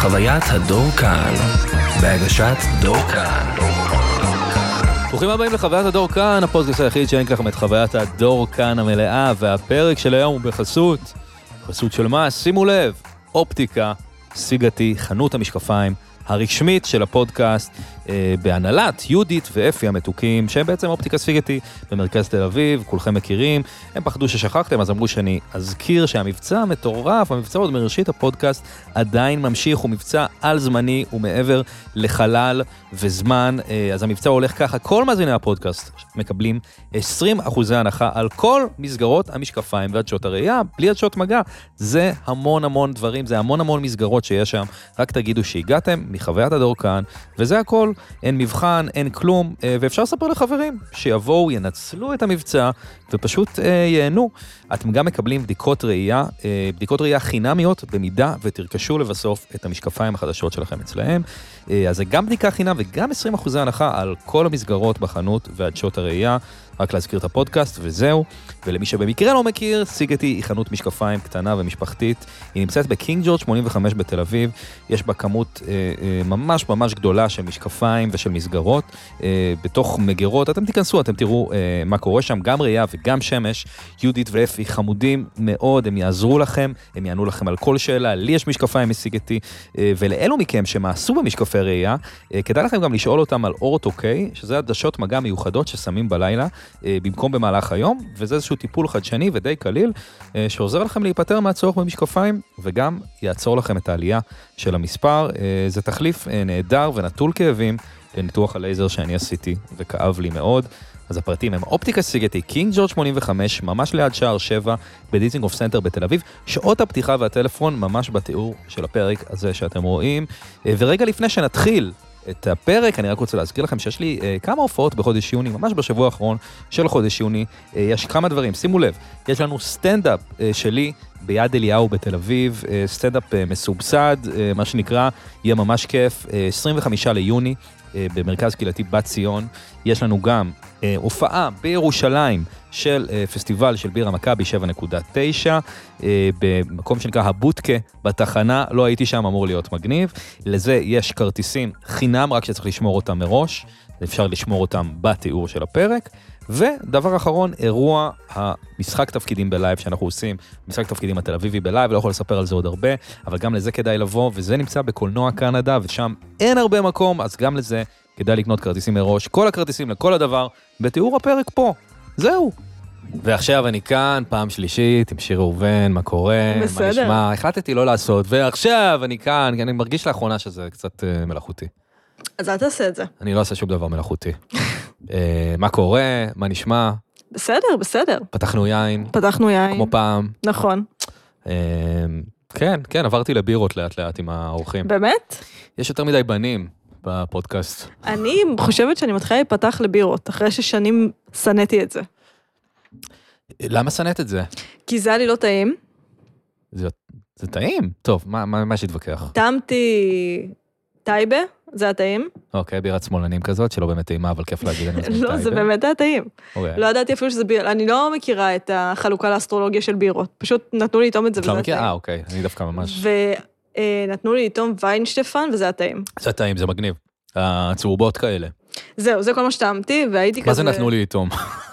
חוויית הדור כאן, בהגשת דור כאן. ברוכים הבאים לחוויית הדור כאן, הפודקאסט היחיד שהעניק לכם את חוויית הדור כאן המלאה, והפרק של היום הוא בחסות של מה? שימו לב, אופטיקה סיגתי, חנות המשקפיים הרשמית של הפודקאסט, בהנהלת יהודית ואפי המתוקים, שהם בעצם אופטיקה סיגתי במרכז תל אביב, כולכם מכירים, הם פחדו ששכחתם, אז אמרו שאני אזכיר שהמבצע המטורף, המבצע עוד מראשית הפודקאסט, עדיין ממשיך, הוא מבצע על זמני ומעבר לחלל וזמן, אז המבצע הולך ככה, כל מאזיני הפודקאסט מקבלים 20% הנחה על כל מסגרות המשקפיים ועדשות הראייה, בלי עדשות מגע, זה המון דברים, זה המון מסגרות שיש שם, רק תגידו שהגעתם מחוויית הדור כאן, וזה הכל, אין מבחן, אין כלום, ואפשר לספר לחברים שיבואו, ינצלו את המבצע, ופשוט ייהנו. אתם גם מקבלים בדיקות ראייה חינמיות, במידה ותרכשו לבסוף את המשקפיים החדשות שלכם אצלהם. אז זה גם בדיקה חינם וגם 20% הנחה על כל המסגרות בחנות ועדשות הראייה. רק להזכיר את הפודקאסט וזהו. ולמי שבמקרה לא מכיר, סיגתי היא חנות משקפיים קטנה ומשפחתית. היא נמצאת בקינג ג'ורג' 85 בתל אביב. יש בה כמות ממש גדולה של משקפיים ושל מסגרות. בתוך מגירות, אתם תיכנסו, אתם תראו מה קורה שם, גם ראייה וגם שמש. יהודית ואפי חמודים מאוד, הם יעזרו לכם, הם יענו לכם על כל שאלה. לי יש משקפיים מסיגתי, ולאלו מכם שמעשו במשקפי ראייה, כדאי לכם גם לשאול אותם על אורט-אוקיי, שזה עדשות מגע מיוחדות ששמים בלילה, במקום במהלך היום, וזה איזשהו טיפול חדשני ודי קליל, שעוזר לכם להיפטר מהצורך במשקפיים, וגם יעצור לכם את העלייה של המספר. זה תחליף נהדר ונטול כאבים לניתוח הלייזר שאני עשיתי, וכאב לי מאוד. אז הפרטים הם אופטיקה סיגתי, קינג ג'ורג' 85, ממש ליד שער 7, בדיזינגוף סנטר בתל אביב. שעות הפתיחה והטלפון ממש בתיאור של הפרק הזה שאתם רואים. ורגע לפני שנתחיל את הפרק, אני רק רוצה להזכיר לכם שיש לי כמה הופעות בחודש יוני, ממש בשבוע האחרון של חודש יוני. יש כמה דברים, שימו לב, יש לנו סטנדאפ שלי ביד אליהו בתל אביב, סטנדאפ מסובסד, מה שנקרא, יהיה ממש כיף, 25 ליוני, במרכז קהילתי בת ציון. יש לנו גם הופעה בירושלים של פסטיבל של בירה מכבי 7.9, במקום שנקרא הבוטקה בתחנה, לא הייתי שם, אמור להיות מגניב. לזה יש כרטיסים חינם, רק שצריך לשמור אותם מראש, אפשר לשמור אותם בתיאור של הפרק. ודבר אחרון, אירוע המשחק תפקידים בלייב שאנחנו עושים, משחק תפקידים התל אביבי בלייב, לא יכול לספר על זה עוד הרבה, אבל גם לזה כדאי לבוא, וזה נמצא בקולנוע קנדה, ושם אין הרבה מקום, אז גם לזה כדאי לקנות כרטיסים מראש, כל הכרטיסים לכל הדבר, בתיאור הפרק פה, זהו. ועכשיו אני כאן, פעם שלישית, עם שיר ראובן, מה קורה, בסדר. מה נשמע, החלטתי לא לעשות, ועכשיו אני כאן, אני מרגיש לאחרונה שזה קצת מלאכותי. אז אל תעשה את זה. אני לא אעשה שום דבר מלאכותי. מה קורה, מה נשמע? בסדר. פתחנו יין. כמו פעם. נכון. כן, עברתי לבירות לאט עם האורחים. באמת? יש יותר מדי בנים בפודקאסט. אני חושבת שאני מתחילה להיפתח לבירות, אחרי ששנים שנאתי את זה. למה שנאת את זה? כי זה היה לי לא טעים. זה טעים? טוב, מה שתתווכח? טעמתי טייבה, זה היה טעים. אוקיי, בירת שמאלנים כזאת, שלא באמת טעימה, אבל כיף להגיד. לא, זה באמת היה טעים. לא ידעתי אפילו שזה ביר, אני לא מכירה את החלוקה לאסטרולוגיה של בירות, פשוט נתנו לי לטעום את זה וזה היה טעים. אוקיי, אני דווקא ממש. ונתנו לי לטעום ויינשטפן וזה היה טעים. זה טעים, זה מגניב. הצהובות כאלה. זהו, זה כל מה שטעמתי, והייתי כזה... מה זה נתנו לי לטעום?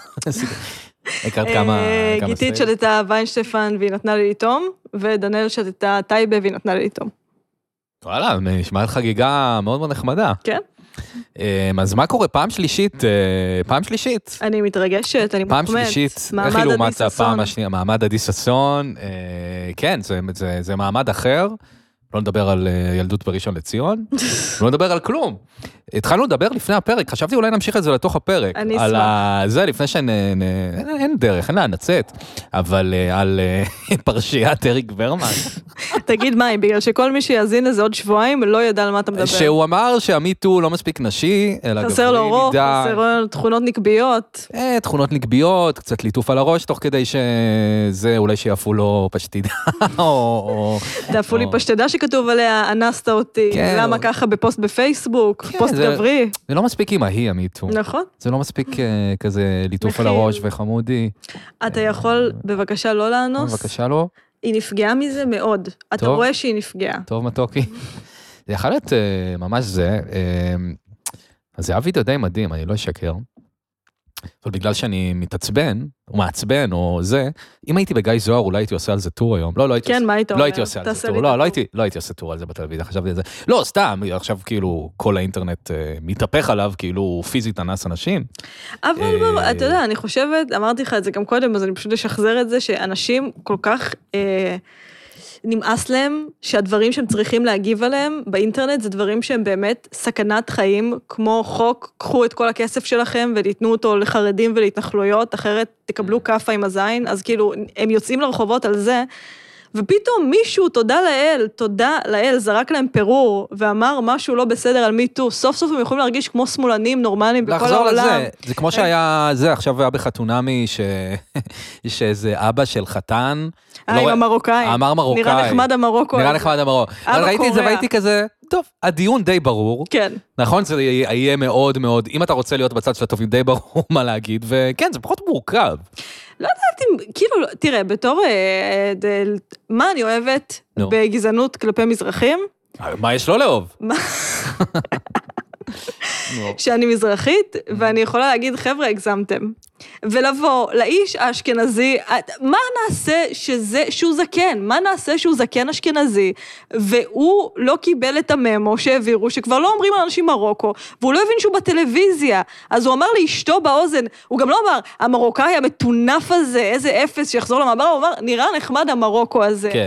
הכרת כמה... גיתית שתתה ויינשטפן והיא נתנה לי לטעום, ודנאל שתתה טייבה והיא נתנה לי לטעום. וואלה, נשמעת חגיגה מאוד נחמדה. כן. אז מה קורה? פעם שלישית? אני מתרגשת, אני פעם שלישית, איך היא לעומת הפעם השנייה? מעמד עדי ששון, כן, זה מעמד אחר. לא נדבר על ילדות בראשון לציון, לא נדבר על כלום. התחלנו לדבר לפני הפרק, חשבתי אולי נמשיך את זה לתוך הפרק. אני אשמח. על זה, לפני אין דרך, אין להנצאת, אבל על פרשיית אריק ברמן. תגיד מה, בגלל שכל מי שיאזין לזה עוד שבועיים, לא ידע על מה אתה מדבר. שהוא אמר שהמיטו לא מספיק נשי, אלא גברי מדי. חסר לו רוח, חסר לו תכונות נקביות. תכונות נקביות, קצת ליטוף על הראש, תוך כדי שזה אולי שיעפו לו פשטידה, או... תעפו לי פשטידה שכתוב עליה, אנסת אותי, למה ככה בפוסט בפייסבוק, פוסט גברי. זה לא מספיק עם ההיא, המיטו. נכון. זה לא מספיק כזה ליטוף על הראש וחמודי. אתה יכול בבקשה לא לאנוס? בבקשה לא. היא נפגעה מזה מאוד. אתה רואה שהיא נפגעה. טוב, מתוקי. זה יכול להיות ממש זה, אז זה היה וידאו די מדהים, אני לא אשקר, אבל בגלל שאני מתעצבן, או מעצבן, או זה, אם הייתי בגיא זוהר, אולי הייתי עושה על זה טור היום. כן, מה היית אומר? לא הייתי עושה על זה טור, לא הייתי עושה טור על זה בטלוויזיה, חשבתי על זה. לא, סתם, עכשיו כאילו כל האינטרנט מתהפך עליו, כאילו פיזית אנס אנשים. אבל אתה יודע, אני חושבת, אמרתי לך את זה גם קודם, אז אני פשוט אשחזר את זה, שאנשים כל כך נמאס להם שהדברים שהם צריכים להגיב עליהם באינטרנט, זה דברים שהם באמת סכנת חיים, כמו חוק, קחו את כל הכסף שלכם ותיתנו אותו לחרדים ולהתנחלויות, אחרת תקבלו כפה עם הזין, אז כאילו הם יוצאים לרחובות על זה, ופתאום מישהו, תודה לאל, זרק להם פירור, ואמר משהו לא בסדר על מיטו, סוף סוף הם יכולים להרגיש כמו שמאלנים נורמליים בכל העולם. לחזור לזה, זה כמו שהיה זה, עכשיו היה בחתונמי, שאיזה אבא של חתן, עם המרוקאי. אמר מרוקאי. נראה נחמד המרוקו. נראה נחמד המרוקו. ראיתי את זה והייתי כזה, טוב, הדיון די ברור. כן. נכון, זה יהיה מאוד מאוד, אם אתה רוצה להיות בצד של הטובים, די ברור מה להגיד, וכן, זה פחות מורכב. לא יודעת אם, כאילו, תראה, בתור, מה אני אוהבת בגזענות כלפי מזרחים? מה יש לא לאהוב? שאני מזרחית, ואני יכולה להגיד, חבר'ה, הגזמתם. ולבוא לאיש האשכנזי, מה נעשה שהוא זקן? מה נעשה שהוא זקן אשכנזי? והוא לא קיבל את הממו שהעבירו, שכבר לא אומרים על אנשים מרוקו, והוא לא הבין שהוא בטלוויזיה, אז הוא אמר לאשתו באוזן, הוא גם לא אמר, המרוקאי המטונף הזה, איזה אפס שיחזור למעבר, הוא אמר, נראה נחמד המרוקו הזה. כן.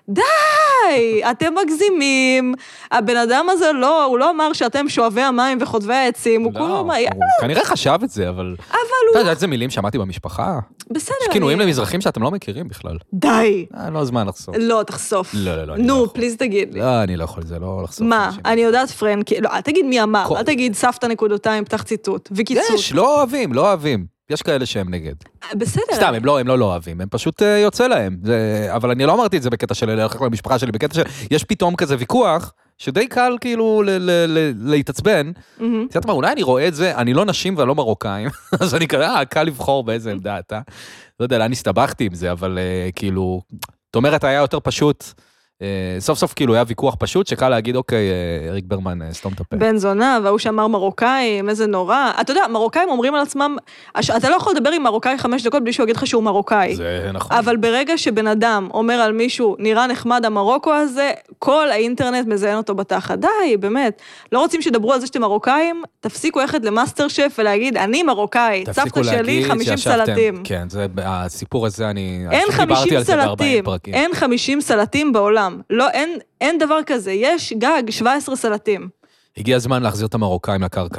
די, אתם מגזימים, הבן אדם הזה לא, הוא לא אמר שאתם שואבי המים וחוטבי העצים, הוא כולו אמר, הוא כנראה חשב את זה, אבל אתה יודע, איזה מילים שמעתי במשפחה? בסדר. שכינויים למזרחים שאתם לא מכירים בכלל. די. לא זמן לחשוף. לא, תחשוף. לא. נו, פליז תגיד לי. לא, אני לא יכול, זה לא לחשוף. מה? אני יודעת פרנקי, לא, אל תגיד מי אמר, אל תגיד סבתא נקודותיים, פתח ציטוט, וקיצוט. יש, לא אוהבים. יש כאלה שהם נגד. בסדר. סתם, הם לא אוהבים, הם פשוט יוצא להם. אבל אני לא אמרתי את זה בקטע של ללכת למשפחה שלי, בקטע יש פתאום כזה ויכוח, שדי קל כאילו להתעצבן. זאת אומרת, אולי אני רואה את זה, אני לא נשים ולא מרוקאים, אז אני כזה, קל לבחור באיזה עמדה אתה. לא יודע, לאן הסתבכתי עם זה, אבל כאילו, זאת אומרת, היה יותר פשוט, סוף סוף כאילו היה ויכוח פשוט, שקל להגיד, אוקיי, אריק ברמן, סתום את הפה. בן זונה, והוא שאמר מרוקאים, איזה נורא. אתה יודע, מרוקאים אומרים על עצמם, אתה לא יכול לדבר עם מרוקאי 5 דקות בלי שהוא יגיד לך שהוא מרוקאי. זה נכון. אבל ברגע שבן אדם אומר על מישהו, נראה נחמד המרוקו הזה, כל האינטרנט מזיין אותו בתחת. די, באמת. לא רוצים שדברו על זה שאתם מרוקאים, תפסיקו ללכת למאסטר שף ולהגיד, אני מרוקאי, סבתא שלי 50 סלטים. כן, זה, הסיפור הזה, אין 50 סלטים, אין 50 סלטים בעולם. לא, אין דבר כזה, יש גג 17 סלטים. הגיע הזמן להחזיר את המרוקאים לקרקע.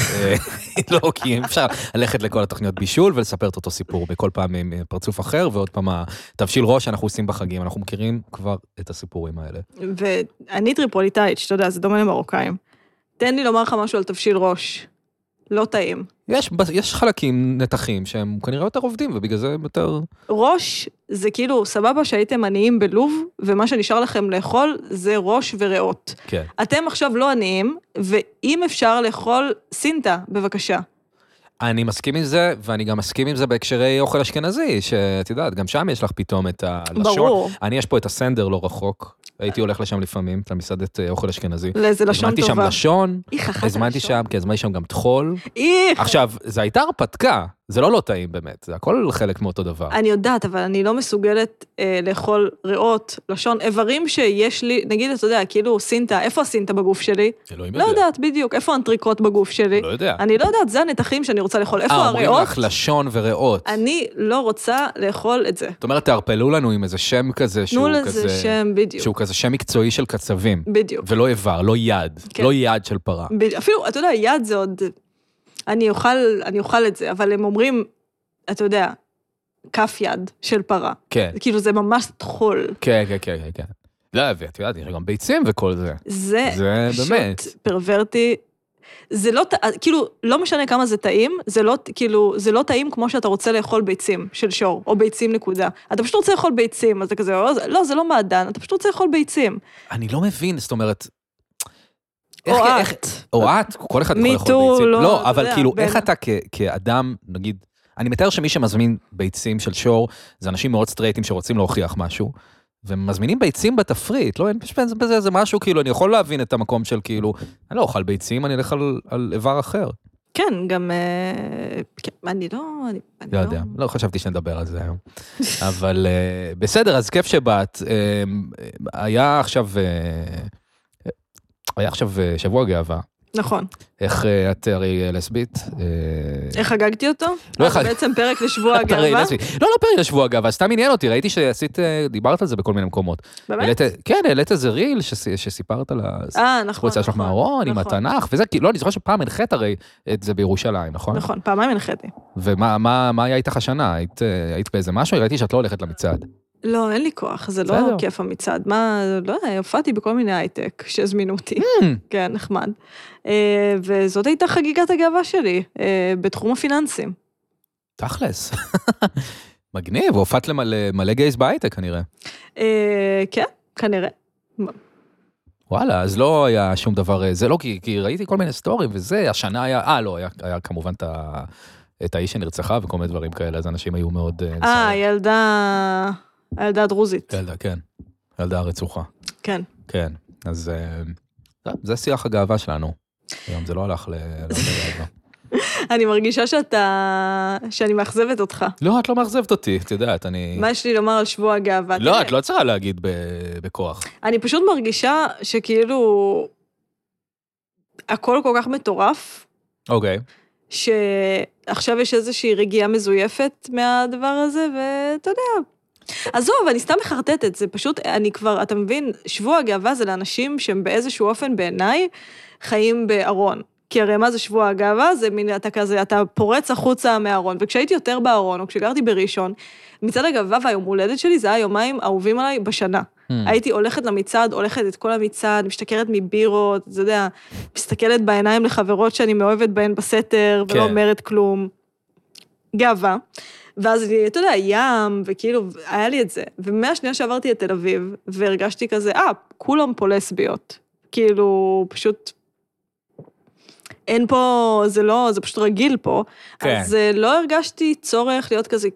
לא, כי אפשר ללכת לכל התוכניות בישול ולספר את אותו סיפור בכל פעם עם פרצוף אחר, ועוד פעם תבשיל ראש שאנחנו עושים בחגים, אנחנו מכירים כבר את הסיפורים האלה. ואני טריפוליטאית, שאתה יודע, זה דומה למרוקאים. תן לי לומר לך משהו על תבשיל ראש. לא טעים. יש חלקים נתחים שהם כנראה יותר עובדים, ובגלל זה יותר... ראש זה כאילו, סבבה שהייתם עניים בלוב, ומה שנשאר לכם לאכול זה ראש וריאות. כן. אתם עכשיו לא עניים, ואם אפשר לאכול סינטה, בבקשה. אני מסכים עם זה, ואני גם מסכים עם זה בהקשרי אוכל אשכנזי, שאת יודעת, גם שם יש לך פתאום את הלשון. ברור. אני יש פה את הסנדר לא רחוק, הייתי הולך לשם לפעמים, למסעדת אוכל אשכנזי. לאיזה לשון טובה. הזמנתי שם לשון, הזמנתי שם, כי הזמנתי שם גם תחול. עכשיו, זה הייתה הרפתקה, זה לא טעים באמת, זה הכל חלק מאותו דבר. אני יודעת, אבל אני לא מסוגלת לאכול ריאות, לשון, איברים שיש לי, נגיד, אתה יודע, כאילו סינטה, איפה הסינטה בגוף שלי? לא יודעת, בדיוק, איפה האנטריקוט בגוף שלי? לא יודע. אני לא יודעת, זה הנתחים שאני רוצה לאכול, איפה הריאות? אומרים לך לשון וריאות. אני לא רוצה לאכול את זה. זאת אומרת, תערפלו לנו עם איזה שם כזה, תנו לזה שם, בדיוק. שהוא כזה שם מקצועי של קצבים. בדיוק. ולא איבר, לא יד, לא יד של פרה. אפילו, אתה יודע, יד זה עוד, אני אוכל את זה, אבל הם אומרים, אתה יודע, כף יד של פרה. כן. כאילו זה ממש תחול. כן. לא, ואת יודעת, יש גם ביצים וכל זה. זה באמת. פשוט פרוורטי. זה לא, כאילו, לא משנה כמה זה טעים, זה לא, כאילו, זה לא טעים כמו שאתה רוצה לאכול ביצים של שור, או ביצים נקודה. אתה פשוט רוצה לאכול ביצים, אז אתה כזה, לא, זה לא מעדן, אתה פשוט רוצה לאכול ביצים. אני לא מבין, זאת אומרת, או את, כל אחד יכול לאכול ביצים. לא, אבל כאילו, איך אתה כאדם, נגיד, אני מתאר שמי שמזמין ביצים של שור, זה אנשים מאוד סטרייטים שרוצים להוכיח משהו, ומזמינים ביצים בתפריט, לא, אין בזה, זה משהו, כאילו, אני יכול להבין את המקום של, כאילו, אני לא אוכל ביצים, אני אלך על איבר אחר. כן, גם, אני לא יודע, לא חשבתי שנדבר על זה היום. אבל בסדר, אז כיף שבאת. היה עכשיו שבוע גאווה. נכון. איך את הרי לסבית? איך חגגתי אותו? לא, בעצם פרק לשבוע הגאווה? לא פרק לשבוע הגאווה, סתם עניין אותי, ראיתי שעשית, דיברת על זה בכל מיני מקומות. באמת? כן, העלית איזה ריל שסיפרת על נכון. שלך מהארון, עם התנ"ך, וזה, לא, אני זוכר שפעם הנחית הרי את זה בירושלים, נכון? נכון, פעמיים הנחיתי. ומה היה איתך השנה? היית באיזה משהו? ראיתי שאת לא הולכת למצעד. לא, אין לי כוח, זה לא כיף המצעד. מה, לא יודע, הופעתי בכל מיני הייטק שהזמינו אותי. כן, נחמד. וזאת הייתה חגיגת הגאווה שלי, בתחום הפיננסים. תכלס. מגניב, הופעת למלא גייס בהייטק כנראה. כן, כנראה. וואלה, אז לא היה שום דבר, זה לא, כי ראיתי כל מיני סטורים, וזה, השנה היה, לא, היה כמובן את האיש שנרצחה וכל מיני דברים כאלה, אז אנשים היו מאוד... הילדה הדרוזית. כן. ילדה הרצוחה. כן. כן, אז זה שיח הגאווה שלנו. היום זה לא הלך לגאווה. אני מרגישה שאני מאכזבת אותך. לא, את לא מאכזבת אותי, את יודעת, אני... מה יש לי לומר על שבוע הגאווה? לא, את לא צריכה להגיד בכוח. אני פשוט מרגישה שכאילו... הכל כל כך מטורף. אוקיי. שעכשיו יש איזושהי רגיעה מזויפת מהדבר הזה, ואתה יודע... עזוב, אני סתם מחרטטת, זה פשוט, אני כבר, אתה מבין, שבוע הגאווה זה לאנשים שהם באיזשהו אופן בעיניי חיים בארון. כי הרי מה זה שבוע הגאווה? זה מין, אתה כזה, אתה פורץ החוצה מהארון. וכשהייתי יותר בארון, או כשגרתי בראשון, מצעד הגאווה והיום הולדת שלי, זה היה יומיים אהובים עליי בשנה. הייתי הולכת למצעד, הולכת את כל המצעד, משתכרת מבירות, אתה יודע, מסתכלת בעיניים לחברות שאני מאוהבת בהן בסתר, ולא אומרת כלום. גאווה. ואז, אתה יודע, ים, וכאילו, היה לי את זה. ומהשנייה שעברתי את תל אביב, והרגשתי כזה, כולם פה לסביות. כאילו, פשוט, אין פה, זה פשוט רגיל פה. כן. אז לא הרגשתי צורך להיות כזה,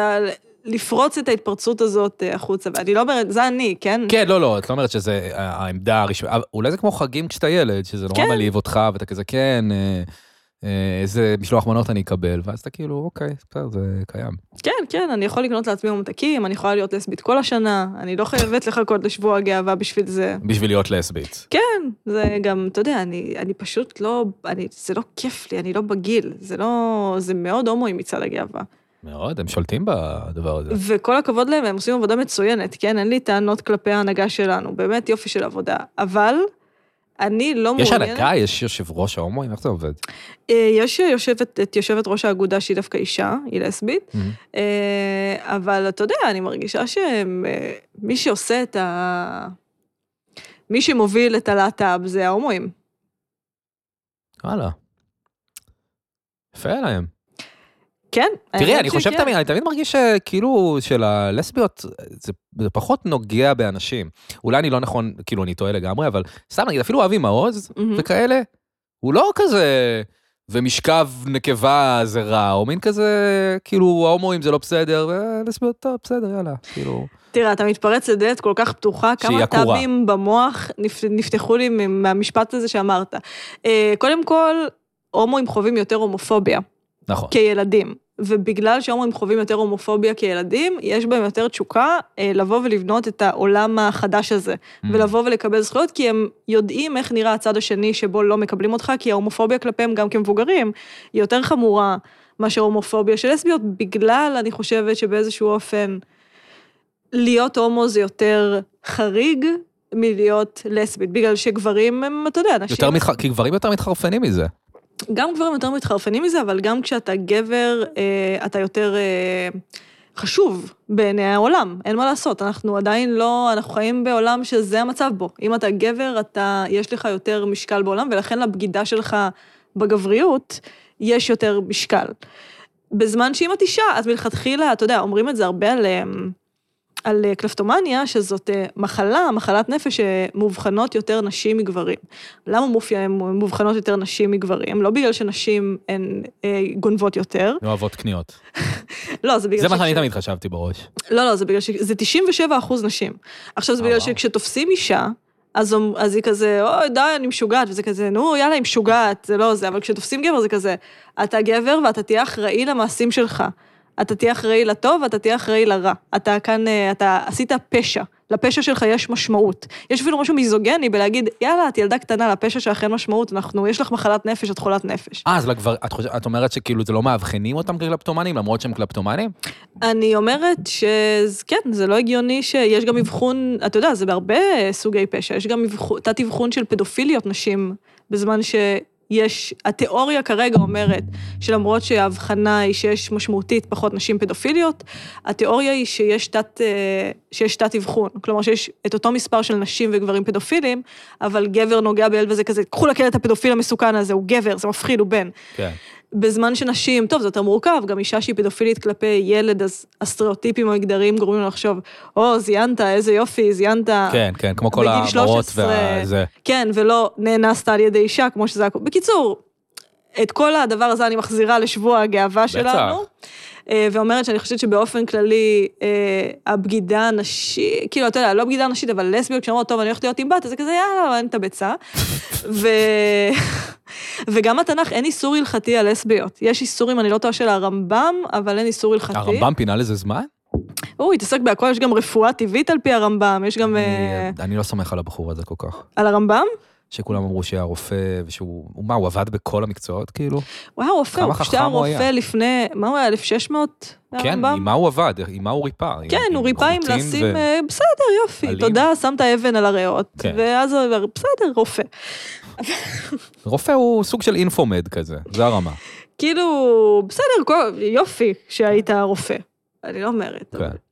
לפרוץ את ההתפרצות הזאת החוצה, ואני לא אומרת, זה אני, כן? כן, לא, את לא אומרת שזה העמדה הרשמית, אולי זה כמו חגים כשאתה ילד, שזה נורא מלהיב אותך, ואתה כזה, כן, איזה משלוח מנות אני אקבל, ואז אתה כאילו, אוקיי, זה קיים. כן, אני יכול לקנות לעצמי ממתקים, אני יכולה להיות לסבית כל השנה, אני לא חייבת לחכות לשבוע הגאווה בשביל זה. בשביל להיות לסבית. כן, זה גם, אתה יודע, אני פשוט לא, זה לא כיף לי, אני לא בגיל, זה מאוד הומואי מצד הגאווה. מאוד, הם שולטים בדבר הזה. וכל הכבוד להם, הם עושים עבודה מצוינת, כן, אין לי טענות כלפי ההנהגה שלנו, באמת יופי של עבודה, אבל אני לא מעוניינת... יש הנהגה, יש יושב ראש ההומואים, איך זה עובד? יש יושבת ראש האגודה שהיא דווקא אישה, היא לסבית, אבל אתה יודע, אני מרגישה שמי שעושה מי שמוביל את הלהט"ב זה ההומואים. הלאה. יפה להם. כן. תראי, אני חושב תמיד, אני תמיד מרגיש שכאילו של הלסביות, זה פחות נוגע באנשים. אולי אני לא נכון, כאילו אני טועה לגמרי, אבל סתם נגיד, אפילו אבי מעוז וכאלה, הוא לא כזה, ומשכב נקבה זה רע, או מין כזה, כאילו ההומואים זה לא בסדר, ולסביות טוב, בסדר, יאללה, כאילו... תראה, אתה מתפרץ לדלת כל כך פתוחה, כמה טאבים במוח נפתחו לי מהמשפט הזה שאמרת. קודם כל, הומואים חווים יותר הומופוביה. נכון. כילדים, ובגלל שהומואים חווים יותר הומופוביה כילדים, יש בהם יותר תשוקה לבוא ולבנות את העולם החדש הזה, ולבוא ולקבל זכויות, כי הם יודעים איך נראה הצד השני שבו לא מקבלים אותך, כי ההומופוביה כלפיהם גם כמבוגרים, היא יותר חמורה מאשר הומופוביה של לסביות, בגלל אני חושבת שבאיזשהו אופן, להיות הומו זה יותר חריג מלהיות לסבית, בגלל שגברים הם, אתה יודע, אנשים... כי גברים יותר מתחרפנים מזה. גם גברים יותר מתחרפנים מזה, אבל גם כשאתה גבר, אתה יותר חשוב בעיני העולם, אין מה לעשות, אנחנו עדיין לא, אנחנו חיים בעולם שזה המצב בו, אם אתה גבר, יש לך יותר משקל בעולם, ולכן לבגידה שלך בגבריות, יש יותר משקל. בזמן שאם את אישה, אז מלכתחילה, אתה יודע, אומרים את זה הרבה על קלפטומניה, שזאת מחלת נפש שמובחנות יותר נשים מגברים. למה מובחנות יותר נשים מגברים? לא בגלל שנשים הן גונבות יותר. אוהבות קניות. לא, זה בגלל זה מה שאני תמיד חשבתי בראש. לא, זה בגלל שזה 97% נשים. עכשיו זה בגלל שכשתופסים אישה, אז היא כזה, אוי, די, אני משוגעת, וזה כזה, נו, יאללה, היא משוגעת, זה לא זה, אבל כשתופסים גבר זה כזה, אתה גבר ואתה תהיה אחראי למעשים שלך. אתה תהיה אחראי לטוב, ואתה תהיה אחראי לרע. אתה כאן, אתה עשית פשע. לפשע שלך יש משמעות. יש אפילו משהו מיזוגני בלהגיד, יאללה, את ילדה קטנה, לפשע שלך אין משמעות, יש לך מחלת נפש, את חולת נפש. אז את אומרת שכאילו זה לא מאבחנים אותם כקלפטומנים, למרות שהם קלפטומנים? אני אומרת שכן, זה לא הגיוני שיש גם מבחון, אתה יודע, זה בהרבה סוגי פשע, יש גם תת מבחון של פדופיליות נשים, בזמן יש, התיאוריה כרגע אומרת שלמרות שההבחנה היא שיש משמעותית פחות נשים פדופיליות, התיאוריה היא שיש תת אבחון, כלומר שיש את אותו מספר של נשים וגברים פדופילים, אבל גבר נוגע בילד וזה כזה, קחו לכם את הפדופיל המסוכן הזה, הוא גבר, זה מפחיד, הוא בן. כן. בזמן שנשים, טוב, זה יותר מורכב, גם אישה שהיא פדופילית כלפי ילד, אז הסטריאוטיפים או הגדרים גורמים לחשוב, זיינת, איזה יופי, זיינת. כן, כן, כמו כל המורות וזה. כן, ולא נאנסת על ידי אישה, כמו שזה... בקיצור, את כל הדבר הזה אני מחזירה לשבוע הגאווה שלנו, ואומרת שאני חושבת שבאופן כללי, הבגידה הנשית, כאילו, אתה יודע, לא בגידה נשית, אבל לסביות, כשאומרות, טוב, אני הולכת להיות עם בת, אז זה כזה, יאללה, אין את הביצה. וגם התנ"ך, אין איסור הלכתי על לסביות. יש איסורים, אני לא טועה של הרמב"ם, אבל אין איסור הלכתי. הרמב"ם פינה לזה זמן? הוא התעסק בהכל, יש גם רפואה טבעית על פי הרמב"ם, יש גם... אני לא סומך על הבחור הזה כל כך. על הרמב"ם? שכולם אמרו שהיה רופא, ושהוא, הוא עבד בכל המקצועות, כאילו? הוא היה רופא, הוא פשוט היה רופא לפני, מה הוא היה, 1600? כן, עם מה הוא עבד, עם מה הוא ריפא? כן, הוא ריפא עם לשים, בסדר, יופי, תודה, שמת אבן על הריאות, ואז הוא אומר, בסדר, רופא. רופא הוא סוג של אינפומד כזה, זה הרמה. כאילו, בסדר, יופי שהיית רופא. אני לא אומרת.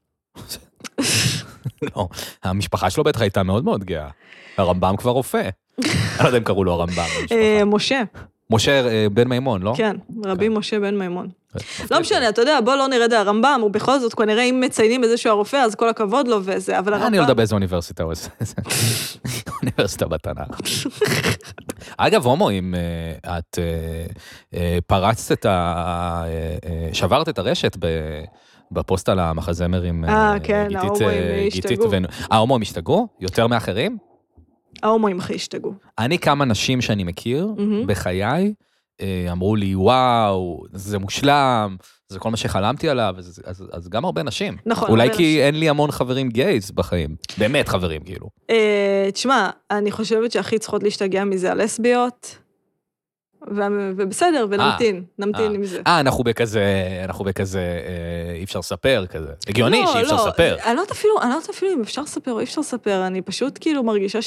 לא, המשפחה שלו בטח הייתה מאוד מאוד גאה. הרמב"ם כבר רופא. אני לא יודע אם קראו לו הרמב"ם במשפחה. משה. משה בן מימון, לא? כן, רבי משה בן מימון. לא משנה, אתה יודע, בוא לא נרד על הרמב"ם, ובכל זאת, כנראה אם מציינים איזה שהוא הרופא, אז כל הכבוד לו וזה, אבל הרמב"ם... אני לא יודע באיזה אוניברסיטה הוא עושה. אוניברסיטה בתנ"ך. אגב, הומואים, את פרצת שברת את הרשת בפוסט על המחזמר עם גיתית. ההומואים השתגעו? יותר מאחרים? ההומואים הכי השתגעו. אני כמה נשים שאני מכיר בחיי, אמרו לי, וואו, זה מושלם, זה כל מה שחלמתי עליו, אז גם הרבה נשים. נכון. אולי כי אין לי המון חברים גייז בחיים. באמת חברים, כאילו. תשמע, אני חושבת שהכי צריכות להשתגע מזה הלסביות, ובסדר, ונמתין, נמתין עם זה. אנחנו בכזה, אי אפשר לספר כזה. הגיוני שאי אפשר לספר. אני לא יודעת אפילו אם אפשר לספר או אי אפשר לספר, אני פשוט כאילו מרגישה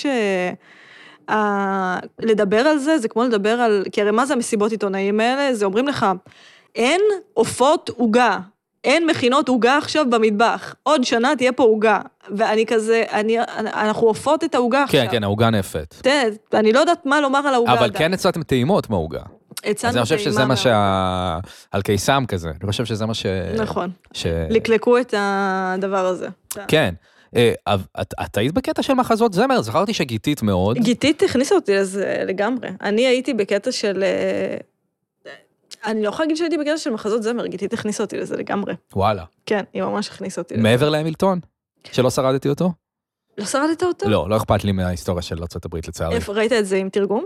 לדבר על זה, זה כמו לדבר על, כי הרי מה זה המסיבות עיתונאים האלה? זה אומרים לך, אין עופות עוגה, אין מכינות עוגה עכשיו במטבח, עוד שנה תהיה פה עוגה, ואני כזה, אנחנו עופות את העוגה עכשיו. כן, כן, העוגה נפת. אני לא יודעת מה לומר על העוגה. אבל כן הצעתם טעימות מהעוגה. אז אני חושב שזה מה על קיסם כזה, אני חושב שזה מה נכון, לקלקו את הדבר הזה. כן. את היית בקטע של מחזות זמר, זכרתי שגיתית מאוד. גיתית הכניסה אותי לזה לגמרי. אני הייתי בקטע של... אני לא יכולה להגיד שהייתי בקטע של מחזות זמר, גיתית הכניסה אותי לזה לגמרי. וואלה. כן, היא ממש הכניסה אותי לזה. מעבר להמילטון? שלא שרדתי אותו? לא שרדת אותו? לא אכפת לי מההיסטוריה של ארצות הברית לצערי. איפה ראית את זה עם תרגום?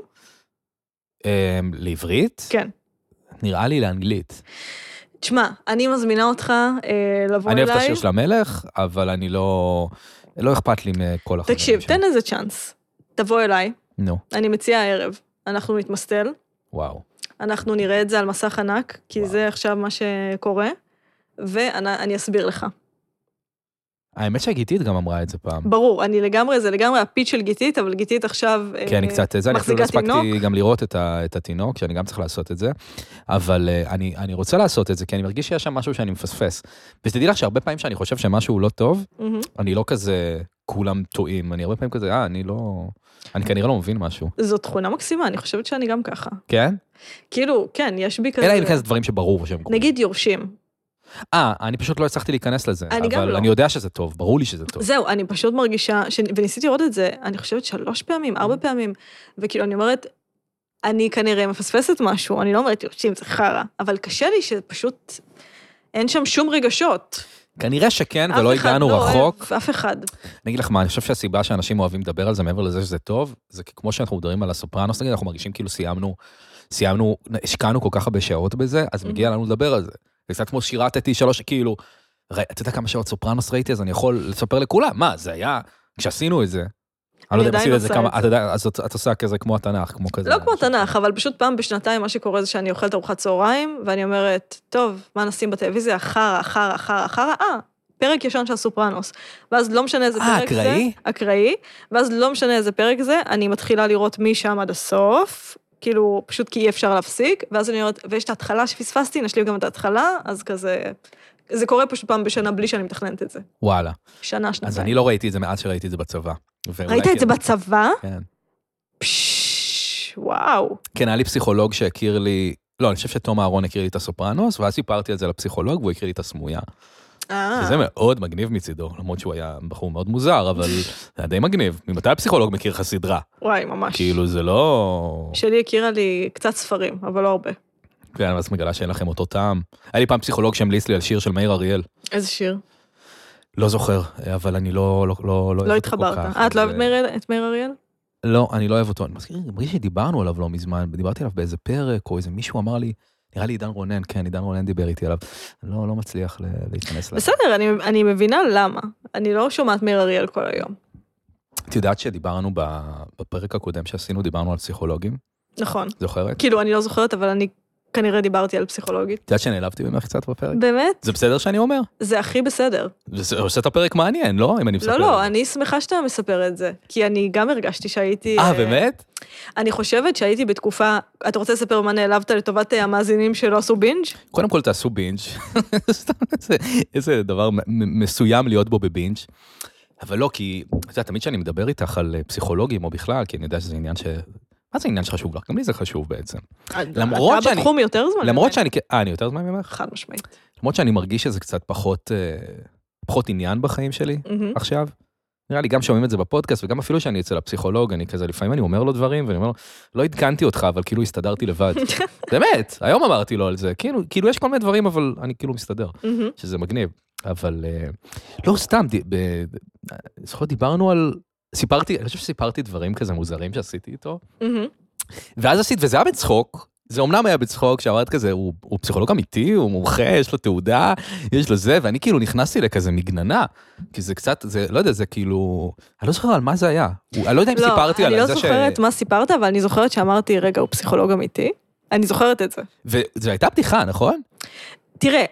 לעברית? כן. נראה לי לאנגלית. תשמע, אני מזמינה אותך לבוא אליי. אני אוהב את השיר של המלך, אבל אני לא אכפת לי מכל החברים. תקשיב, תן איזה צ'אנס. תבוא אליי. נו. אני מציעה הערב. אנחנו נתמסטל. וואו. אנחנו נראה את זה על מסך ענק, כי זה עכשיו מה שקורה, ואני אסביר לך. האמת שהגיתית גם אמרה את זה פעם. ברור, זה לגמרי הפיץ של גיתית, אבל גיתית עכשיו כן, אני קצת, זה אני אפילו לא הספקתי גם לראות את התינוק, שאני גם צריך לעשות את זה, אבל אני רוצה לעשות את זה, כי אני מרגיש שיש שם משהו שאני מפספס. ושתדעי לך שהרבה פעמים שאני חושב שמשהו לא טוב, אני לא כזה, כולם טועים, אני הרבה פעמים כזה, אני כנראה לא מבין משהו. זו תכונה מקסימה, אני חושבת שאני גם ככה. כן? כאילו, כן, יש בי כזה... אלא אם כזה דברים שברור שהם קוראים. נגיד יורשים. אני פשוט לא הצלחתי להיכנס לזה, אבל אני יודע שזה טוב, ברור לי שזה טוב. זהו, אני פשוט מרגישה, וניסיתי לראות את זה, אני חושבת 3 פעמים, 4 פעמים, וכאילו אני אומרת, אני כנראה מפספסת משהו, אני לא אומרת יורשים, זה חרא, אבל קשה לי שפשוט אין שם שום רגשות. כנראה שכן, ולא הגענו רחוק. אף אחד. אני אגיד לך מה, אני חושב שהסיבה שאנשים אוהבים לדבר על זה, מעבר לזה שזה טוב, זה כמו שאנחנו מדברים על הסופרנוס, נגיד, אנחנו מרגישים כאילו סיימנו, השקענו כל כך הרבה שעות בזה, אז מגיע לנו לדבר על זה. זה קצת כמו שירתתי 3, כאילו, אתה יודע כמה שעות סופרנוס ראיתי, אז אני יכול לספר לכולם, מה, זה היה, כשעשינו את זה, אני לא יודע אם עשית את זה כמה, אתה יודע, אז את עושה כזה כמו התנ"ך, כמו כזה. לא כמו התנ"ך, אבל פשוט פעם בשנתיים מה שקורה זה שאני אוכלת ארוחת צהריים, ואני אומרת, טוב, מה נשים בטלוויזיה? חרא, פרק ישן של סופרנוס. ואז לא משנה איזה פרק זה. אקראי. ואז לא משנה איזה פרק זה, אני מתחילה לראות משם עד הסוף, כאילו, פשוט כי אי אפשר להפסיק, ואז אני אומרת, ויש את ההתחלה שפספסתי, נשלים גם את ההתחלה, אז כזה, זה קורה פשוט פעם בשנה בלי שאני מתכננת את זה. וואלה. שנה, שנתיים. אז אני לא ראיתי את זה מאז שראיתי את זה בצבא. ראית את זה בצבא? כן. וואו. כן, היה לי פסיכולוג שהכיר לי, לא, אני חושב שתום אהרון הכיר לי את הסופרנוס, ואז סיפרתי על זה לפסיכולוג, והוא הכיר לי את הסמויה. שזה מאוד מגניב מצידו, למרות שהוא היה בחור מאוד מוזר, אבל זה היה די מגניב. ממתי הפסיכולוג מכיר לך סדרה? וואי, ממש. כאילו זה לא... שלי הכירה לי קצת ספרים, אבל לא הרבה. כן, אז מגלה שאין לכם אותו טעם. היה לי פעם פסיכולוג שהמליץ לי על שיר של מאיר אריאל. איזה שיר? לא זוכר, אבל אני לא התחברת. את לא אוהבת את מאיר אריאל? לא, אני לא אוהב אותו. אני מרגיש שדיברנו עליו לא מזמן, ודיברתי עליו באיזה פרק, או איזה מישהו אמר לי, נראה לי עידן רונן, כן, עידן רונן דיבר איתי עליו. לא מצליח להתכנס לה. בסדר, אני מבינה למה. אני לא שומעת מאיר אריאל כל היום. את יודעת שדיברנו בפרק הקודם שעשינו, דיברנו על פסיכולוגים? נכון. זוכרת? כאילו, אני לא זוכרת, אבל אני כנראה דיברתי על פסיכולוגית. את יודעת שנעלבתי ממך קצת בפרק? באמת? זה בסדר שאני אומר? זה הכי בסדר. זה עושה את הפרק מעניין, לא? אם אני מספר. לא, אני שמחה שאתה מספר את זה, כי אני גם הרגשתי שהייתי... באמת? אני חושבת שהייתי בתקופה, אתה רוצה לספר מה נעלבת לטובת המאזינים שלא עשו בינג'? קודם כל תעשו בינג', איזה דבר מסוים להיות בו בבינג', אבל לא, כי, אתה יודע, תמיד שאני מדבר איתך על פסיכולוגים או בכלל, כי אני יודע שזה עניין מה זה עניין שחשוב לך? גם לי זה חשוב בעצם. אתה בתחום יותר זמן. למרות שאני, אני יותר זמן ממך? חד משמעית. למרות שאני מרגיש שזה קצת פחות עניין בחיים שלי עכשיו. נראה לי גם שומעים את זה בפודקאסט, וגם אפילו שאני אצל הפסיכולוג, אני כזה, לפעמים אני אומר לו דברים, ואני אומר לו, לא התקנתי אותך, אבל כאילו הסתדרתי לבד. באמת, היום אמרתי לו על זה. כאילו יש כל מיני דברים, אבל אני כאילו מסתדר, שזה מגניב. אבל לא סתם, זוכר, דיברנו על... אני חושב שסיפרתי דברים כזה מוזרים שעשיתי איתו, ואז עשית, וזה היה בצחוק, זה אומנם היה בצחוק, שאמרת כזה, הוא פסיכולוג אמיתי, הוא מומחה, יש לו תעודה, יש לו זה, ואני כאילו נכנסתי לכזה מגננה, כי זה קצת, לא יודע, זה כאילו, אני לא זוכר על מה זה היה, אני לא יודע אם סיפרתי על זה אני לא זוכרת מה סיפרת, אבל אני זוכרת שאמרתי, רגע, הוא פסיכולוג אמיתי, אני זוכרת את זה. וזו הייתה בדיחה, נכון? תראה,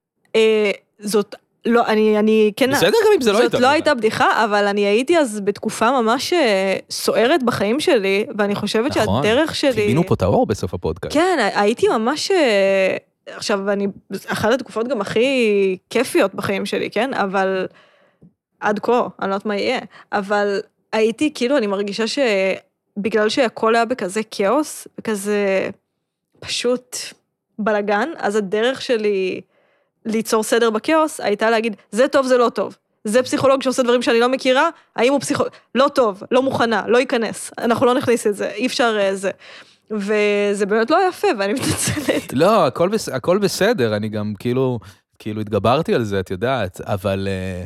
זאת... לא, אני כן... בסדר גם אם זה לא הייתה. זאת לא הייתה בדיחה, אבל אני הייתי אז בתקופה ממש סוערת בחיים שלי, ואני חושבת שהדרך שלי... חיבינו פה את האור בסוף הפודקאסט. כן, הייתי ממש... עכשיו, אחת התקופות גם הכי כיפיות בחיים שלי, כן? אבל עד כה, אני לא יודעת מה יהיה. אבל הייתי, כאילו, אני מרגישה שבגלל שהכל היה בכזה כאוס, וכזה פשוט בלגן, אז הדרך שלי... ליצור סדר בקאוס, הייתה להגיד, זה טוב, זה לא טוב. זה פסיכולוג שעושה דברים שאני לא מכירה, האם הוא פסיכולוג? לא טוב, לא מוכנה, לא ייכנס. אנחנו לא נכניס את זה, אי אפשר זה. וזה באמת לא יפה, ואני מתנצלת. לא, הכל בסדר, אני גם כאילו התגברתי על זה, את יודעת, אבל...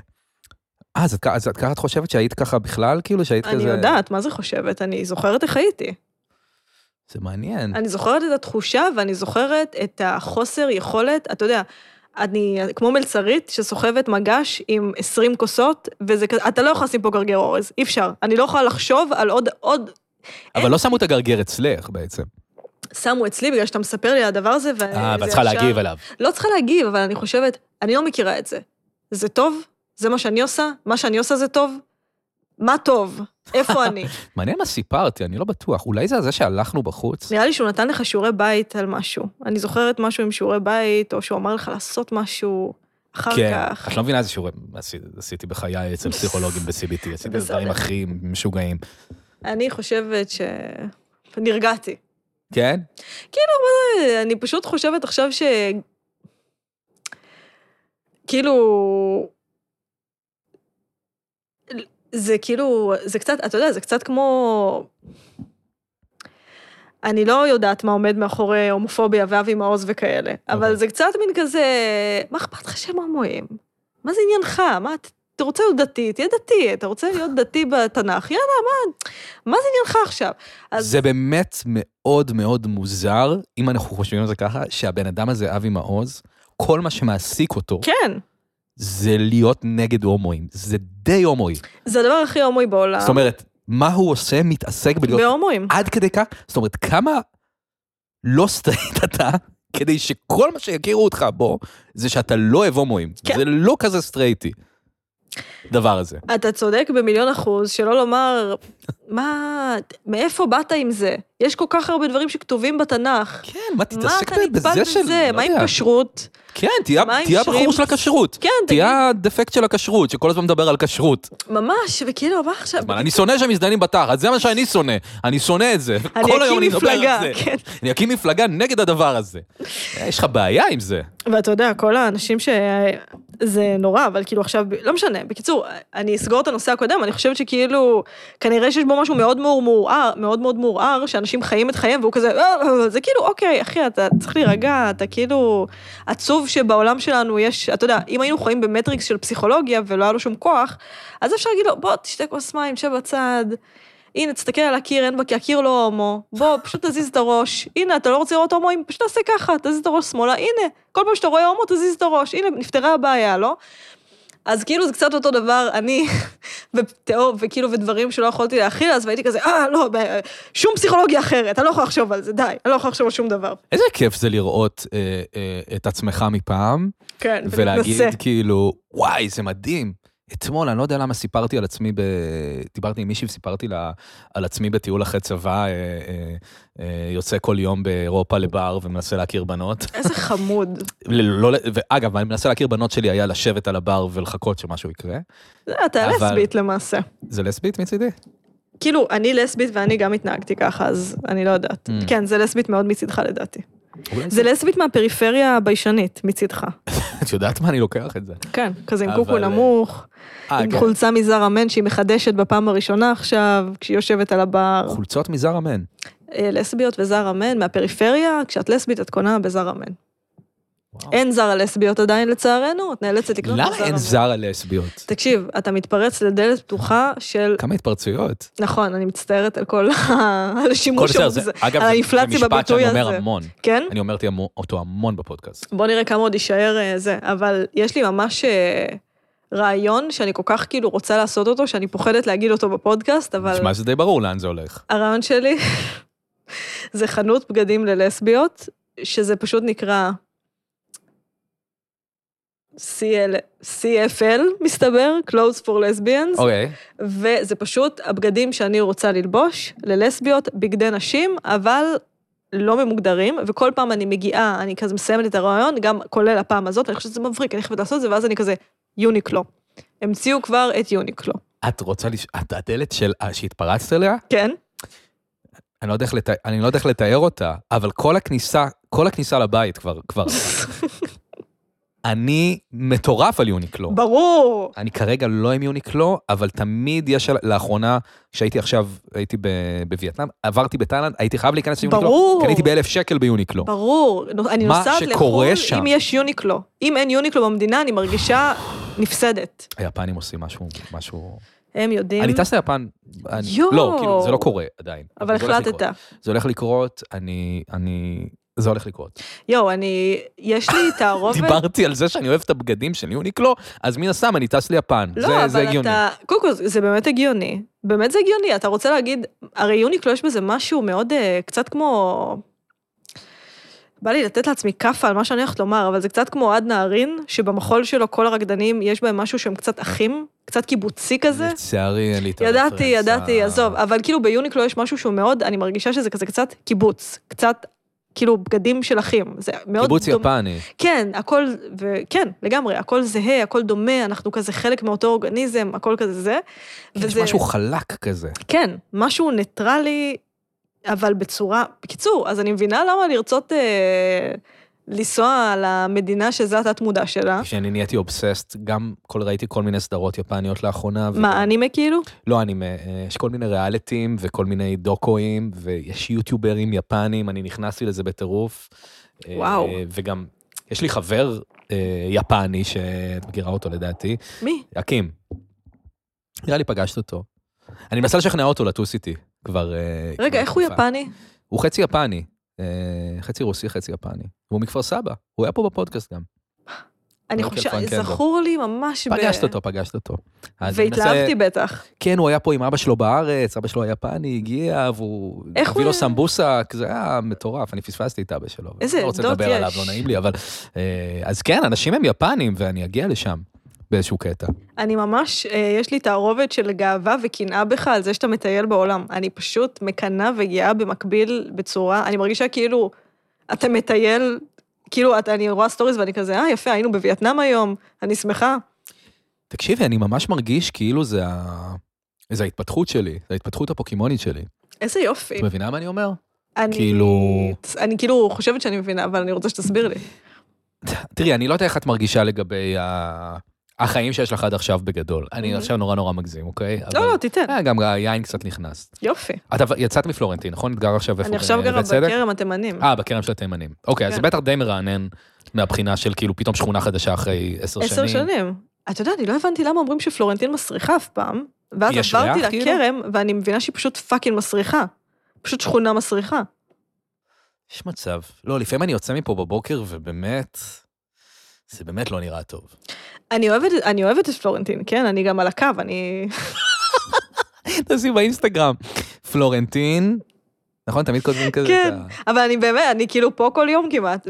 אז ככה את חושבת שהיית ככה בכלל, כאילו שהיית כזה... אני יודעת, מה זה חושבת? אני זוכרת איך הייתי. זה מעניין. אני זוכרת את התחושה, ואני זוכרת את החוסר יכולת, אתה יודע, אני כמו מלצרית שסוחבת מגש עם 20 כוסות, וזה כזה, אתה לא יכול לשים פה גרגר אורז, אי אפשר. אני לא יכולה לחשוב על עוד... אבל לא שמו את הגרגר אצלך בעצם. שמו אצלי, בגלל שאתה מספר לי על הדבר הזה, ואת צריכה להגיב עליו. לא צריכה להגיב, אבל אני חושבת, אני לא מכירה את זה. זה טוב? זה מה שאני עושה? מה שאני עושה זה טוב? מה טוב? איפה אני? מעניין מה סיפרתי, אני לא בטוח. אולי זה שהלכנו בחוץ? נראה לי שהוא נתן לך שיעורי בית על משהו. אני זוכרת משהו עם שיעורי בית, או שהוא אמר לך לעשות משהו אחר כך. כן, את לא מבינה איזה שיעורי עשיתי בחיי אצל פסיכולוגים ב-CBT, עשיתי דברים הכי משוגעים. אני חושבת נרגעתי. כן? כאילו, אני פשוט חושבת עכשיו כאילו... זה כאילו, זה קצת, אתה יודע, זה קצת כמו... אני לא יודעת מה עומד מאחורי הומופוביה ואבי מעוז וכאלה, אבל זה קצת מין כזה, מה אכפת לך שהם הומואים? מה זה עניינך? מה, אתה רוצה להיות דתי? תהיה דתי. אתה רוצה להיות דתי בתנ"ך? יאללה, מה זה עניינך עכשיו? זה באמת מאוד מאוד מוזר, אם אנחנו חושבים על זה ככה, שהבן אדם הזה, אבי מעוז, כל מה שמעסיק אותו, כן. זה להיות נגד הומואים. זה די הומואי. זה הדבר הכי הומואי בעולם. זאת אומרת, מה הוא עושה מתעסק בלהיות... בהומואים. עד כדי כך, זאת אומרת, כמה לא סטרייט אתה, כדי שכל מה שיכירו אותך בו, זה שאתה לא אוהב הומואים. כן. זה לא כזה סטרייטי. דבר הזה. אתה צודק ב1,000,000%, שלא לומר, מאיפה באת עם זה? יש כל כך הרבה דברים שכתובים בתנ"ך. כן, מה תתעסק בזה של... מה עם כשרות? כן, תהיה הבחור של הכשרות. כן, תהיה הדפקט של הכשרות, שכל הזמן מדבר על כשרות. ממש, וכאילו, מה עכשיו? אני שונא שמזדיינים בתח, אז זה מה שאני שונא. אני שונא את זה. כל היום אני מדבר על זה. אני אקים מפלגה נגד הדבר הזה. יש לך בעיה עם זה. ואתה יודע, כל האנשים זה נורא, אבל כאילו עכשיו, לא משנה. בקיצור, אני אסגור את הנושא הקודם, אני חושבת שכאילו, כנראה שיש בו משהו מאוד מאוד מעורער, שאנשים חיים את חייהם, והוא כזה, זה כאילו, אוקיי, אחי, אתה צריך להירגע, אתה כאילו, עצוב שבעולם שלנו יש, אתה יודע, אם היינו חיים במטריקס של פסיכולוגיה, ולא היה לו שום כוח, אז אפשר להגיד לו, בוא, תשתה כוס מים, שב בצד, הנה, תסתכל על הקיר, אין בקיר, הקיר לא הומו, בוא, פשוט תזיז את הראש, הנה, אתה לא רוצה לראות הומואים, פשוט תעשה ככה, תזיז את הראש שמאלה, הנה, כל פעם שאתה רואה הומו, תזיז את הראש, הנה, נפתרה הבעיה, לא? אז כאילו זה קצת אותו דבר, אני, ותיאור, וכאילו, ודברים שלא יכולתי להכיל, אז והייתי כזה, לא, שום פסיכולוגיה אחרת, אני לא יכולה לחשוב על זה, די, אני לא יכולה לחשוב על שום דבר. איזה כיף זה לראות את עצמך מפעם, כן, ולהגיד כאילו, וואי, זה מדהים. אתמול, אני לא יודע למה סיפרתי על עצמי, דיברתי עם מישהי וסיפרתי על עצמי בטיול אחרי צבא, יוצא כל יום באירופה לבר ומנסה להכיר בנות. איזה חמוד. ואגב, אני מנסה להכיר בנות שלי היה לשבת על הבר ולחכות שמשהו יקרה. אתה לסבית למעשה. זה לסבית מצידי? כאילו, אני לסבית ואני גם התנהגתי ככה, אז אני לא יודעת. כן, זה לסבית מאוד מצידך לדעתי. זה לסבית מהפריפריה הביישנית, מצידך. את יודעת מה אני לוקח את זה? כן, כזה עם קוקו נמוך, עם חולצה מזר אמן שהיא מחדשת בפעם הראשונה עכשיו, כשהיא יושבת על הבר. חולצות מזר אמן. לסביות וזר אמן, מהפריפריה, כשאת לסבית את קונה בזר אמן. אין זר הלסביות עדיין לצערנו, את נאלצת לקנות בזר אמן. למה אין זר הלסביות? תקשיב, אתה מתפרץ לדלת פתוחה של... כמה התפרצויות? נכון, אני מצטערת על כל השימוש, אגב, זה משפט שאני אומר המון. כן? אני אומרתי אותו המון בפודקאסט. בוא נראה כמה עוד יישאר זה, אבל יש לי ממש רעיון שאני כל כך כאילו רוצה לעשות אותו, שאני פוחדת להגיד אותו בפודקאסט, אבל... נשמע שזה די ברור לאן זה הולך. הרעיון שלי זה חנות בגדים ללסביות, שזה פשוט נקרא CFL, מסתבר, Clothes for Lesbians, וזה פשוט הבגדים שאני רוצה ללבוש ללסביות, בגדי נשים, אבל לא ממוגדרים, וכל פעם אני מגיעה, אני כזה מסיימת את הרעיון, גם כולל הפעם הזאת, ואני חושבת שזה מבריק, אני חייבת לעשות את זה, ואז אני כזה, יוניקלו. המציאו כבר את יוניקלו. את רוצה, הדלת שהתפרצת אליה? כן. אני לא יודע איך לתאר אותה, אבל כל הכניסה לבית כבר אני מטורף על יוניקלו. ברור. אני כרגע לא עם יוניקלו, אבל תמיד יש לאחרונה, כשהייתי עכשיו, הייתי בווייטנאם, עברתי בתאילנד, הייתי חייב להיכנס ליוניקלו. ברור. קניתי ב1,000 שקל ביוניקלו. ברור. אני נוסעת לחול אם יש יוניקלו. אם אין יוניקלו במדינה, אני מרגישה נפסדת. היפנים עושים משהו... הם יודעים. אני טס ליפן, לא, כאילו, זה לא קורה עדיין. אבל החלטת. זה הולך לקרות, זה הולך לקרות. יש לי תערובת... דיברתי על זה שאני אוהב את הבגדים של יוניקלו, אז מן הסתם אני טס ליפן. לא, זה הגיוני. קודם כל, זה באמת הגיוני. באמת זה הגיוני. אתה רוצה להגיד, הרי יוניקלו יש בזה משהו מאוד, קצת כמו... בא לי לתת לעצמי קפה על מה שאני הולכת לומר, אבל זה קצת כמו עד נערין, שבמחול שלו כל הרקדנים יש בהם משהו שהם קצת אחים, קצת קיבוצי כזה. לצערי, אין לי את הרפרנס. ידעתי, עזוב, אבל כאילו ביוניקלו יש משהו שהוא מאוד, אני מרגישה שזה כזה קצת קיבוץ, קצת כאילו בגדים של אחים. קיבוץ יפני. כן, הכל, וכן, לגמרי, הכל זהה, הכל דומה, אנחנו כזה חלק מאותו אורגניזם, הכל כזה זה. יש משהו חלק כזה. כן, משהו ניטרלי, אבל בצורה, בקיצור, אז אני מבינה למה לרצות לנסוע למדינה שזה התת מודע שלה. כשאני נהייתי אובססט, גם ראיתי כל מיני סדרות יפניות לאחרונה. מה, אנימה כאילו? לא אנימה, יש כל מיני ריאליטים וכל מיני דוקואים, ויש יוטיוברים יפנים, אני נכנסתי לזה בטירוף. וואו. וגם, יש לי חבר יפני, שאת מכירה אותו לדעתי. מי? אקים. נראה לי פגשת אותו. אני מנסה לשכנע אותו לטוס איתי, כבר... רגע, איך הוא יפני? הוא חצי יפני. חצי רוסי, חצי יפני. והוא מכפר סבא. הוא היה פה בפודקאסט גם. אני חושבת, זכור לי ממש פגשת אותו. והתלהבתי בטח. כן, הוא היה פה עם אבא שלו בארץ, אבא שלו היפני, הגיע, והוא הביא לו סמבוסק, זה היה מטורף, אני פספסתי את אבא שלו. איזה עדות יש. לא רוצה לדבר עליו, לא נעים לי, אבל... אז כן, אנשים הם יפנים, ואני אגיע לשם. באיזשהו קטע. אני ממש, יש לי תערובת של גאווה וקנאה בך על זה שאתה מטייל בעולם. אני פשוט מקנאה וגאה במקביל בצורה, אני מרגישה כאילו, אתה מטייל, כאילו, אני רואה סטוריז ואני כזה, יפה, היינו בווייטנאם היום, אני שמחה. תקשיבי, אני ממש מרגיש כאילו זה ההתפתחות שלי, זה ההתפתחות הפוקימונית שלי. איזה יופי. את מבינה מה אני אומר? אני כאילו חושבת שאני מבינה, אבל אני רוצה שתסביר לי. תראי, אני לא יודע איך את מרגישה לגבי החיים שיש לך עד עכשיו בגדול. אני עכשיו נורא מגזים, אוקיי? לא, תיתן. גם היין קצת נכנס. יופי. אתה יצאת מפלורנטין, נכון? את גר עכשיו איפה? אני עכשיו גרה בכרם התימנים. בכרם של התימנים. אוקיי, אז זה בטח די מרענן מהבחינה של כאילו פתאום שכונה חדשה אחרי 10 שנים. 10 שנים. אתה יודע, אני לא הבנתי למה אומרים שפלורנטין מסריחה אף פעם, ואז עברתי לכרם, ואני מבינה שהיא פשוט פאקינג מסריחה. פשוט שכונה מסריחה. יש מצב. לא, לפעמים אני יוצא מפה בבוקר, ובאמת, זה באמת לא נראה טוב. אני אוהבת את פלורנטין, כן? אני גם על הקו, אני... תעשי באינסטגרם. פלורנטין, נכון? תמיד כותבים כזה. כן, אבל אני באמת, אני כאילו פה כל יום כמעט,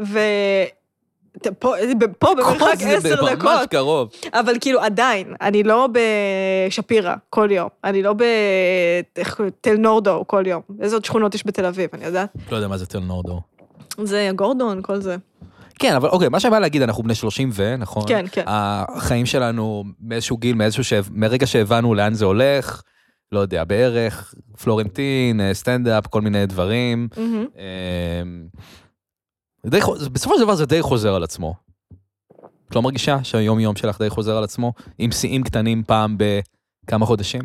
פה במרחק 10 דקות. ממש קרוב. אבל כאילו עדיין, אני לא בשפירה כל יום, אני לא בתל נורדו כל יום. איזה עוד שכונות יש בתל אביב, אני יודעת? לא יודע מה זה תל נורדו. זה גורדון, כל זה. כן, אבל אוקיי, מה שאני בא להגיד, אנחנו בני 30 נכון? כן, כן. החיים שלנו מאיזשהו גיל, מרגע שהבנו לאן זה הולך, לא יודע, בערך, פלורנטין, סטנדאפ, כל מיני דברים. בסופו של דבר זה די חוזר על עצמו. את לא מרגישה שהיום יום שלך די חוזר על עצמו? עם שיאים קטנים פעם בכמה חודשים?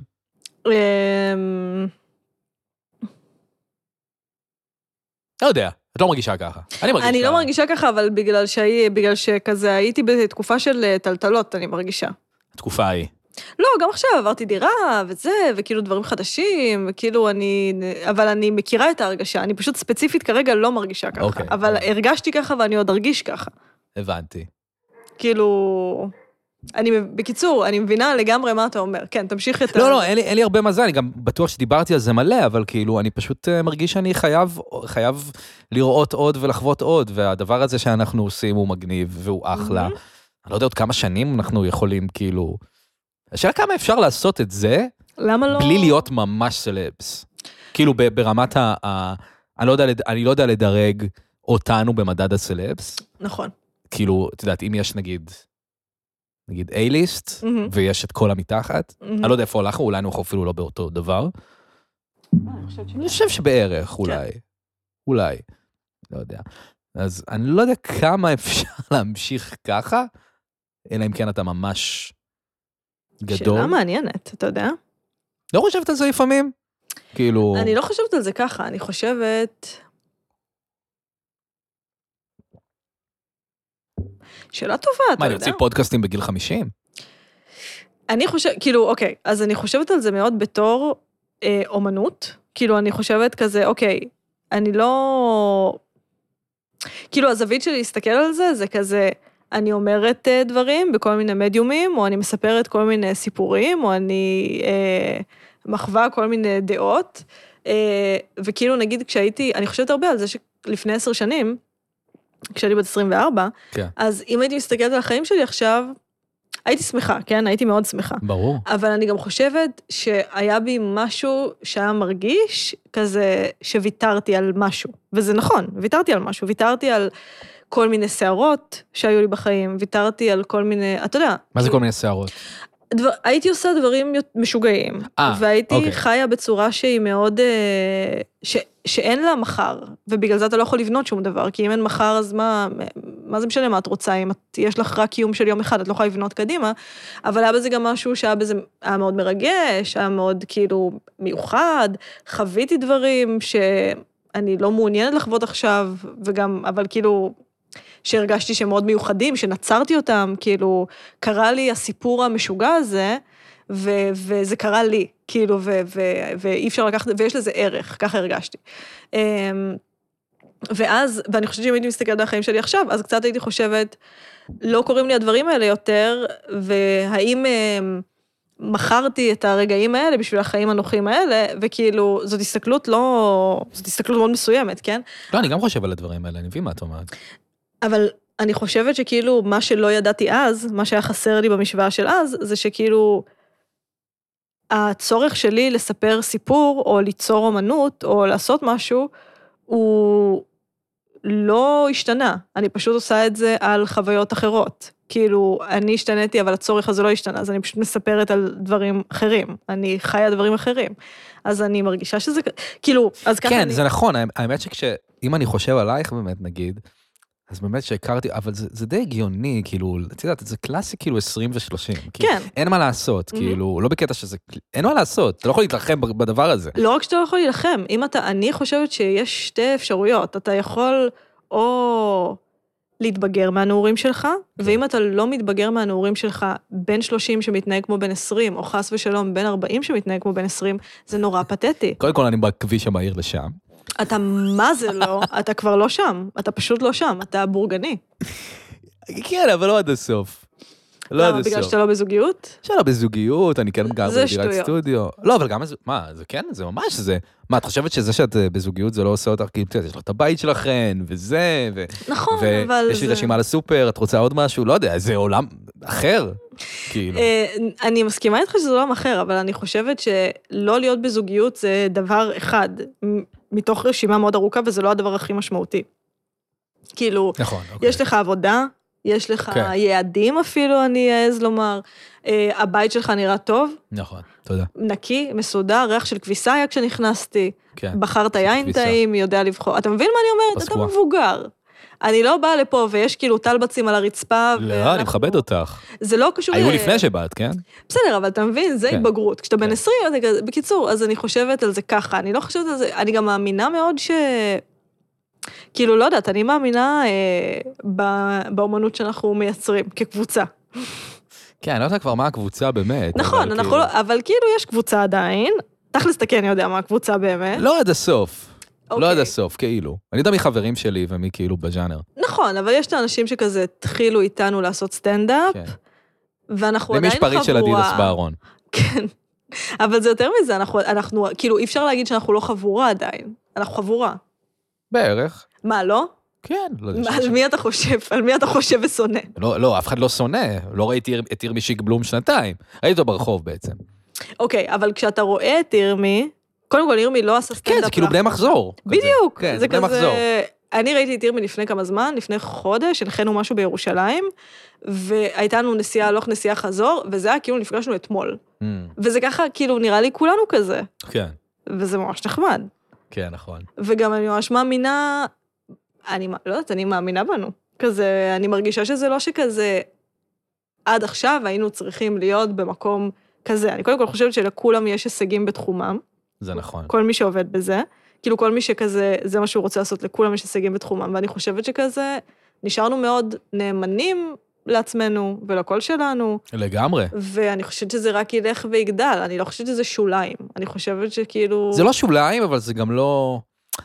לא יודע. את לא מרגישה ככה. אני לא מרגישה ככה, אבל בגלל שכזה הייתי בתקופה של טלטלות, אני מרגישה. התקופה ההיא. לא, גם עכשיו עברתי דירה וזה, וכאילו דברים חדשים, וכאילו אבל אני מכירה את ההרגשה, אני פשוט ספציפית כרגע לא מרגישה ככה, אבל הרגשתי ככה ואני עוד ארגיש ככה. הבנתי. כאילו... בקיצור, אני מבינה לגמרי מה אתה אומר. כן, תמשיך את... לא, אין לי הרבה מזל, אני גם בטוח שדיברתי על זה מלא, אבל כאילו, אני פשוט מרגיש שאני חייב לראות עוד ולחוות עוד, והדבר הזה שאנחנו עושים הוא מגניב, והוא אחלה. אני לא יודע עוד כמה שנים אנחנו יכולים, כאילו... השאלה כמה אפשר לעשות את זה, למה לא? בלי להיות ממש סלבס. כאילו, ברמת אני לא יודע לדרג אותנו במדד הסלבס. נכון. כאילו, את יודעת, אם יש נגיד A-ליסט, ויש את כל המתחת, אני לא יודע איפה הולכנו, אולי אנחנו אפילו לא באותו דבר. אני חושב שבערך, אולי, לא יודע. אז אני לא יודע כמה אפשר להמשיך ככה, אלא אם כן אתה ממש גדול. שאלה מעניינת, אתה יודע? לא חושבת על זה לפעמים? כאילו... אני לא חושבת על זה ככה, אני חושבת... שאלה טובה, אתה יודע. מה, אני יוציא פודקאסטים בגיל 50? אני חושבת, כאילו, אוקיי, אז אני חושבת על זה מאוד בתור אומנות, כאילו, אני חושבת כזה, אוקיי, אני לא... כאילו, הזווית שלי להסתכל על זה, זה כזה, אני אומרת דברים בכל מיני מדיומים, או אני מספרת כל מיני סיפורים, או אני מחווה כל מיני דעות, וכאילו, נגיד, כשהייתי, אני חושבת הרבה על זה שלפני 10 שנים, כשאני בת 24, כן. אז אם הייתי מסתכלת על החיים שלי עכשיו, הייתי שמחה, כן? הייתי מאוד שמחה. ברור. אבל אני גם חושבת שהיה בי משהו שהיה מרגיש כזה שוויתרתי על משהו. וזה נכון, ויתרתי על משהו. ויתרתי על כל מיני שערות שהיו לי בחיים, ויתרתי על כל מיני, אתה יודע. מה זה כל מיני שערות? הייתי עושה דברים משוגעים, והייתי חיה בצורה שהיא מאוד, שאין לה מחר, ובגלל זה אתה לא יכול לבנות שום דבר, כי אם אין מחר, אז מה זה משנה מה את רוצה, אם יש לך רק קיום של יום אחד, את לא יכולה לבנות קדימה, אבל היה בזה גם משהו שהיה בזה, היה מאוד מרגש, היה מאוד כאילו מיוחד, חוויתי דברים שאני לא מעוניינת לחוות עכשיו, וגם, אבל כאילו, שהרגשתי שהם מאוד מיוחדים, שנצרתי אותם, כאילו, קרה לי הסיפור המשוגע הזה, וזה קרה לי, כאילו, ואי אפשר לקחת, ויש לזה ערך, ככה הרגשתי. ואז, ואני חושבת שאם הייתי מסתכלת על החיים שלי עכשיו, אז קצת הייתי חושבת, לא קוראים לי הדברים האלה יותר, והאם מכרתי את הרגעים האלה בשביל החיים הנוחים האלה, וכאילו, זאת הסתכלות מאוד מסוימת, כן? לא, אני גם חושב על הדברים האלה, אני מבין מה את אומרת. אבל אני חושבת שכאילו, מה שלא ידעתי אז, מה שהיה חסר לי במשוואה של אז, זה שכאילו, הצורך שלי לספר סיפור, או ליצור אומנות, או לעשות משהו, הוא לא השתנה. אני פשוט עושה את זה על חוויות אחרות. כאילו, אני השתניתי, אבל הצורך הזה לא השתנה, אז אני פשוט מספרת על דברים אחרים. אני חיה דברים אחרים. אז אני מרגישה שזה, כאילו, אז ככה כן, זה נכון, האמת אם אני חושב עלייך באמת, נגיד, אז באמת שהכרתי, אבל זה די הגיוני, כאילו, את יודעת, זה קלאסי כאילו 20 ו-30. כן. אין מה לעשות, כאילו, לא בקטע שזה, אין מה לעשות, אתה לא יכול להתרחם בדבר הזה. לא רק שאתה לא יכול להילחם, אני חושבת שיש שתי אפשרויות, אתה יכול או להתבגר מהנעורים שלך, ואם אתה לא מתבגר מהנעורים שלך, בין 30 שמתנהג כמו בין 20, או חס ושלום בין 40 שמתנהג כמו בין 20, זה נורא פתטי. קודם כל אני בכביש המהיר לשם. אתה מה זה לא? אתה כבר לא שם, אתה פשוט לא שם, אתה בורגני. כן, אבל לא עד הסוף. למה, בגלל שאתה לא בזוגיות? שאלה בזוגיות, אני כן גר בדירת סטודיו. לא, אבל גם, מה, זה כן, זה ממש זה. מה, את חושבת שזה שאת בזוגיות זה לא עושה אותך, כאילו, יש לך את הבית שלכן, וזה, נכון, אבל ויש לי רשימה לסופר, את רוצה עוד משהו? לא יודע, זה עולם אחר, כאילו. אני מסכימה איתך שזה עולם אחר, אבל אני חושבת שלא להיות בזוגיות זה דבר אחד, מתוך רשימה מאוד ארוכה, וזה לא הדבר הכי משמעותי. כאילו, יש לך עבודה, יש לך יעדים אפילו, אני אעז לומר, הבית שלך נראה טוב. נכון, תודה. נקי, מסודר, ריח של כביסה היה כשנכנסתי, בחרת יין טעים, יודע לבחור. אתה מבין מה אני אומרת? אתה מבוגר. אני לא באה לפה ויש כאילו טלבצים על הרצפה. לא, אני מכבד אותך. זה לא קשור. היו לפני שבאת, כן? בסדר, אבל אתה מבין, זה התבגרות. כשאתה בן 20, בקיצור, אז אני חושבת על זה ככה. אני לא חושבת על זה, אני גם מאמינה מאוד כאילו, לא יודעת, אני מאמינה באומנות שאנחנו מייצרים, כקבוצה. כן, אני לא יודעת כבר מה הקבוצה באמת. נכון, אבל כאילו יש קבוצה עדיין, תכלס תקן, אני יודע מה הקבוצה באמת. לא עד הסוף. לא עד הסוף, כאילו. אני יודע מחברים שלי ומי כאילו בז'אנר. נכון, אבל יש את האנשים שכזה התחילו איתנו לעשות סטנדאפ, ואנחנו עדיין חבורה. למי יש פריט של אדידס בארון. כן. אבל זה יותר מזה, אנחנו, כאילו, אי אפשר להגיד שאנחנו לא חבורה עדיין. אנחנו חבורה. בערך. מה, לא? כן. על מי אתה חושב? על מי אתה חושב ושונא? לא, אף אחד לא שונא. לא ראיתי את ירמי שיגבלום שנתיים. ראיתי אותו ברחוב בעצם. אוקיי, אבל כשאתה רואה את ירמי, קודם כל ירמי לא עשה סטנדאפ. כן, זה כאילו בני מחזור. בדיוק. כן, זה בני מחזור. אני ראיתי את ירמי לפני כמה זמן, לפני חודש, הנחנו משהו בירושלים, והייתה לנו נסיעה, הלוך נסיעה חזור, וזה היה כאילו נפגשנו אתמול. וזה ככה, כאילו, נראה לי כולנו כזה. כן. וזה ממש נחמד. כן, נכון. וגם אני ממש מאמינה, אני לא יודעת, אני מאמינה בנו. כזה, אני מרגישה שזה לא שכזה, עד עכשיו היינו צריכים להיות במקום כזה. אני קודם כל חושבת שלכולם יש הישגים בתחומם. זה נכון. כל מי שעובד בזה. כאילו כל מי שכזה, זה מה שהוא רוצה לעשות, לכולם יש הישגים בתחומם. ואני חושבת שכזה, נשארנו מאוד נאמנים לעצמנו ולקול שלנו. לגמרי. ואני חושבת שזה רק ילך ויגדל. אני לא חושבת שזה שוליים. אני חושבת שכאילו... זה לא שוליים, אבל זה גם לא...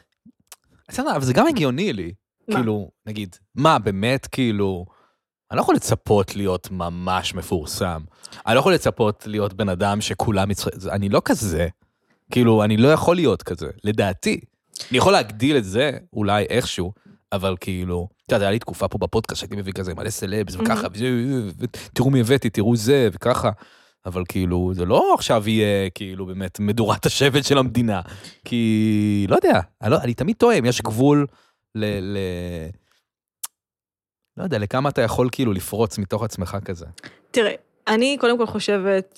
אבל זה גם הגיוני לי. מה? כאילו, נגיד, מה, באמת, כאילו... אני לא יכול לצפות להיות ממש מפורסם. אני לא יכול לצפות להיות בן אדם שכולם... אני לא כזה. כאילו, אני לא יכול להיות כזה, לדעתי. אני יכול להגדיל את זה, אולי איכשהו, אבל כאילו... אתה יודע, היה לי תקופה פה בפודקאסט, שהייתי מביא כזה מלא סלבס וככה, תראו מי הבאתי, תראו זה וככה. אבל כאילו, זה לא עכשיו יהיה, כאילו, באמת, מדורת השבט של המדינה. כי, לא יודע, אני תמיד טועה, יש גבול לא יודע, לכמה אתה יכול כאילו לפרוץ מתוך עצמך כזה. תראה, אני קודם כל חושבת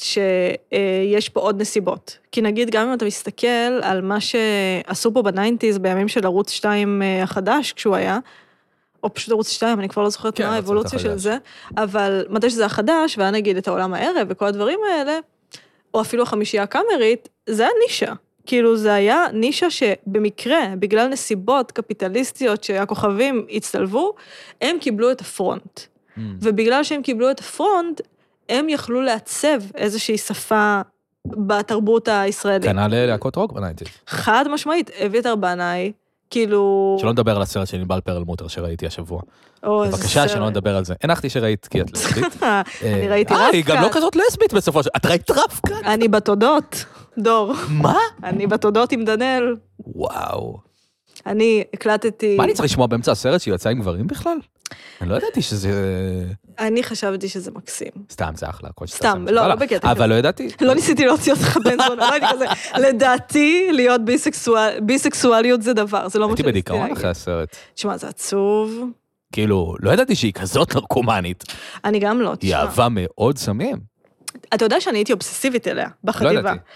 שיש פה עוד נסיבות. כי נגיד, גם אם אתה מסתכל על מה שעשו פה ב-90s, בימים של ערוץ 2 החדש, כשהוא היה, או פשוט ערוץ 2, אני כבר לא זוכרת מה האבולוציה של זה, אבל מתי שזה החדש, והיה נגיד את העולם הערב וכל הדברים האלה, או אפילו החמישייה הקאמרית, זה היה נישה. כאילו זה היה נישה שבמקרה, בגלל נסיבות קפיטליסטיות שהכוכבים הצטלבו, הם קיבלו את הפרונט. ובגלל שהם קיבלו את הפרונט, הם יכלו לעצב איזושהי שפה בתרבות הישראלית. כנ"ל להקות רוק בנייטיז. חד משמעית, הביא את ארבענאי, כאילו... שלא נדבר על הסרט של ענבל פרלמוטר שראיתי השבוע. בבקשה, שלא נדבר על זה. הנחתי שראית כי את לסבית. אני ראיתי רפקת. היא גם לא כזאת לסבית בסופו של... את ראית רפקת? אני בתודות, דור. מה? אני בתודות עם דנאל. וואו. אני הקלטתי... מה אני צריך לשמוע באמצע הסרט שהיא יצאה עם גברים בכלל? אני לא ידעתי שזה... אני חשבתי שזה מקסים. סתם, זה אחלה. סתם, לא בקטע כזה. אבל לא ידעתי. לא ניסיתי להוציא אותך בן זונה, לא הייתי כזה. לדעתי, להיות ביסקסואליות זה דבר, זה לא מה הייתי בדיכאון אחרי הסרט. תשמע, זה עצוב. כאילו, לא ידעתי שהיא כזאת נרקומנית. אני גם לא, תשמע. היא אהבה מאוד סמים. אתה יודע שאני הייתי אובססיבית אליה, בחטיבה. לא ידעתי.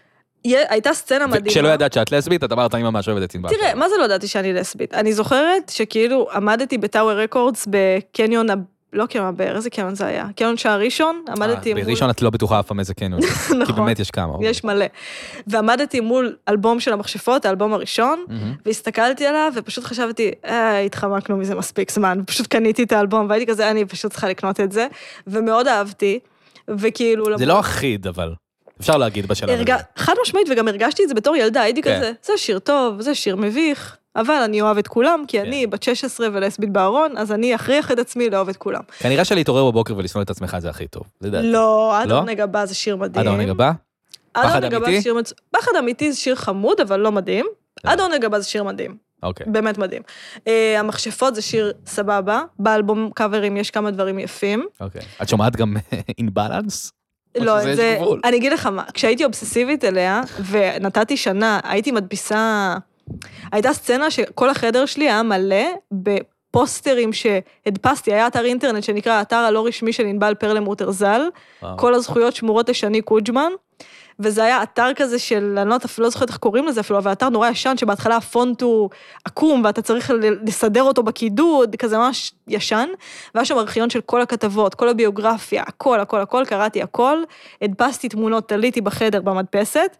הייתה סצנה מדהימה. וכשלא ידעת שאת לסבית, את אמרת, אני ממש אוהבת את ענבל. תראה, מה זה לא ידעתי שאני לסבית? אני זוכרת שכאילו עמדתי בטאוור רקורדס בקניון, לא קניון הבאר, איזה קניון זה היה? קניון שער ראשון, עמדתי מול... בראשון את לא בטוחה אף פעם איזה קניון. כי באמת יש כמה. יש מלא. ועמדתי מול אלבום של המכשפות, האלבום הראשון, והסתכלתי עליו, ופשוט חשבתי, התחמקנו מזה מספיק זמן, ופשוט קניתי את האלבום, והייתי כזה, אני פשוט צריכה לקנות את זה, ומאוד אהבתי, וכאילו... זה לא אחיד, אבל... אפשר להגיד בשלב הזה. חד משמעית, וגם הרגשתי את זה בתור ילדה, הייתי כזה, זה שיר טוב, זה שיר מביך, אבל אני אוהב את כולם, כי אני בת 16 ולסבית בארון, אז אני אכריח את עצמי לאהוב את כולם. כנראה שלהתעורר בבוקר ולשנוא את עצמך זה הכי טוב. לא, עד העונג הבא זה שיר מדהים. עד העונג הבא? פחד אמיתי? פחד אמיתי זה שיר חמוד, אבל לא מדהים. עד העונג הבא זה שיר מדהים. באמת מדהים. המכשפות זה שיר סבבה, באלבום קאברים יש כמה דברים יפים. את שומעת גם אינבלנס? לא, זה, אני אגיד לך מה, כשהייתי אובססיבית אליה, ונתתי שנה, הייתי מדפיסה, הייתה סצנה שכל החדר שלי היה מלא בפוסטרים שהדפסתי, היה אתר אינטרנט שנקרא האתר הלא רשמי של ענבל פרלמוטר ז"ל, כל הזכויות שמורות לשני קוג'מן, וזה היה אתר כזה של, אני לא זוכרת איך קוראים לזה אפילו, אבל אתר נורא ישן, שבהתחלה הפונט הוא עקום, ואתה צריך לסדר אותו בקידוד, כזה ממש ישן, והיה שם ארכיון של כל הכתבות, כל הביוגרפיה, הכל, קראתי הכל, הדפסתי תמונות, תליתי בחדר במדפסת,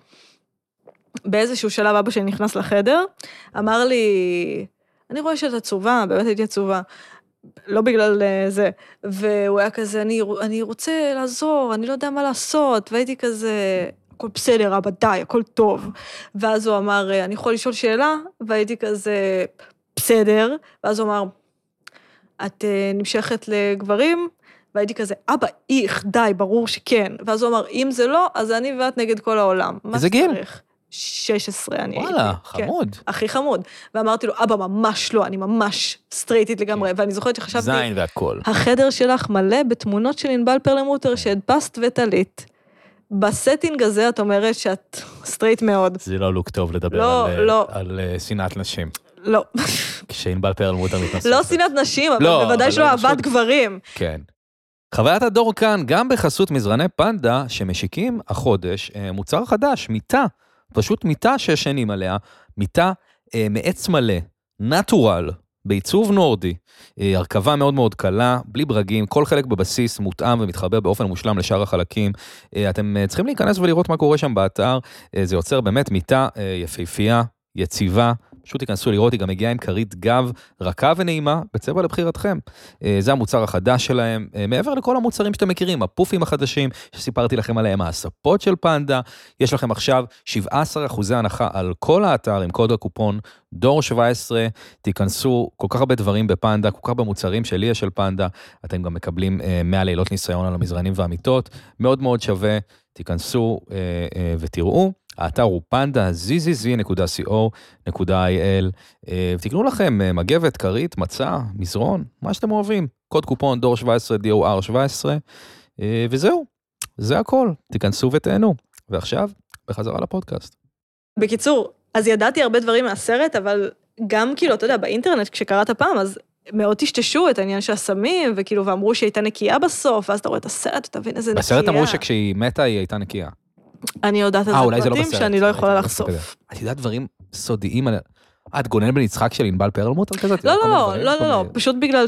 באיזשהו שלב אבא שלי נכנס לחדר, אמר לי, אני רואה שאת עצובה, באמת הייתי עצובה, לא בגלל זה, והוא היה כזה, אני רוצה לעזור, אני לא יודע מה לעשות, והייתי כזה, הכל בסדר, אבא, די, הכל טוב. ואז הוא אמר, אני יכול לשאול שאלה? והייתי כזה, בסדר. ואז הוא אמר, את נמשכת לגברים? והייתי כזה, אבא, איך, די, ברור שכן. ואז הוא אמר, אם זה לא, אז אני ואת נגד כל העולם. איזה גיל? 16 אני הייתי. וואלה, חמוד. כן, הכי חמוד. ואמרתי לו, אבא, ממש לא, אני ממש סטרייטית לגמרי. ואני זוכרת שחשבתי, זין והכל. החדר שלך מלא בתמונות של ענבל פרלמוטר שהדפסת ותלית. בסטינג הזה את אומרת שאת סטרייט מאוד. זה לא לוק טוב לדבר על שנאת נשים. לא. כשענבל פרלמוטר מתנסות. לא שנאת נשים, אבל בוודאי שלא אהבת גברים. כן. חוויית הדור כאן, גם בחסות מזרני פנדה, שמשיקים החודש מוצר חדש, מיטה, פשוט מיטה שישנים עליה, מיטה מעץ מלא, נטורל, בעיצוב נורדי, הרכבה מאוד מאוד קלה, בלי ברגים, כל חלק בבסיס מותאם ומתחבר באופן מושלם לשאר החלקים. אתם צריכים להיכנס ולראות מה קורה שם באתר, זה יוצר באמת מיטה יפהפייה, יציבה, פשוט תיכנסו לראות, היא גם הגיעה עם כרית גב רכה ונעימה, בצבע לבחירתכם. זה המוצר החדש שלהם, מעבר לכל המוצרים שאתם מכירים, הפופים החדשים שסיפרתי לכם עליהם, הספות של פנדה, יש לכם עכשיו 17% הנחה על כל האתר עם קוד הקופון דור 17, תיכנסו כל כך הרבה דברים בפנדה, כל כך הרבה מוצרים שלי יש של פנדה, אתם גם מקבלים 100 לילות ניסיון על המזרנים והמיטות, מאוד מאוד שווה, תיכנסו ותראו. האתר הוא panda.zzz.co.il, ותקנו לכם מגבת, כרית, מצע, מזרון, מה שאתם אוהבים. קוד קופון דור 17, DOR 17, וזהו, זה הכל. תיכנסו ותהנו. ועכשיו, בחזרה לפודקאסט. בקיצור, אז ידעתי הרבה דברים מהסרט, אבל גם כאילו, אתה יודע, באינטרנט, כשקראת פעם, אז מאוד טשטשו את העניין של הסמים, וכאילו, ואמרו שהיא הייתה נקייה בסוף, ואז אתה רואה את הסרט, אתה מבין איזה נקייה. בסרט אמרו שכשהיא מתה היא הייתה נקייה. אני יודעת על זה פרטים שאני לא יכולה לחשוף. את יודעת דברים סודיים על... את גונן בן יצחק של ענבל פרלמוטר כזה? לא, פשוט בגלל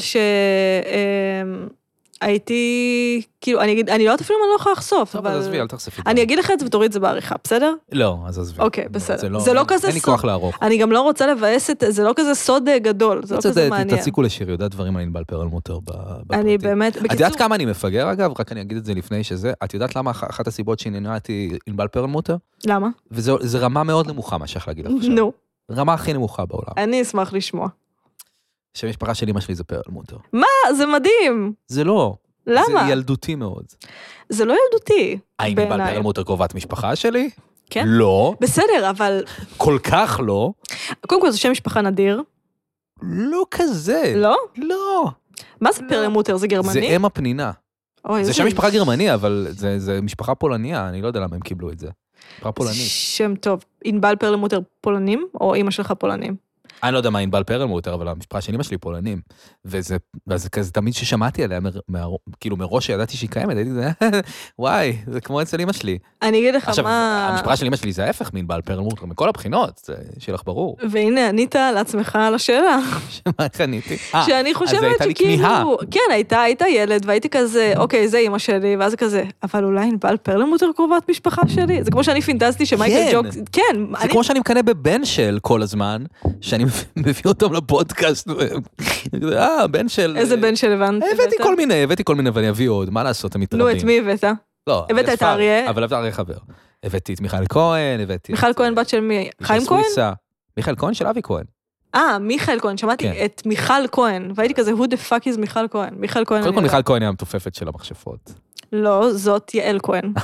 הייתי, כאילו, אני לא יודעת אפילו אם אני לא יכולה לחשוף, אבל... עזבי, אל תחשפי. אני אגיד לך את זה ותוריד את זה בעריכה, בסדר? לא, אז עזבי. אוקיי, בסדר. זה לא כזה סוד. אין לי כוח לערוך. אני גם לא רוצה לבאס את זה, לא כזה סוד גדול, זה לא כזה מעניין. תציקו לשיר, יודעת דברים על ענבל פרלמוטר בפרטים. אני באמת, את יודעת כמה אני מפגר, אגב? רק אני אגיד את זה לפני שזה. את יודעת למה אחת הסיבות שעניינה ענבל פרלמוטר? למה? וזה רמה מאוד נמוכה, מה שייך להגיד לך עכשיו. נו. רמה הכי נמוכה בעולם. אני אשמח לשמוע. שם משפחה של אמא שלי זה פרלמוטר. מה? זה מדהים. זה לא. למה? זה ילדותי מאוד. זה לא ילדותי. האם ענבל פרלמוטר קרובת משפחה שלי? כן. לא. בסדר, אבל... כל כך לא. קודם כל זה שם משפחה נדיר. לא כזה. לא? לא. מה זה פרלמוטר? זה גרמני? זה אם הפנינה. זה שם משפחה גרמני, אבל זה משפחה פולניה, אני לא יודע למה הם קיבלו את זה. משפחה פולנית. שם טוב. ענבל פרלמוטר פולנים, או אמא שלך פולנים? אני לא יודע מה ענבל פרלמוטר, אבל המשפחה של אמא שלי פולנים. וזה כזה תמיד ששמעתי עליה, כאילו מראש שידעתי שהיא קיימת, הייתי כזה, וואי, זה כמו אצל אמא שלי. אני אגיד לך עכשיו, מה... המשפחה של אמא שלי זה ההפך מענבל פרלמוטר, מכל הבחינות, זה שיהיה לך ברור. והנה, ענית לעצמך על השאלה. שמה איך עניתי? שאני חושבת שכאילו... כן, היית ילד, והייתי כזה, אוקיי, זה אמא שלי, ואז כזה, אבל אולי ענבל פרלמוטר קרובת משפחה שלי? זה כמו שאני פינטזתי שמייקל ג'וק... כן. זה כמו שאני מקנה בבן של כל הזמן, שאני מביא אותם לפודקאסט, בן של... איזה בן של הבנת? הבאתי כל מיני ואני אביא עוד, מה לעשות, הם מתרבים. נו, את מי הבאת? לא, הבאת את האריה? אבל הבאת אריה חבר. הבאתי את מיכאל כהן, הבאתי... מיכאל כהן בת של מי? חיים כהן? מיכאל כהן של אבי כהן. מיכאל כהן, שמעתי את מיכל כהן, והייתי כזה, who the fuck is מיכל כהן? מיכל כהן... קודם כל מיכל כהן היא המתופפת של המכשפות. לא, זאת יעל כהן.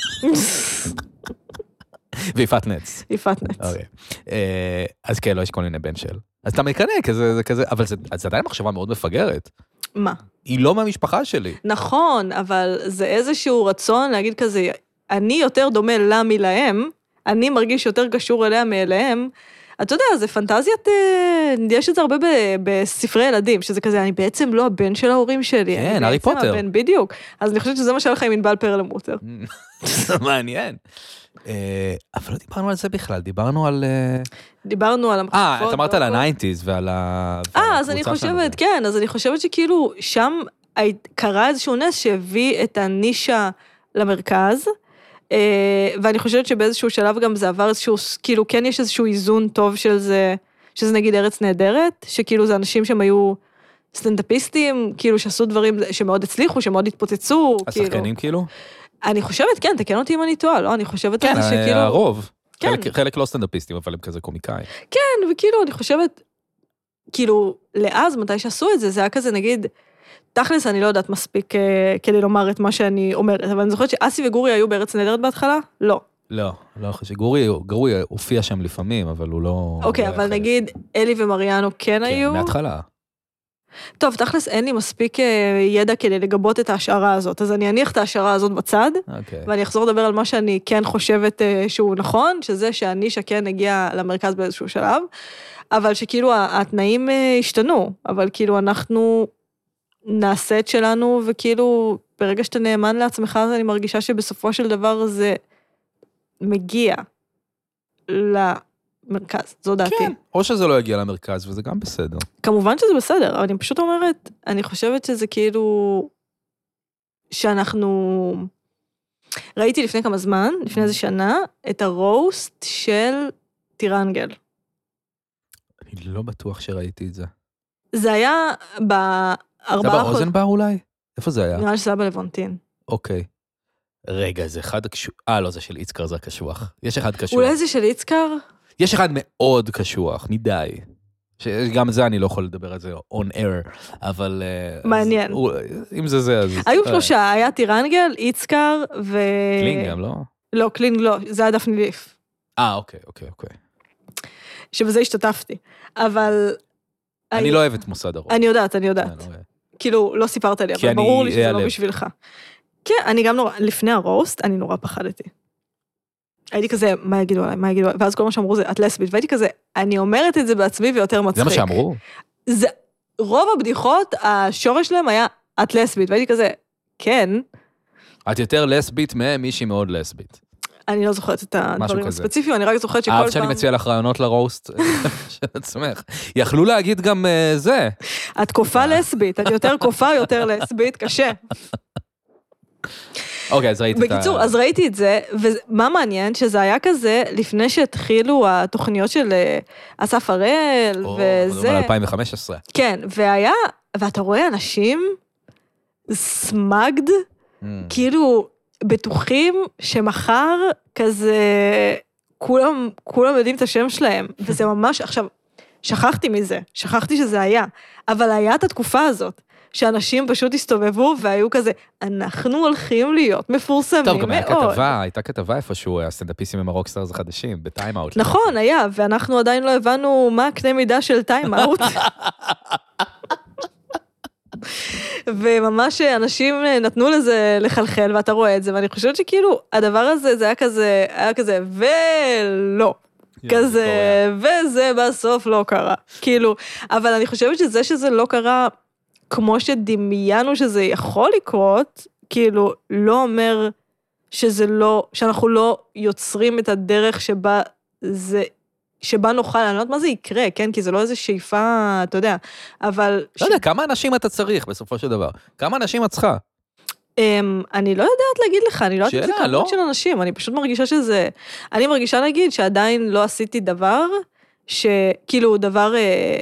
ויפת נץ. יפת נץ. אז כן, לא יש כל מיני בן של. אז אתה מקנה כזה, אבל זה עדיין מחשבה מאוד מפגרת. מה? היא לא מהמשפחה שלי. נכון, אבל זה איזשהו רצון להגיד כזה, אני יותר דומה לה מלהם, אני מרגיש יותר קשור אליה מאליהם, אתה יודע, זה פנטזיית, יש את זה הרבה בספרי ילדים, שזה כזה, אני בעצם לא הבן של ההורים שלי. כן, הארי פוטר. בדיוק. אז אני חושבת שזה מה שהיה לך עם ענבל פרלמוטר. זה מעניין. אבל לא דיברנו על זה בכלל, דיברנו על המחשבות. את אמרת על ה-90s ועל אז אני חושבת, כן, אז אני חושבת שכאילו, שם קרה איזשהו נס שהביא את הנישה למרכז, ואני חושבת שבאיזשהו שלב גם זה עבר איזשהו, כאילו כן יש איזשהו איזון טוב של זה, שזה נגיד ארץ נהדרת, שכאילו זה אנשים שהם היו סטנדאפיסטים, כאילו שעשו דברים שמאוד הצליחו, שמאוד התפוצצו. השחקנים כאילו? אני חושבת, כן, תקן אותי אם אני טועה, לא, אני חושבת כן, שכאילו... הרוב. חלק לא סטנדאפיסטים, אבל הם כזה קומיקאים. כן, וכאילו, אני חושבת, כאילו, לאז, מתי שעשו את זה, זה היה כזה, נגיד, תכלס, אני לא יודעת מספיק כדי לומר את מה שאני אומרת, אבל אני זוכרת שאסי וגורי היו בארץ נהדרת בהתחלה? לא. לא, גורי הופיע שם לפעמים, אבל הוא לא... אוקיי, אבל נגיד, אלי ומריאנו כן היו? כן, מההתחלה. טוב, תכלס אין לי מספיק ידע כדי לגבות את ההשערה הזאת, אז אני אניח את ההשערה הזאת בצד, ואני אחזור לדבר על מה שאני כן חושבת שהוא נכון, שזה שהנישה כן הגיע למרכז באיזשהו שלב, אבל שכאילו התנאים השתנו, אבל כאילו אנחנו נעשה את שלנו, וכאילו ברגע שאתה נאמן לעצמך, אז אני מרגישה שבסופו של דבר זה מגיע למרכז, זו דעתי. כן, או שזה לא יגיע למרכז, וזה גם בסדר. כמובן שזה בסדר, אבל אני פשוט אומרת, אני חושבת שזה כאילו, שאנחנו, ראיתי לפני כמה זמן, לפני איזה שנה, את הרוסט של טירנגל. אני לא בטוח שראיתי את זה. זה היה זה באוזנבר אולי? איפה זה היה? נראה לי שזה היה בלוונטין. אוקיי. רגע, זה אחד הקשוח. לא, זה של איצקר, זה הקשוח. יש אחד קשוח. אולי זה של איצקר? יש אחד מאוד קשוח, מדי. גם זה אני לא יכול לדבר על זה on air, אבל... מעניין. אם זה, אז... היו שלושה, היה טירנגל, איצקר ו... קלינג גם, לא? לא, קלינג לא, זה היה דפני ליף. אוקיי. שבזה השתתפתי. אבל... אני לא אוהב את מוסד הרוב. אני יודעת. כאילו, לא סיפרת לי, אבל ברור לי שזה לא בשבילך. כן, אני גם נורא, לפני הרוסט, אני נורא פחדתי. הייתי כזה, מה יגידו עליי, ואז כל מה שאמרו זה, את לסבית, והייתי כזה, אני אומרת את זה בעצמי ויותר מצחיק. זה מה שאמרו? רוב הבדיחות, השורש שלהם היה, את לסבית, והייתי כזה, כן. את יותר לסבית מישהי מאוד לסבית. אני לא זוכרת את הדברים הספציפיים, אני רק זוכרת שכל פעם... שאני מציע לך רעיונות לרוסט של עצמך. יכלו להגיד גם זה. את קופה לסבית, את יותר קופה, יותר לסבית, קשה. אוקיי, אז ראיתי בקיצור, אז ראיתי את זה, ומה מעניין? שזה היה כזה, לפני שהתחילו התוכניות של אסף הראל, וזה... 2015. כן, והיה, ואתה רואה אנשים סמגד, כאילו בטוחים שמחר כזה, כולם יודעים את השם שלהם, וזה ממש, עכשיו, שכחתי מזה, שכחתי שזה היה, אבל היה את התקופה הזאת, שאנשים פשוט הסתובבו והיו כזה, אנחנו הולכים להיות מפורסמים מאוד. טוב, גם הייתה כתבה איפשהו, הסטנדאפיסטים עם הרוקסטארס החדשים, בטיים-אאוט. נכון, היה, ואנחנו עדיין לא הבנו מה הקנה מידה של טיים-אאוט. וממש אנשים נתנו לזה לחלחל, ואתה רואה את זה, ואני חושבת שכאילו, הדבר הזה, זה היה כזה, ולא. כזה, וזה בסוף לא קרה. כאילו, אבל אני חושבת שזה לא קרה, כמו שדמיינו שזה יכול לקרות, כאילו, לא אומר שאנחנו לא יוצרים את הדרך שבה נוכל, אני לא יודעת מה זה יקרה, כן? כי זה לא איזו שאיפה, אתה יודע, אבל... לא יודע, כמה אנשים אתה צריך בסופו של דבר? כמה אנשים את צריכה? אני לא יודעת להגיד לך, אני לא יודעת את זה כמות של אנשים, אני פשוט מרגישה שזה... אני מרגישה להגיד שעדיין לא עשיתי דבר, שכאילו דבר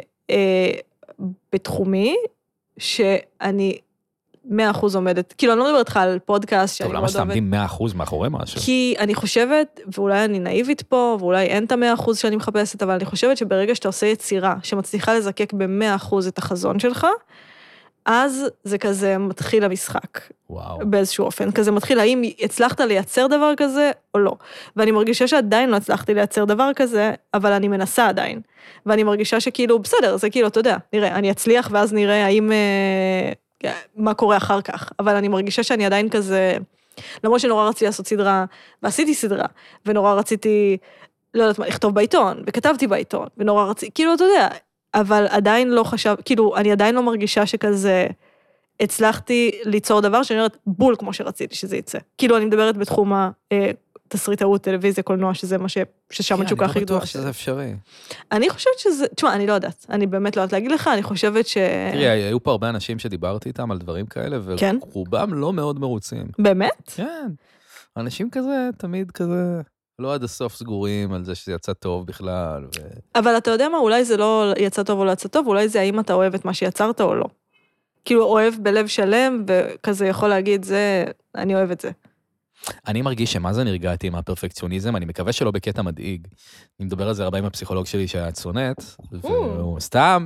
בתחומי, שאני 100% עומדת, כאילו אני לא מדברת לך על פודקאסט שאני מאוד עומדת. טוב, למה שתעמדים 100% מאחורי משהו? כי אני חושבת, ואולי אני נאיבית פה, ואולי אין את ה100% שאני מחפשת, אבל אני חושבת שברגע שאתה עושה יצירה, שמצליחה לזקק ב100% את החזון שלך, אז זה כזה מתחיל המשחק. וואו. באיזשהו אופן. כזה מתחיל, האם הצלחת לייצר דבר כזה או לא. ואני מרגישה שעדיין לא הצלחתי לייצר דבר כזה, אבל אני מנסה עדיין. ואני מרגישה שכאילו, בסדר, זה כאילו, אתה יודע, נראה, אני אצליח ואז נראה האם, מה קורה אחר כך. אבל אני מרגישה שאני עדיין כזה, למרות שנורא רציתי לעשות סדרה, ועשיתי סדרה, ונורא רציתי, לא יודעת מה, לכתוב בעיתון, וכתבתי בעיתון, ונורא רציתי, כאילו, אתה יודע, אבל עדיין לא חשב, כאילו, אני עדיין לא מרגישה שכזה, הצלחתי ליצור דבר שאני אומרת, בול כמו שרציתי שזה יצא. כאילו, אני מדברת בתחום התסריטאות, טלוויזיה, קולנוע, שזה מה ששם התשוקה הכי גדולה. אני לא בטוח שזה אפשרי. אני חושבת שזה, תשמע, אני לא יודעת, אני באמת לא יודעת להגיד לך, אני חושבת תראי, היו פה הרבה אנשים שדיברתי איתם על דברים כאלה, ורובם לא מאוד מרוצים. באמת? כן. אנשים כזה, תמיד כזה... לא עד הסוף סגורים על זה שזה יצא טוב בכלל. אבל אתה יודע מה, אולי זה לא יצא טוב או לא יצא טוב, אולי זה האם אתה אוהב את מה שיצרת או לא. כאילו אוהב בלב שלם, וכזה יכול להגיד, אני אוהב את זה. אני מרגיש שמה זה נרגעתי עם הפרפקציוניזם, אני מקווה שלא בקטע מדאיג. אני מדבר על זה הרבה עם הפסיכולוג שלי שהיה צונט, והוא סתם,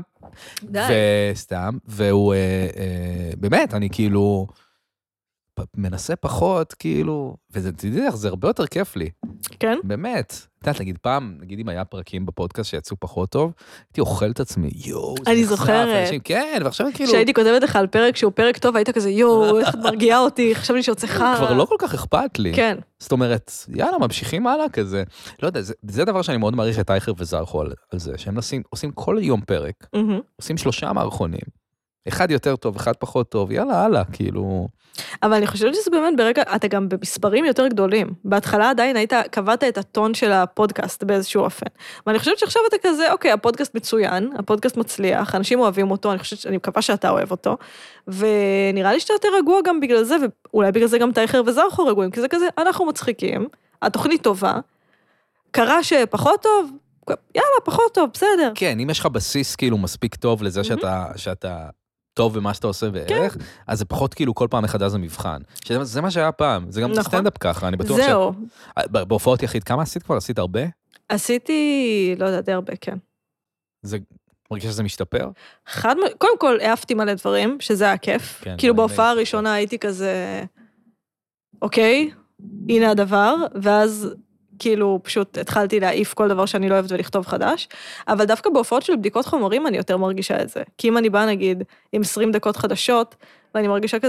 והוא באמת, אני כאילו... מנסה פחות, כאילו, וזה, תדעי, זה הרבה יותר כיף לי. כן? באמת. אתה יודעת, נגיד פעם, נגיד אם היה פרקים בפודקאסט שיצאו פחות טוב, הייתי אוכל את עצמי, יואו, אני זוכרת. כן, ועכשיו כאילו... כשהייתי כותבת לך על פרק שהוא פרק טוב, היית כזה, יואו, איך את מרגיעה אותי, חשבתי שיוצא חרא. כבר לא כל כך אכפת לי. כן. זאת אומרת, יאללה, ממשיכים הלאה כזה. לא יודע, זה דבר שאני מאוד מעריך את אייכר וזרחו על זה, שהם עושים כל יום פרק, עושים 3 מערכונים. אחד יותר טוב, אחד פחות טוב, יאללה, הלאה, כאילו... אבל אני חושבת שזה באמת ברגע, אתה גם במספרים יותר גדולים. בהתחלה עדיין קבעת את הטון של הפודקאסט באיזשהו אופן. ואני חושבת שעכשיו אתה כזה, אוקיי, הפודקאסט מצוין, הפודקאסט מצליח, אנשים אוהבים אותו, אני מקווה שאתה אוהב אותו, ונראה לי שאתה יותר רגוע גם בגלל זה, ואולי בגלל זה גם אייכר וזרחו רגועים, כי זה כזה, אנחנו מצחיקים, התוכנית טובה, קרה שפחות טוב, יאללה, פחות טוב, בסדר. כן, אם יש לך בסיס כאילו מספיק טוב לזה שאתה טוב במה שאתה עושה בערך, אז זה פחות כאילו כל פעם מחדש המבחן. זה מה שהיה פעם, זה גם סטנדאפ ככה, אני בטוח זהו. בהופעות יחיד, כמה עשית כבר? עשית הרבה? עשיתי, לא יודעת, הרבה, כן. זה מרגיש שזה משתפר? קודם כל, העפתי מלא דברים, שזה היה כיף. כאילו בהופעה הראשונה הייתי כזה, אוקיי, הנה הדבר, ואז... כאילו פשוט התחלתי להעיף כל דבר שאני לא אוהבת ולכתוב חדש, אבל דווקא בהופעות של בדיקות חומרים אני יותר מרגישה את זה. כי אם אני באה נגיד עם 20 דקות חדשות, ואני מרגישה כזה,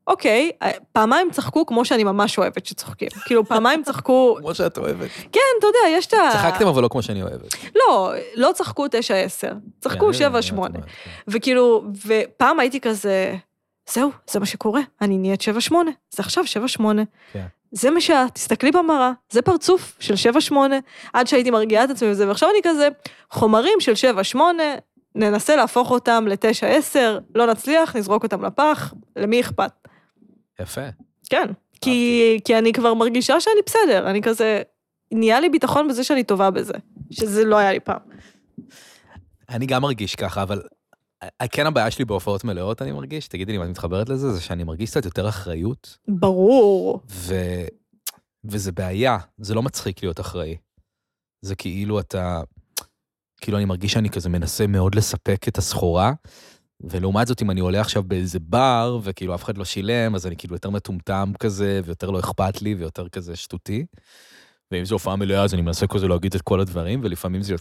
אוקיי, פעמיים צחקו כמו שאני ממש אוהבת שצוחקים. כאילו, פעמיים צחקו... כמו שאת אוהבת. כן, אתה יודע, יש את ה... צחקתם אבל לא כמו שאני אוהבת. לא צחקו 9-10, צחקו 7-8. וכאילו, ופעם הייתי כזה, זהו, זה מה שקורה, אני נהיית 7-8, זה עכשיו 7-8. כן. זה מה שאת, תסתכלי במראה, זה פרצוף של 7-8, עד שהייתי מרגיעה את עצמי וזה, ועכשיו אני כזה, חומרים של 7-8, ננסה להפוך אותם ל9-10, לא נצליח, נזרוק אותם לפח, למי אכפת? יפה. כן, כי אני כבר מרגישה שאני בסדר, אני כזה, נהיה לי ביטחון בזה שאני טובה בזה, שזה לא היה לי פעם. אני גם מרגיש ככה, אבל כן הבעיה שלי בהופעות מלאות, אני מרגיש, תגידי לי, אם את מתחברת לזה, זה שאני מרגיש קצת יותר אחריות. ברור. וזה בעיה, זה לא מצחיק להיות אחראי. זה כאילו כאילו אני מרגיש שאני כזה מנסה מאוד לספק את הסחורה, ולעומת זאת, אם אני עולה עכשיו באיזה בר, וכאילו אף אחד לא שילם, אז אני כאילו יותר מטומטם כזה, ויותר לא אכפת לי, ויותר כזה שטותי. ואם זו הופעה מלאה, אז אני מנסה כזה להגיד את כל הדברים, ולפעמים זה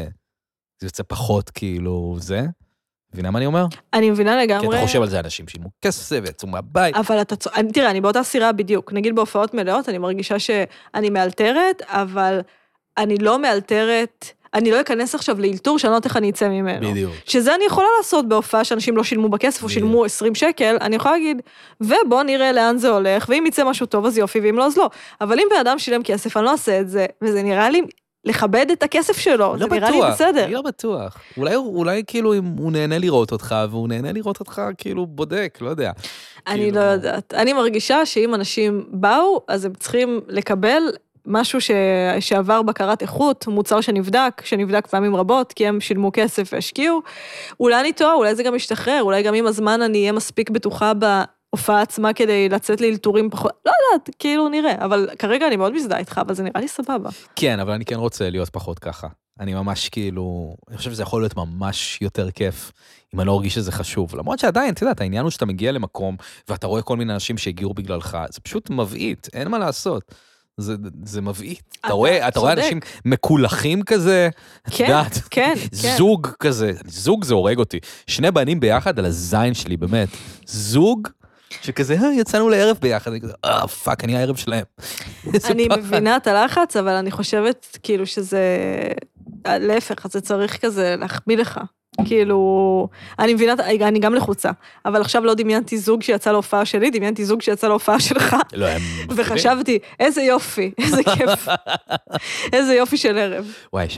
יוצא פחות כאילו זה. מבינה מה אני אומר? אני מבינה לגמרי. כי אתה חושב על זה, אנשים שילמו כסף ויצאו מהבית. אבל תראה, אני באותה סירה בדיוק. נגיד בהופעות מלאות, אני מרגישה שאני מאלתרת, אבל אני לא מאלתרת, אני לא אכנס עכשיו לאלתור, שאני לא יודעת איך אני אצא ממנו. בדיוק. שזה אני יכולה לעשות בהופעה שאנשים לא שילמו בכסף, או שילמו 20 שקל, אני יכולה להגיד, ובוא נראה לאן זה הולך, ואם יצא משהו טוב, אז יופי, ואם לא, אז לא. אבל אם באדם שילם כסף, אני לא אעשה את זה, וזה נראה לי לכבד את הכסף שלו, זה נראה לי בסדר. אני לא בטוח. אולי כאילו אם הוא נהנה לראות אותך, והוא נהנה לראות אותך כאילו בודק, לא יודע. אני לא יודעת. אני מרגישה שאם אנשים באו, אז הם צריכים לקבל משהו שעבר בקרת איכות, מוצר שנבדק פעמים רבות, כי הם שילמו כסף והשקיעו. אולי אני טועה, אולי זה גם ישתחרר, אולי גם עם הזמן אני אהיה מספיק בטוחה בהופעה עצמה כדי לצאת לאלתורים פחות, לא יודעת, כאילו נראה, אבל כרגע אני מאוד מזדהה איתך, אבל זה נראה לי סבבה. כן, אבל אני כן רוצה להיות פחות ככה. אני ממש כאילו, אני חושב שזה יכול להיות ממש יותר כיף, אם אני לא ארגיש שזה חשוב. למרות שעדיין, אתה יודע, העניין הוא שאתה מגיע למקום, ואתה רואה כל מיני אנשים שהגיעו בגללך, זה פשוט מבעית, אין מה לעשות. זה מבעית. אתה רואה אנשים מקולחים כזה, את יודעת, זוג כזה, זוג זה הורג אותי. שני בנים ביחד על הזין שלי, באמת. זוג שכזה, יצאנו לערב ביחד, אני כזה, פאק, אני הערב שלהם. אני מבינה את הלחץ, אבל אני חושבת כאילו שזה, להפך, זה צריך כזה להחמיא לך. כאילו, אני מבינה, אני גם לחוצה, אבל עכשיו לא דמיינתי זוג שיצא להופעה שלי, דמיינתי זוג שיצא להופעה שלך, וחשבתי, איזה יופי, איזה כיף, איזה יופי של ערב. וואי,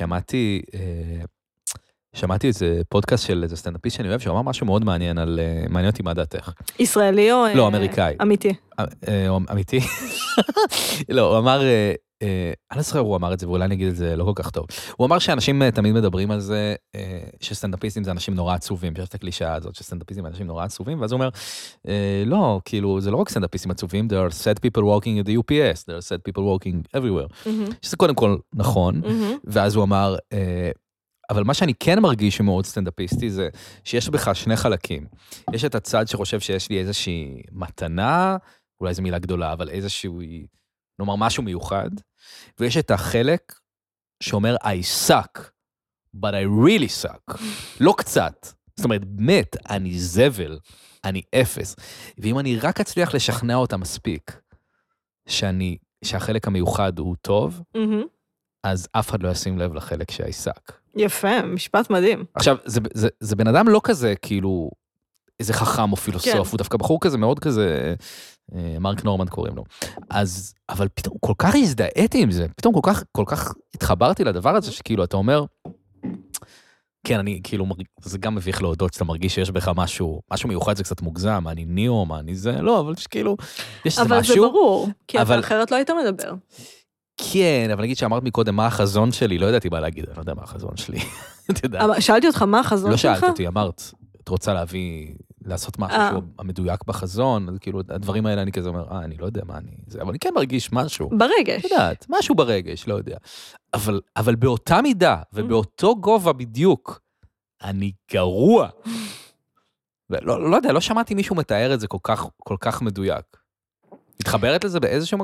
שמעתי איזה פודקאסט של איזה סטנדאפיסט שאני אוהב, שאומר משהו מאוד מעניין על, מעניין אותי מה דעתך. ישראלי או... לא, אמריקאי. אמיתי. אמיתי? לא, הוא אמר... אני לא זוכר, הוא אמר את זה, ואולי אני אגיד את זה לא כל כך טוב. הוא אמר שאנשים תמיד מדברים על זה, שסטנדאפיסטים זה אנשים נורא עצובים, שיש את הקלישאה הזאת, שסטנדאפיסטים זה אנשים נורא עצובים, ואז הוא אומר, לא, כאילו, זה לא רק סטנדאפיסטים עצובים, there are sad people walking at the UPS, there are sad people walking everywhere. שזה קודם כל נכון, ואז הוא אמר, אבל מה שאני כן מרגיש שמאוד סטנדאפיסטי, זה שיש בך שני חלקים. יש את הצד שחושב שיש לי איזושהי מתנה, אולי זו מילה גדולה, אבל איזשהו... נאמר משהו מיוחד, ויש את החלק שאומר, I suck, but I really suck. לא קצת. זאת אומרת, באמת, אני זבל, אני אפס. ואם אני רק אצליח לשכנע אותה מספיק, שהחלק המיוחד הוא טוב, אז אף אחד לא ישים לב לחלק ש-I suck. יפה, משפט מדהים. עכשיו, זה בן אדם לא כזה, כאילו, איזה חכם או פילוסוף, הוא דווקא בחור כזה מאוד כזה, מרק נורמן קוראים לו. אז, אבל פתאום כל כך הזדהיתי עם זה, פתאום כל כך התחברתי לדבר הזה, שכאילו אתה אומר, כן, אני כאילו, זה גם מביך להודות, שאתה מרגיש שיש בך משהו מיוחד, זה קצת מוגזם, אני ניאו, מה אני זה, לא, אבל שכאילו, יש איזה משהו. אבל זה ברור, כי אתה אחרת לא היית מדבר. כן, אבל נגיד שאמרת מקודם, מה החזון שלי, לא ידעתי מה להגיד, אני לא יודע מה החזון שלי. שאלתי אותך מה החזון שלך? לא שאלת אותי, אמרת, את רוצה לעשות משהו המדויק בחזון, אז כאילו, הדברים האלה אני כזה אומר, אני לא יודע מה אני, אבל אני כן מרגיש משהו. ברגש. יודעת, משהו ברגש, לא יודע. אבל באותה מידה, ובאותו גובה בדיוק, אני גרוע. לא יודע, לא שמעתי מישהו מתאר את זה כל כך מדויק. התחברת לזה באיזשהו מקום?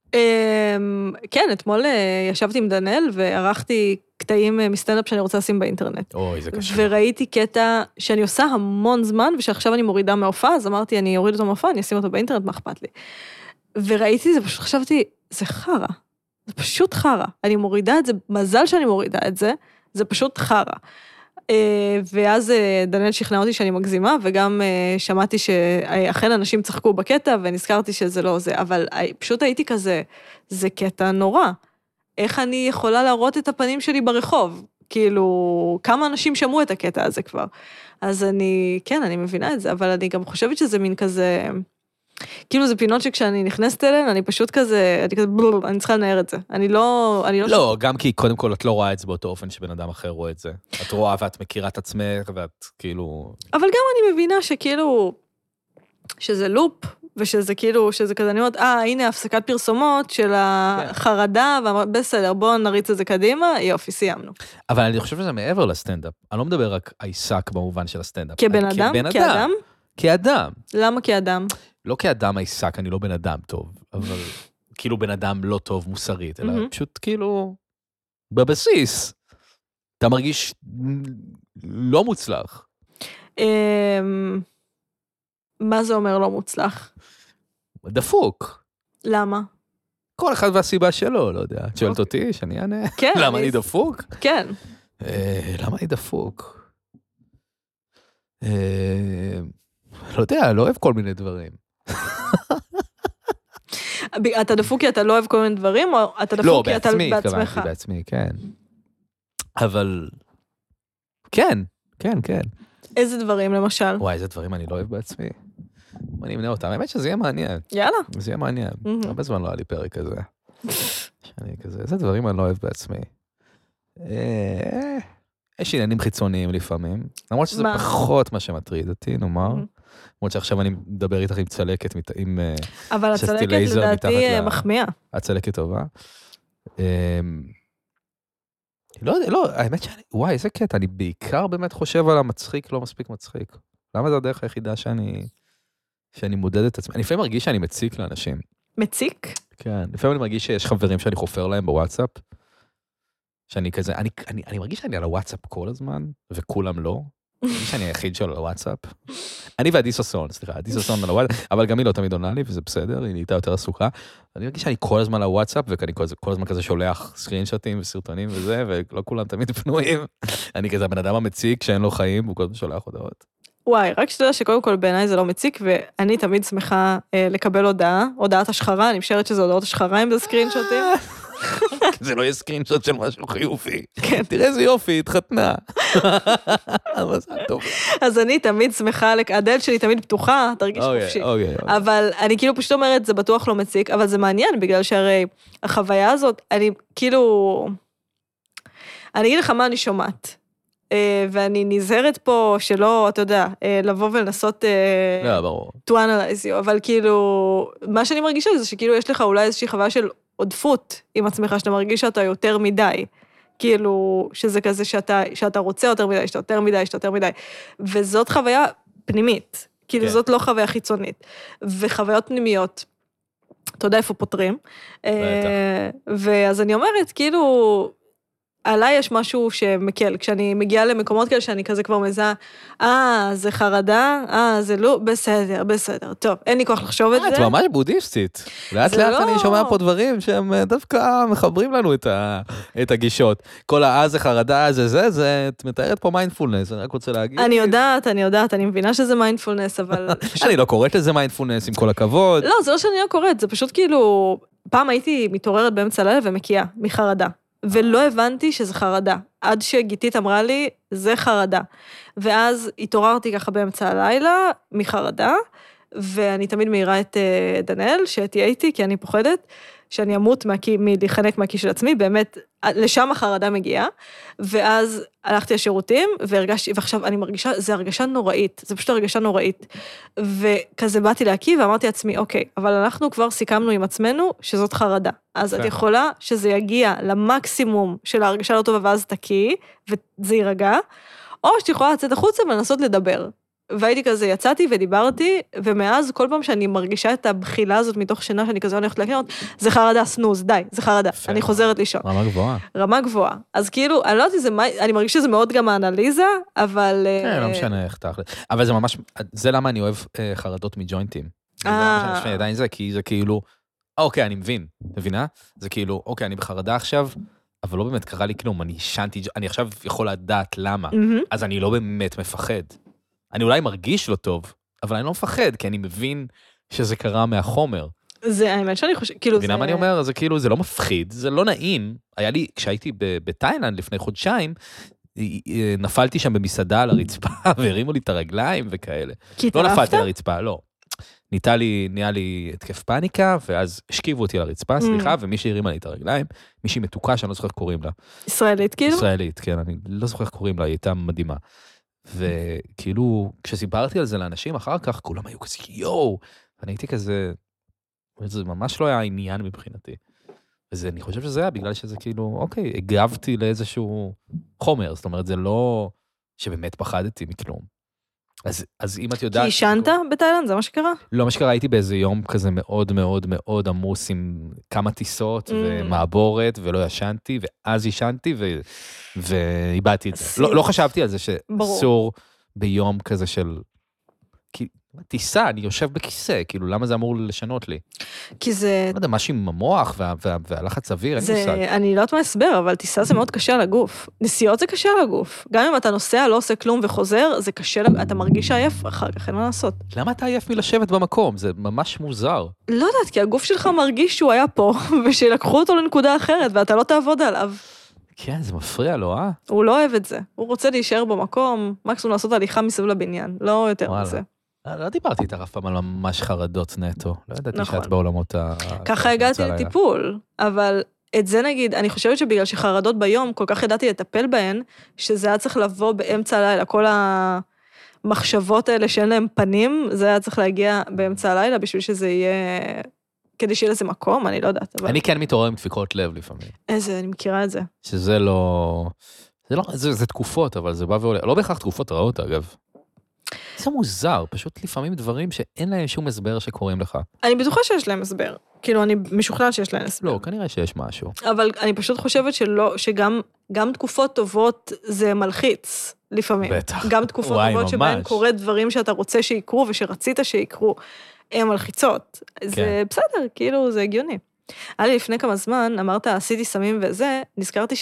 כן, אתמול ישבתי עם דנאל וערכתי קטעים מסטנדאפ שאני רוצה לשים באינטרנט. אוי, זה קשה. וראיתי קטע שאני עושה המון זמן, ושעכשיו אני מורידה מההופעה, אז אמרתי, אני אוריד אותו מההופעה, אני אשים אותו באינטרנט, מה אכפת לי? וראיתי זה, פשוט חשבתי, זה חרא. זה פשוט חרא. אני מורידה את זה, מזל שאני מורידה את זה, זה פשוט חרא. ואז דנאל שכנע אותי שאני מגזימה, וגם שמעתי שאכן אנשים צחקו בקטע, ונזכרתי שזה לא זה, אבל פשוט הייתי כזה, זה קטע נורא. איך אני יכולה להראות את הפנים שלי ברחוב? כאילו, כמה אנשים שמעו את הקטע הזה כבר. אז כן, אני מבינה את זה, אבל אני גם חושבת שזה מין כזה, כאילו זה פינות שכשאני נכנסת אליהן, אני פשוט כזה, אני צריכה לנער את זה. אני לא... לא, גם כי קודם כל את לא רואה את זה באותו אופן שבן אדם אחר רואה את זה. את רואה ואת מכירה את עצמך, ואת כאילו... אבל גם אני מבינה שכאילו, שזה לופ, ושזה כאילו, שזה כזה, אני אומרת, הנה הפסקת פרסומות של החרדה, בסדר, בואו נריץ את זה קדימה, יופי, סיימנו. אבל אני חושב שזה מעבר לסטנדאפ. אני לא מדבר רק עיסק במובן של הסטנדאפ. כבן אדם? כאדם? כאדם. למה כאדם? לא כאדם עיסק, אני לא בן אדם טוב, אבל כאילו בן אדם לא טוב מוסרית, אלא פשוט כאילו, בבסיס, אתה מרגיש לא מוצלח. מה זה אומר לא מוצלח? דפוק. למה? כל אחד והסיבה שלו, לא יודע. את שואלת אותי, שאני אענה? כן. למה אני דפוק? כן. למה אני דפוק? לא יודע, לא אוהב כל מיני דברים. אתה דפוק כי אתה לא אוהב כל מיני דברים, או אתה דפוק כי אתה בעצמך? לא, בעצמי, בעצמי, כן. אבל, כן. איזה דברים, למשל? וואי, איזה דברים אני לא אוהב בעצמי. אני אמנה אותם, האמת שזה יהיה מעניין. יאללה. זה יהיה מעניין. הרבה זמן לא היה לי פרק כזה. שאני כזה, איזה דברים אני לא אוהב בעצמי. יש עניינים חיצוניים לפעמים, למרות שזה פחות מה שמטריד אותי, נאמר. למרות שעכשיו אני מדבר איתך עם צלקת, אבל הצלקת לדעתי מחמיאה. הצלקת טובה. לא, האמת שאני, וואי, איזה קטע, אני בעיקר באמת חושב על המצחיק, לא מספיק מצחיק. למה זה הדרך היחידה שאני מודד את עצמי? אני לפעמים מרגיש שאני מציק לאנשים. מציק? כן, לפעמים אני מרגיש שיש חברים שאני חופר להם בוואטסאפ, שאני כזה, אני מרגיש שאני על הוואטסאפ כל הזמן, וכולם לא. אני מרגיש שאני היחיד שלו על הוואטסאפ. אני והדיסוסון, סליחה, הדיסוסון על הוואטסאפ, אבל גם היא לא תמיד עונה לי, וזה בסדר, היא נהייתה יותר עסוקה. אני מרגיש שאני כל הזמן על הוואטסאפ, ואני כל הזמן כזה שולח סקרינשוטים וסרטונים וזה, ולא כולם תמיד פנויים. אני כזה הבן אדם המציק שאין לו חיים, והוא כל הזמן שולח הודעות. וואי, רק שתדע שקודם כל בעיניי זה לא מציק, ואני תמיד שמחה לקבל הודעת השחרה, אני משערת שזה הודעות השחרה עם סקרינשוטים. זה לא יהיה סקרינשוט של משהו חיובי. תראה איזה יופי, התחתנה. אז אני תמיד שמחה, הדלת שלי תמיד פתוחה, תרגיש חופשי. אבל אני כאילו פשוט אומרת, זה בטוח לא מציק, אבל זה מעניין, בגלל שהרי החוויה הזאת, אני כאילו, אני אגיד לך מה אני שומעת. ואני נזהרת פה שלא, אתה יודע, לבוא ולנסות to analyze you, אבל כאילו, מה שאני מרגישה זה שכאילו יש לך אולי איזושהי חוויה של עודפות עם עצמך, שאתה מרגיש שאתה יותר מדי, כאילו, שזה כזה שאתה רוצה יותר מדי, שאתה יותר מדי, שאתה יותר מדי, וזאת חוויה פנימית, כאילו זאת לא חוויה חיצונית, וחוויות פנימיות, אתה יודע איפה פותרים, ואז אני אומרת, כאילו, עליי יש משהו שמקל, כשאני מגיעה למקומות כאלה שאני כזה כבר מזהה, זה חרדה, זה לא, בסדר, טוב, אין לי כוח לחשוב את זה. את ממש בודהיסטית. לאט לאט אני שומע פה דברים שהם דווקא מחברים לנו את הגישות. כל זה חרדה, זה, את מתארת פה מיינדפולנס, אני רק רוצה להגיד. אני יודעת, אני מבינה שזה מיינדפולנס, אבל... אני לא קוראת לזה מיינדפולנס, עם כל הכבוד. לא, זה לא שאני לא קוראת, זה פשוט כאילו, פעם הייתי מתעוררת באמצע הלילה ומקיאה מחרדה. ולא הבנתי שזה חרדה. עד שגיתית אמרה לי, זה חרדה. ואז התעוררתי ככה באמצע הלילה, מחרדה, ואני תמיד מהירה את דנאל, שתהיה איתי, כי אני פוחדת, שאני אמות מלהיחנק מהכי של עצמי, באמת, לשם החרדה מגיעה, ואז הלכתי לשירותים, והרגשתי, ועכשיו אני מרגישה, זה הרגשה נוראית, זה פשוט הרגשה נוראית, וכזה באתי להקיא, ואמרתי לעצמי, אוקיי, אבל אנחנו כבר סיכמנו עם עצמנו, שזאת חרדה, אז את יכולה שזה יגיע למקסימום של ההרגשה לא טובה, ואז תקיא, וזה יירגע, או שאת יכולה לצאת החוצה ולנסות לדבר, והייתי כזה, יצאתי ודיברתי, ומאז כל פעם שאני מרגישה את הבחילה הזאת מתוך שינה, שאני כזה הולכת להקנות, זה חרדה, סנוז, די, זה חרדה, אני חוזרת לישון. רמה גבוהה. רמה גבוהה. אז כאילו, אני לא יודעת, אני מרגיש שזה מאוד גם האנליזה, אבל... כן, לא משנה איך תכל'ס. אבל זה ממש, זה למה אני אוהב חרדות מג'וינטים. זה מה שאני עדיין זה, כי זה כאילו, אוקיי, אני מבינה? זה כאילו, אוקיי, אני בחרדה עכשיו, אבל לא באמת קרה לי כלום, אני ישנתי, אני עכשיו יכול לדעת למה, אז אני לא באמת מפחד. אני אולי מרגיש לא טוב, אבל אני לא מפחד, כי אני מבין שזה קרה מהחומר. זה האמת שאני חושב, כאילו זה... מבינה מה אני אומר? זה כאילו, זה לא מפחיד, זה לא נעים. היה לי, כשהייתי בתאילנד לפני חודשיים, נפלתי שם במסעדה על הרצפה, והרימו לי את הרגליים וכאלה. לא נפלתי על הרצפה, לא. נהיה לי התקף פאניקה, ואז השכיבו אותי על הרצפה, סליחה, ומישהי הרימה לי את הרגליים, מישהי מתוקה שאני לא זוכר איך קוראים לה. ישראלית כאילו? ישראלית, כן, אני לא זוכר איך קוראים לה, היא הייתה מדהימה. וכאילו, כשסיפרתי על זה לאנשים אחר כך, כולם היו כזה, יואו, ואני הייתי כזה, זה ממש לא היה עניין מבחינתי. ואני חושב שזה היה בגלל שזה כאילו, אוקיי, הגבתי לאיזשהו חומר, זאת אומרת, זה לא שבאמת פחדתי מכלום. אז אם את יודעת... כי ישנת בתאילנד, זה מה שקרה? לא, מה שקרה, הייתי באיזה יום כזה מאוד מאוד מאוד עמוס עם כמה טיסות ומעבורת, ולא ישנתי, ואז ישנתי ואיבדתי את זה. לא חשבתי על זה שאסור ביום כזה של... טיסה, אני יושב בכיסא, כאילו, למה זה אמור לשנות לי? כי זה... לא יודע, משהו עם המוח והלחץ אוויר, אין מושג. אני לא יודעת מה הסבר, אבל טיסה זה מאוד קשה לגוף. נסיעות זה קשה לגוף. גם אם אתה נוסע, לא עושה כלום וחוזר, זה קשה, אתה מרגיש עייף אחר כך, אין מה לעשות. למה אתה עייף מלשבת במקום? זה ממש מוזר. לא יודעת, כי הגוף שלך מרגיש שהוא היה פה, ושילקחו אותו לנקודה אחרת, ואתה לא תעבוד עליו. כן, זה מפריע לו, אה? הוא לא אוהב את זה. הוא רוצה להישאר במקום, מקסימום לעשות הליכה מסביב לבניין, לא יותר מזה. לא דיברתי איתך אף פעם על ממש חרדות נטו. לא ידעתי שאת בעולמות ה... ככה הגעתי לטיפול, אבל את זה נגיד, אני חושבת שבגלל שחרדות ביום, כל כך ידעתי לטפל בהן, שזה היה צריך לבוא באמצע הלילה, כל המחשבות האלה שאין להם פנים, זה היה צריך להגיע באמצע הלילה, בשביל שזה יהיה... כדי שיהיה לזה מקום, אני לא יודעת. אני כן מתעורר עם דפיקות לב לפעמים. איזה, אני מכירה את זה. שזה לא... זה תקופות, אבל זה בא ועולה. לא בהכרח תקופות רעות, אגב. זה מוזר, פשוט לפעמים דברים שאין להם שום הסבר שקוראים לך. אני בטוחה שיש להם הסבר. כאילו, אני משוכנעת שיש להם הסבר. לא, כנראה שיש משהו. אבל אני פשוט חושבת שגם תקופות טובות זה מלחיץ לפעמים. בטח. גם תקופות טובות שבהן קורה דברים שאתה רוצה שיקרו ושרצית שיקרו, הן מלחיצות. זה בסדר, כאילו, זה הגיוני. היה לי לפני כמה זמן, אמרת, עשיתי סמים וזה, נזכרתי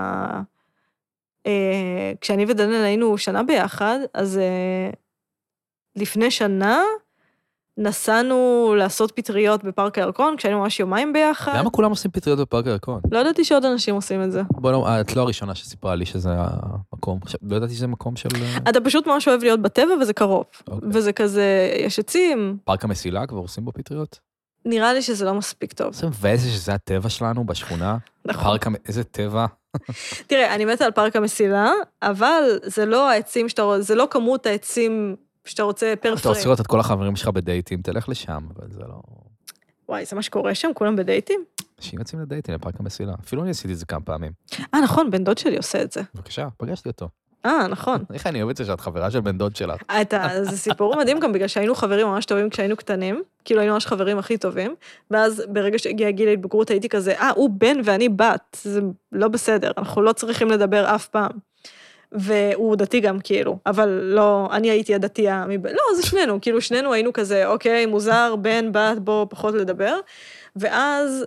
כשאני ודניאל היינו שנה ביחד, אז לפני שנה נסענו לעשות פטריות בפארק הירקון, כשהיינו ממש יומיים ביחד. למה כולם עושים פטריות בפארק הירקון? לא ידעתי שעוד אנשים עושים את זה. את לא הראשונה שסיפרה לי שזה המקום, לא ידעתי שזה מקום של... אתה פשוט ממש אוהב להיות בטבע וזה קרוב. וזה כזה, יש עצים. פארק המסילה כבר עושים בו פטריות? נראה לי שזה לא מספיק טוב. זה מבאס שזה הטבע שלנו בשכונה. נכון. איזה טבע. תראה, אני מתה על פארק המסילה, אבל זה לא העצים זה לא כמות העצים שאתה רוצה פר פריים. אתה רוצה לראות את כל החברים שלך בדייטים, תלך לשם, אבל זה לא... וואי, זה מה שקורה שם, כולם בדייטים? אנשים יוצאים לדייטים לפארק המסילה. אפילו אני עשיתי את זה כמה פעמים. נכון, בן דוד שלי עושה את זה. בבקשה, פגשתי אותו. נכון. איך אני אוהבת שאת חברה של בן דוד שלך? זה סיפור מדהים גם, בגלל שהיינו חברים ממש טובים כשהיינו קטנים, כאילו היינו ממש חברים הכי טובים, ואז ברגע שהגיע גיל ההתבגרות הייתי כזה, הוא בן ואני בת, זה לא בסדר, אנחנו לא צריכים לדבר אף פעם. והוא דתי גם כאילו, אבל לא, אני הייתי הדתייה, לא, זה שנינו, כאילו שנינו היינו כזה, אוקיי, מוזר, בן, בת, בוא פחות לדבר, ואז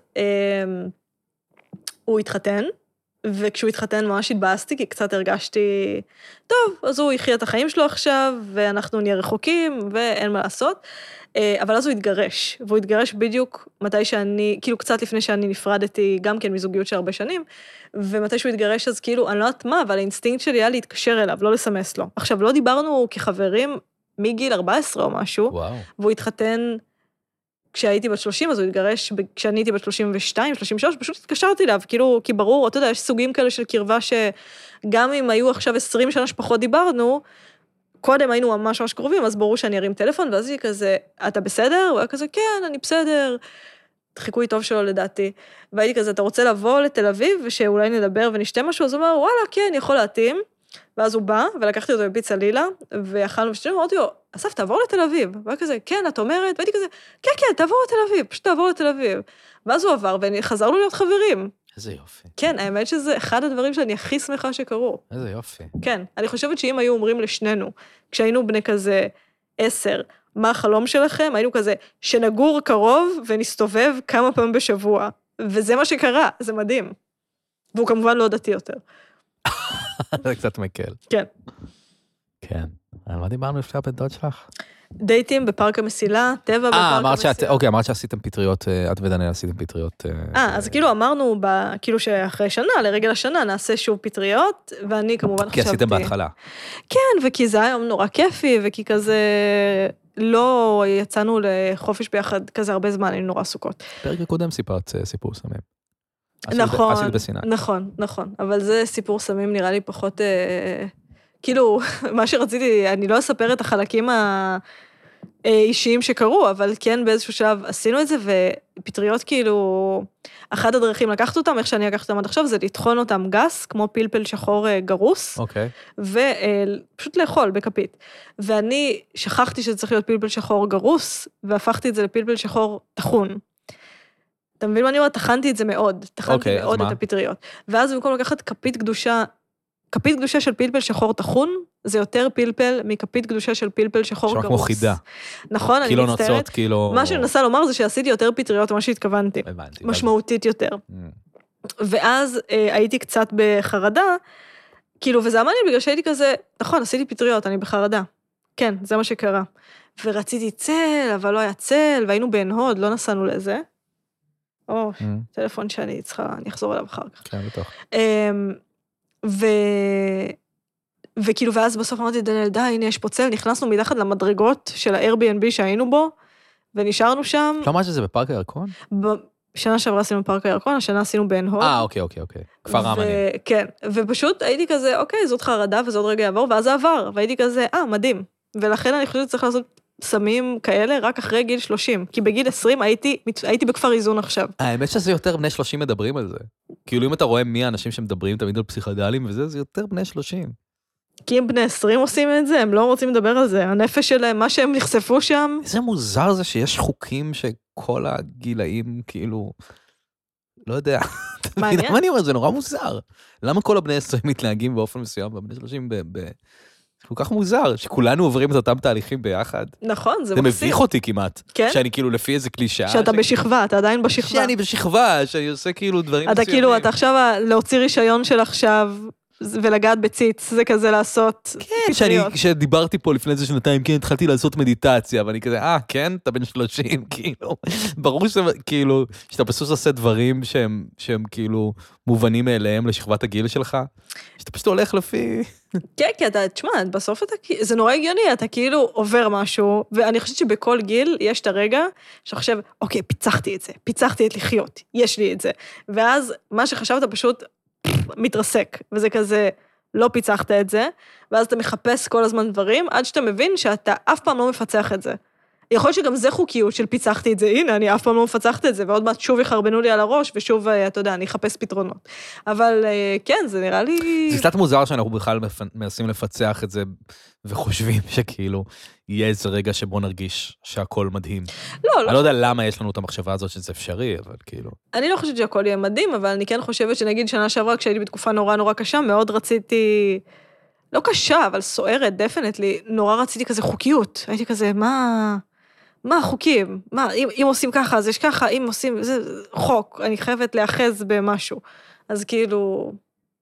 הוא התחתן, וכשהוא התחתן ממש התבאסתי, כי קצת הרגשתי, טוב, אז הוא יחיה את החיים שלו עכשיו, ואנחנו נהיה רחוקים, ואין מה לעשות, אבל אז הוא התגרש, והוא התגרש בדיוק מתי שאני, כאילו קצת לפני שאני נפרדתי, גם כן מזוגיות של הרבה שנים, ומתי שהוא התגרש אז כאילו, אני לא יודעת מה, אבל האינסטינקט שלי היה להתקשר אליו, לא לסמס לו. עכשיו, לא דיברנו כחברים מגיל 14 או משהו, והוא התחתן כשהייתי בת 30, אז הוא התגרש כשאני הייתי בת 32, 33, פשוט התקשרתי אליו, כאילו, כי ברור, אתה יודע, יש סוגים כאלה של קרבה שגם אם היו עכשיו 20 שנה שפחות דיברנו, קודם היינו ממש ממש קרובים, אז ברור שאני ארים טלפון, ואז היא כזה, אתה בסדר? הוא היה כזה, כן, אני בסדר. חיקוי טוב שלו לדעתי. והייתי כזה, אתה רוצה לבוא לתל אביב, ושאולי נדבר ונשתה משהו? אז הוא אומר, וואלה, כן, יכול להתאים. ואז הוא בא, ולקחתי אותו בפיצה לילה, ואכלנו ושתינו, אמרתי לו, אסף, תעבור לתל אביב. והיה כזה, כן, את אומרת? והייתי כזה, כן, כן, תעבור לתל אביב, פשוט תעבור לתל אביב. ואז הוא עבר, וחזרנו להיות חברים. איזה יופי. כן, האמת שזה אחד הדברים שאני הכי שמחה שקרו. איזה יופי. כן, אני חושבת שאם היו אומרים לשנינו, כשהיינו בני כזה 10, מה החלום שלכם? היינו כזה, שנגור קרוב ונסתובב כמה פעמים בשבוע. וזה מה שקרה, זה מדהים. והוא כמובן לא דתי יותר. זה קצת מקל. כן. כן. על מה דיברנו לפני הבן דוד שלך? דייטים בפארק המסילה, טבע בפארק המסילה. אוקיי, אמרת שעשיתם פטריות, את ודניאל עשיתם פטריות. אז כאילו אמרנו, כאילו שאחרי שנה, לרגל השנה, נעשה שוב פטריות, ואני כמובן חשבתי... כי עשיתם בהתחלה. כן, וכי זה היה יום נורא כיפי, וכי כזה לא יצאנו לחופש ביחד כזה הרבה זמן, היינו נורא עסוקות. פרק הקודם סיפרת סיפור סמים. נכון, עשית בסיני. נכון, אבל זה סיפור סמים נראה לי פחות... כאילו, מה שרציתי, אני לא אספר את החלקים האישיים שקרו, אבל כן באיזשהו שלב עשינו את זה, ופטריות כאילו, אחת הדרכים לקחת אותם, איך שאני לקחת אותם עד עכשיו, זה לטחון אותם גס, כמו פלפל שחור גרוס, אוקיי. ופשוט לאכול בכפית. ואני שכחתי שזה צריך להיות פלפל שחור גרוס, והפכתי את זה לפלפל שחור טחון. אתה מבין מה אני אומרת? טחנתי את זה מאוד, טחנתי מאוד את הפטריות. ואז במקום לקחת כפית קדושה של פלפל שחור טחון, זה יותר פלפל מכפית קדושה של פלפל שחור גרוס. כמו חידה. נכון, אני מצטערת. קילו נוצות, קילו... מה שאני מנסה לומר זה שעשיתי יותר פטריות ממה שהתכוונתי. הבנתי. משמעותית יותר. ואז הייתי קצת בחרדה, כאילו, וזה אמר לי בגלל שהייתי כזה, נכון, עשיתי פטריות, אני בחרדה. כן, זה מה שקרה. ורציתי צל, אבל לא היה צל, והיינו בעין הוד, לא נסענו לזה. טלפון שאני צריכה, אני אחזור אליו אחר כך. כן, בטוח. וכאילו, ואז בסוף אמרתי, דניאל, די, הנה יש פה צל, נכנסנו מתחת למדרגות של ה-Airbnb שהיינו בו, ונשארנו שם. לא אמרת שזה בפארק הירקון? בשנה שעברה עשינו בפארק הירקון, השנה עשינו בעין הוד. אוקיי. כפר רעמנים. כן, ופשוט הייתי כזה, אוקיי, זאת חרדה, וזה עוד רגע יעבור, ואז זה עבר, והייתי כזה, מדהים. ולכן אני חושבת שצריך לעשות סמים כאלה רק אחרי גיל 30, כי בגיל 20 הייתי בכפר איזון עכשיו. האמת שזה יותר בני 30 מדברים על זה. כאילו אם אתה רואה מי האנשים שמדברים תמיד על פסיכדלים וזה, זה יותר בני 30. כי אם בני 20 עושים את זה, הם לא רוצים לדבר על זה. הנפש שלהם, מה שהם נחשפו שם... איזה מוזר זה שיש חוקים שכל הגילאים כאילו... לא יודע. מעניין. מה אני אומר? זה נורא מוזר. למה כל הבני 20 מתנהגים באופן מסוים, והבני 30 כל כך מוזר, שכולנו עוברים את אותם תהליכים ביחד. נכון, זה מקסים. מקסים. זה מביך אותי כמעט. כן? שאני כאילו לפי איזה קלישה. שאתה בשכבה, אתה עדיין בשכבה. שאני בשכבה, שאני עושה כאילו דברים אתה כאילו, אתה עכשיו להוציא רישיון של עכשיו, ולגעת בציץ, זה כזה לעשות פטריות. שדיברתי פה לפני איזה שנתיים, כן, התחלתי לעשות מדיטציה, ואני כזה, כן, אתה בן 30, כאילו, ברור כאילו, שאתה פשוט עושה דברים שהם כאילו מובנים מאליהם לשכבת הגיל שלך, שאתה פשוט הולך לפי... כן, כי אתה, תשמע, בסוף אתה, זה נורא הגיוני, אתה כאילו עובר משהו, ואני חושבת שבכל גיל יש את הרגע, שאתה חושב, אוקיי, פיצחתי את זה, פיצחתי את לחיות, יש לי את זה, ואז מה שחשבת פשוט מתרסק, וזה כזה, לא פיצחת את זה, ואז אתה מחפש כל הזמן דברים, עד שאתה מבין שאתה אף פעם לא מפצח את זה. יכול להיות שגם זה חוקיות של פיצחתי את זה, הנה, אני אף פעם לא מפצחת את זה, ועוד מעט שוב יחרבנו לי על הראש, ושוב, אתה יודע, אני אחפש פתרונות. אבל כן, זה נראה לי... זה קצת מוזר שאנחנו בכלל מנסים לפצח את זה, וחושבים שכאילו, יהיה איזה רגע שבו נרגיש שהכל מדהים. לא. אני לא יודע למה יש לנו את המחשבה הזאת שזה אפשרי, אבל כאילו... אני לא חושבת שהכל יהיה מדהים, אבל אני כן חושבת שנגיד שנה שעברה, כשהייתי בתקופה נורא קשה, מאוד רציתי... לא קשה, אבל סוערת, דפנטלי, נורא רציתי כזה חוקיות. הייתי כזה, מה החוקים? מה, אם עושים ככה, אז יש ככה, אם עושים, זה חוק, אני חייבת להאחז במשהו. אז כאילו,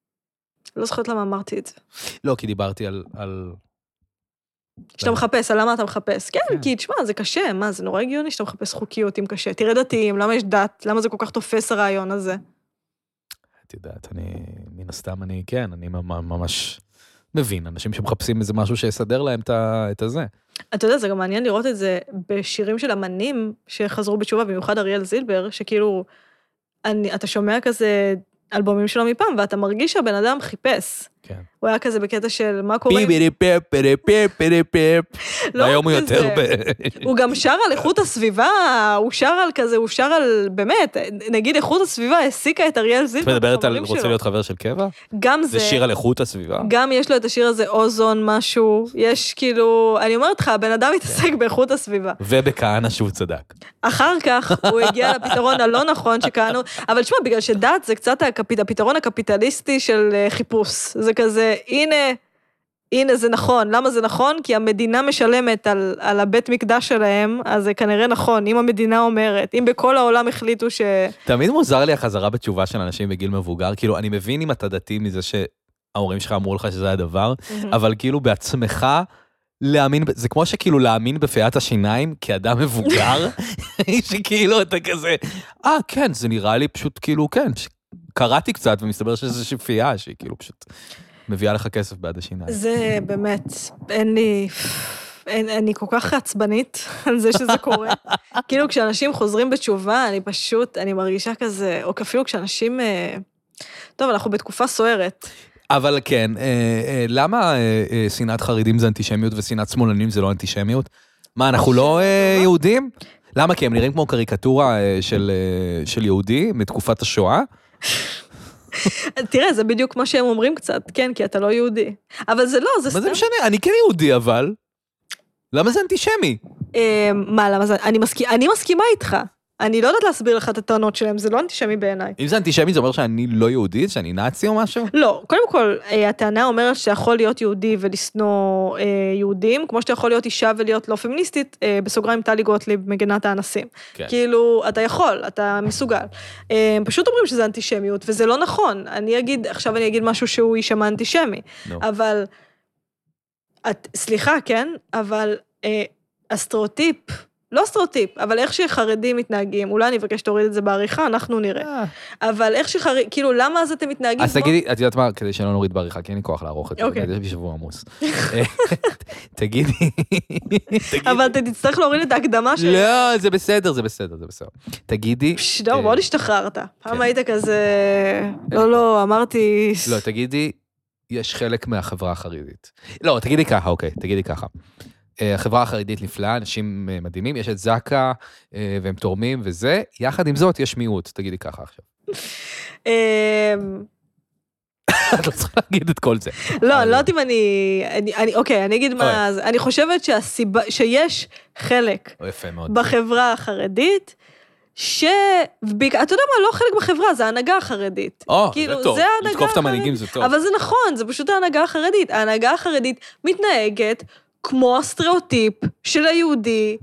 לא זוכרת למה אמרתי את זה. לא, כי דיברתי על... שאתה מחפש, על למה אתה מחפש? כן, כי תשמע, זה קשה, מה, זה נורא הגיוני שאתה מחפש חוקיות אם קשה. תראה דתיים, למה יש דת? למה זה כל כך תופס הרעיון הזה? את יודעת, מן הסתם אני ממש מבין, אנשים שמחפשים איזה משהו שיסדר להם את הזה. אתה יודע, זה גם מעניין לראות את זה בשירים של אמנים שחזרו בתשובה, במיוחד אריאל זילבר, שכאילו, אתה שומע כזה אלבומים שלו מפעם, ואתה מרגיש שהבן אדם חיפש. כן. הוא היה כזה בקטע של מה קורה... והיום הוא יותר הוא גם שר על איכות הסביבה, הוא שר על, באמת, נגיד איכות הסביבה העסיקה את אריאל זילבר. את מדברת על רוצה להיות חבר של קבע? גם זה. זה שיר על איכות הסביבה? גם יש לו את השיר הזה, אוזון, משהו, יש כאילו, אני אומרת לך, הבן אדם מתעסק באיכות הסביבה. ובכהנא שהוא צדק. אחר כך הוא הגיע לפתרון הלא נכון שכהנא, אבל תשמע, בגלל שדת זה קצת הפתרון הקפיטליסטי של חיפוש. זה כזה, הנה זה נכון. למה זה נכון? כי המדינה משלמת על הבית מקדש שלהם, אז זה כנראה נכון, אם המדינה אומרת, אם בכל העולם החליטו ש... תמיד מוזר לי החזרה בתשובה של אנשים בגיל מבוגר, כאילו אני מבין אם אתה דתי מזה שההורים שלך אמרו לך שזה הדבר, אבל כאילו בעצמך להאמין, זה כמו שכאילו להאמין בפיית השיניים כאדם מבוגר, שכאילו אתה כזה, כן, זה נראה לי פשוט כאילו, כן, קראתי קצת ומסתבר שזה שפייה, שהיא כאילו פשוט מביאה לך כסף בעד השיניים. זה באמת, אני כל כך עצבנית על זה שזה קורה. כאילו כשאנשים חוזרים בתשובה, אני מרגישה כזה, או אפילו כשאנשים, טוב, אנחנו בתקופה סוערת. אבל כן, למה שנאת חרדים זה אנטישמיות ושנאת שמאלנים זה לא אנטישמיות? מה, אנחנו לא יהודים? למה? כי הם נראים כמו קריקטורה של יהודי מתקופת השואה? תראה, זה בדיוק מה שהם אומרים קצת, כן, כי אתה לא יהודי. אבל זה לא, זה סתם. מה זה משנה? אני כן יהודי, אבל... למה זה אנטישמי? מה, למה זה... אני מסכימה איתך. אני לא יודעת להסביר לך את הטענות שלהם, זה לא אנטישמי בעיניי. אם זה אנטישמי, זה אומר שאני לא יהודי, שאני נאצי או משהו? לא, קודם כל, הטענה אומרת שאתה יכול להיות יהודי ולשנוא יהודים, כמו שאתה יכול להיות אישה ולהיות לא פמיניסטית, בסוגריים טלי גוטליב, מגנת האנסים. כאילו, אתה יכול, אתה מסוגל. פשוט אומרים שזה אנטישמיות, וזה לא נכון. עכשיו אני אגיד משהו שהוא יישמע אנטישמי. אבל, סליחה, כן? אבל הסטריאוטיפ, לא סטריאוטיפ, אבל איך שחרדים מתנהגים, אולי אני אבקש שתוריד את זה בעריכה, אנחנו נראה. אבל איך שחרדים, כאילו, למה אז אתם מתנהגים? אז תגידי, את יודעת מה, כדי שלא נוריד בעריכה, כי אין לי כוח לערוך את זה, יש לי שבוע עמוס. תגידי. אבל אתה תצטרך להוריד את ההקדמה שלי. לא, זה בסדר, זה בסדר, זה בסדר. תגידי. לא, מאוד השתחררת. פעם היית כזה, לא, אמרתי... לא, תגידי, יש חלק מהחברה החרדית. לא, תגידי ככה, אוקיי, תגידי ככה. החברה החרדית נפלאה, אנשים מדהימים, יש את זקה, והם תורמים וזה, יחד עם זאת יש מיעוט, תגידי ככה עכשיו. את לא צריכה להגיד את כל זה. לא, אני לא יודעת אם אוקיי, אני אגיד מה, אני חושבת שיש חלק בחברה החרדית, אתה יודע מה, לא חלק בחברה, זה ההנהגה החרדית. זה טוב, לתקוף את המנהיגים זה טוב. אבל זה נכון, זה פשוט ההנהגה החרדית. ההנהגה החרדית מתנהגת כמו הסטריאוטיפ של היהודי.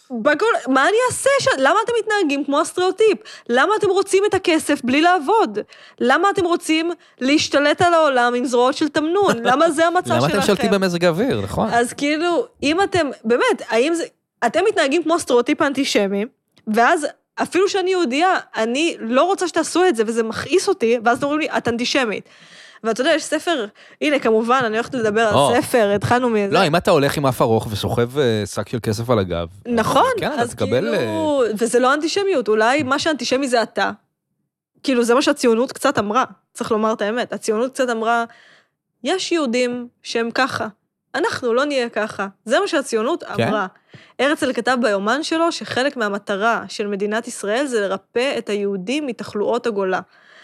מה אני אעשה? למה אתם מתנהגים כמו הסטריאוטיפ? למה אתם רוצים את הכסף בלי לעבוד? למה אתם רוצים להשתלט על העולם עם זרועות של תמנון? למה זה המצע שלכם? למה אתם שולטים במזג האוויר, נכון? אז כאילו, אם אתם, באמת, אתם מתנהגים כמו הסטריאוטיפ האנטישמי, ואז אפילו שאני יהודייה, אני לא רוצה שתעשו את זה, וזה מכעיס אותי, ואז אתם אומרים לי, את אנטישמית. ואתה יודע, יש ספר, הנה, כמובן, אני הולכת לדבר על ספר, התחלנו מזה. לא, אם אתה הולך עם אף ארוך וסוחב שק של כסף על הגב. נכון, אז כאילו, וזה לא אנטישמיות, אולי מה שאנטישמי זה אתה. כאילו, זה מה שהציונות קצת אמרה, צריך לומר את האמת. הציונות קצת אמרה, יש יהודים שהם ככה, אנחנו לא נהיה ככה. זה מה שהציונות אמרה. הרצל כתב ביומן שלו, שחלק מהמטרה של מדינת ישראל זה לרפא את היהודים מתחלואות הגולה.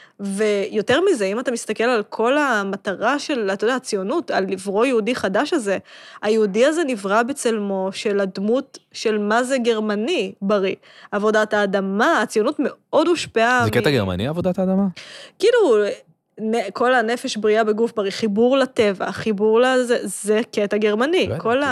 ויותר מזה, אם אתה מסתכל על כל המטרה של, אתה יודע, הציונות, על לברוא יהודי חדש הזה, היהודי הזה נברא בצלמו של הדמות של מה זה גרמני בריא. עבודת האדמה, הציונות מאוד הושפעה. זה קטע גרמני, עבודת האדמה? כאילו, כל הנפש בריאה בגוף בריא, חיבור לטבע, חיבור לזה, זה קטע גרמני.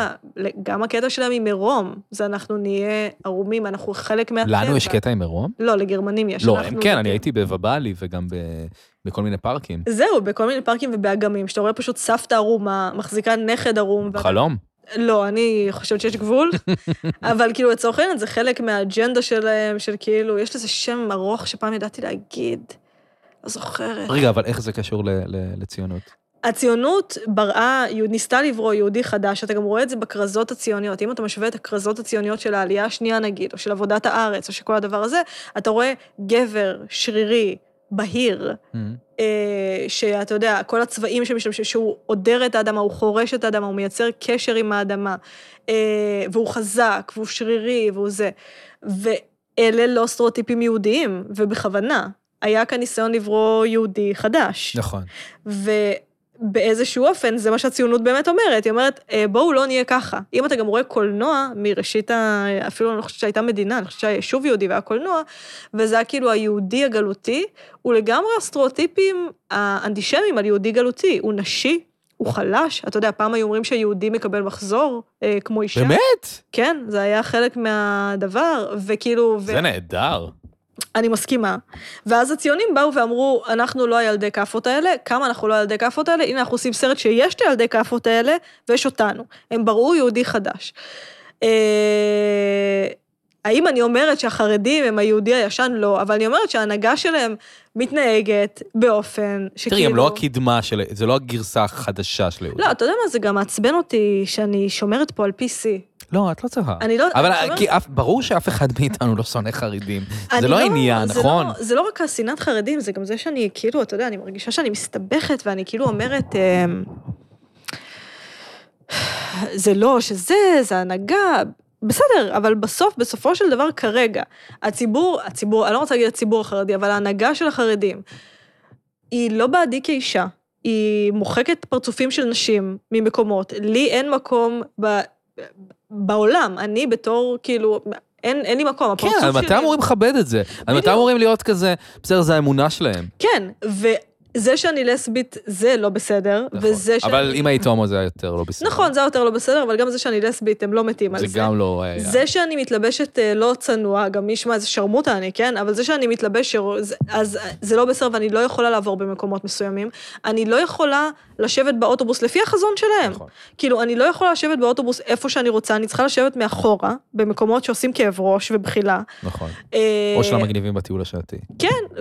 גם הקטע שלהם עם מרום, זה אנחנו נהיה ערומים, אנחנו חלק מהטבע. לנו יש קטע עם מרום? לא, לגרמנים יש. לא, כן, אני הייתי בבבלי וגם בכל מיני פארקים. זהו, בכל מיני פארקים ובאגמים, שאתה רואה פשוט סבתא ערומה, מחזיקה נכד ערום. חלום? לא, אני חושבת שיש גבול, אבל כאילו לצורך העניין זה חלק מהאג'נדה שלהם, של כאילו, יש לזה שם ארוך שפעם ידעתי להגיד. לא זוכרת. רגע, אבל איך זה קשור לציונות? הציונות ניסתה לברוא יהודי חדש, אתה גם רואה את זה בקרזות הציוניות, אם אתה משווה את הקרזות הציוניות של העלייה השנייה נגיד, או של עבודת הארץ, או שכל הדבר הזה, אתה רואה גבר, שרירי, בהיר, שאתה יודע, כל הצבעים שמשתמשים, שהוא עודר את האדמה, הוא חורש את האדמה, הוא מייצר קשר עם האדמה, והוא חזק, והוא שרירי, והוא זה. ואלה לא סטריאוטיפים יהודיים, ובכוונה. היה כאן ניסיון לברוא יהודי חדש. נכון. באיזשהו אופן, זה מה שהציונות באמת אומרת, היא אומרת, בואו לא נהיה ככה. אם אתה גם רואה קולנוע, מראשית, אפילו אני חושבת שהייתה מדינה, אני חושבת שהיה יישוב יהודי והיה קולנוע, וזה היה כאילו היהודי הגלותי, הוא לגמרי הסטריאוטיפים האנטישמיים על יהודי גלותי, הוא נשי, הוא חלש, אתה יודע, פעם היו אומרים שהיהודי מקבל מחזור, כמו אישה. באמת? כן, זה היה חלק מהדבר, וכאילו... זה נהדר. אני מסכימה. ואז הציונים באו ואמרו, אנחנו לא הילדי כאפות האלה, כמה אנחנו לא הילדי כאפות האלה, הנה אנחנו עושים סרט שיש את הילדי כאפות האלה, ויש אותנו. הם בראו יהודי חדש. האם אני אומרת שהחרדים הם היהודי הישן? לא, אבל אני אומרת שההנהגה שלהם מתנהגת באופן שכאילו... תראי, הם לא הקדמה של... זה לא הגרסה החדשה של יהודי. לא, אתה יודע מה, זה גם מעצבן אותי שאני שומרת פה על PC. לא, את לא צריכה. אני לא... אבל ברור שאף אחד מאיתנו לא שונא חרדים. זה לא העניין, נכון? זה לא רק השנאת חרדים, זה גם זה שאני כאילו, אתה יודע, אני מרגישה שאני מסתבכת, ואני כאילו אומרת, זה לא, זה הנהגה, בסדר, אבל בסופו של דבר כרגע, הציבור, אני לא רוצה להגיד הציבור החרדי, אבל ההנהגה של החרדים, היא לא בעדי כאישה, היא מוחקת פרצופים של נשים ממקומות, לי אין מקום בעולם, אני בתור, כאילו, אין לי מקום, הפרצוף שלי... כן, אבל מתי אמורים לכבד את זה? מתי אמורים להיות כזה, בסדר, זה האמונה שלהם. כן, וזה שאני לסבית, זה לא בסדר, וזה אבל אם היית הומו זה היה יותר לא בסדר. נכון, זה היה יותר לא בסדר, אבל גם זה שאני לסבית, הם לא מתים על זה. זה גם לא... זה שאני מתלבשת לא צנוע, גם מי ישמע איזה שרמוטה אני, כן? אבל זה שאני מתלבש, אז זה לא בסדר, ואני לא יכולה לעבור במקומות מסוימים. אני לא יכולה לשבת באוטובוס לפי החזון שלהם. כאילו, אני לא יכולה לשבת באוטובוס איפה שאני רוצה, אני צריכה לשבת מאחורה, במקומות שעושים כאב ראש ובחילה. נכון. או של המגניבים בטיול השעתי. כן,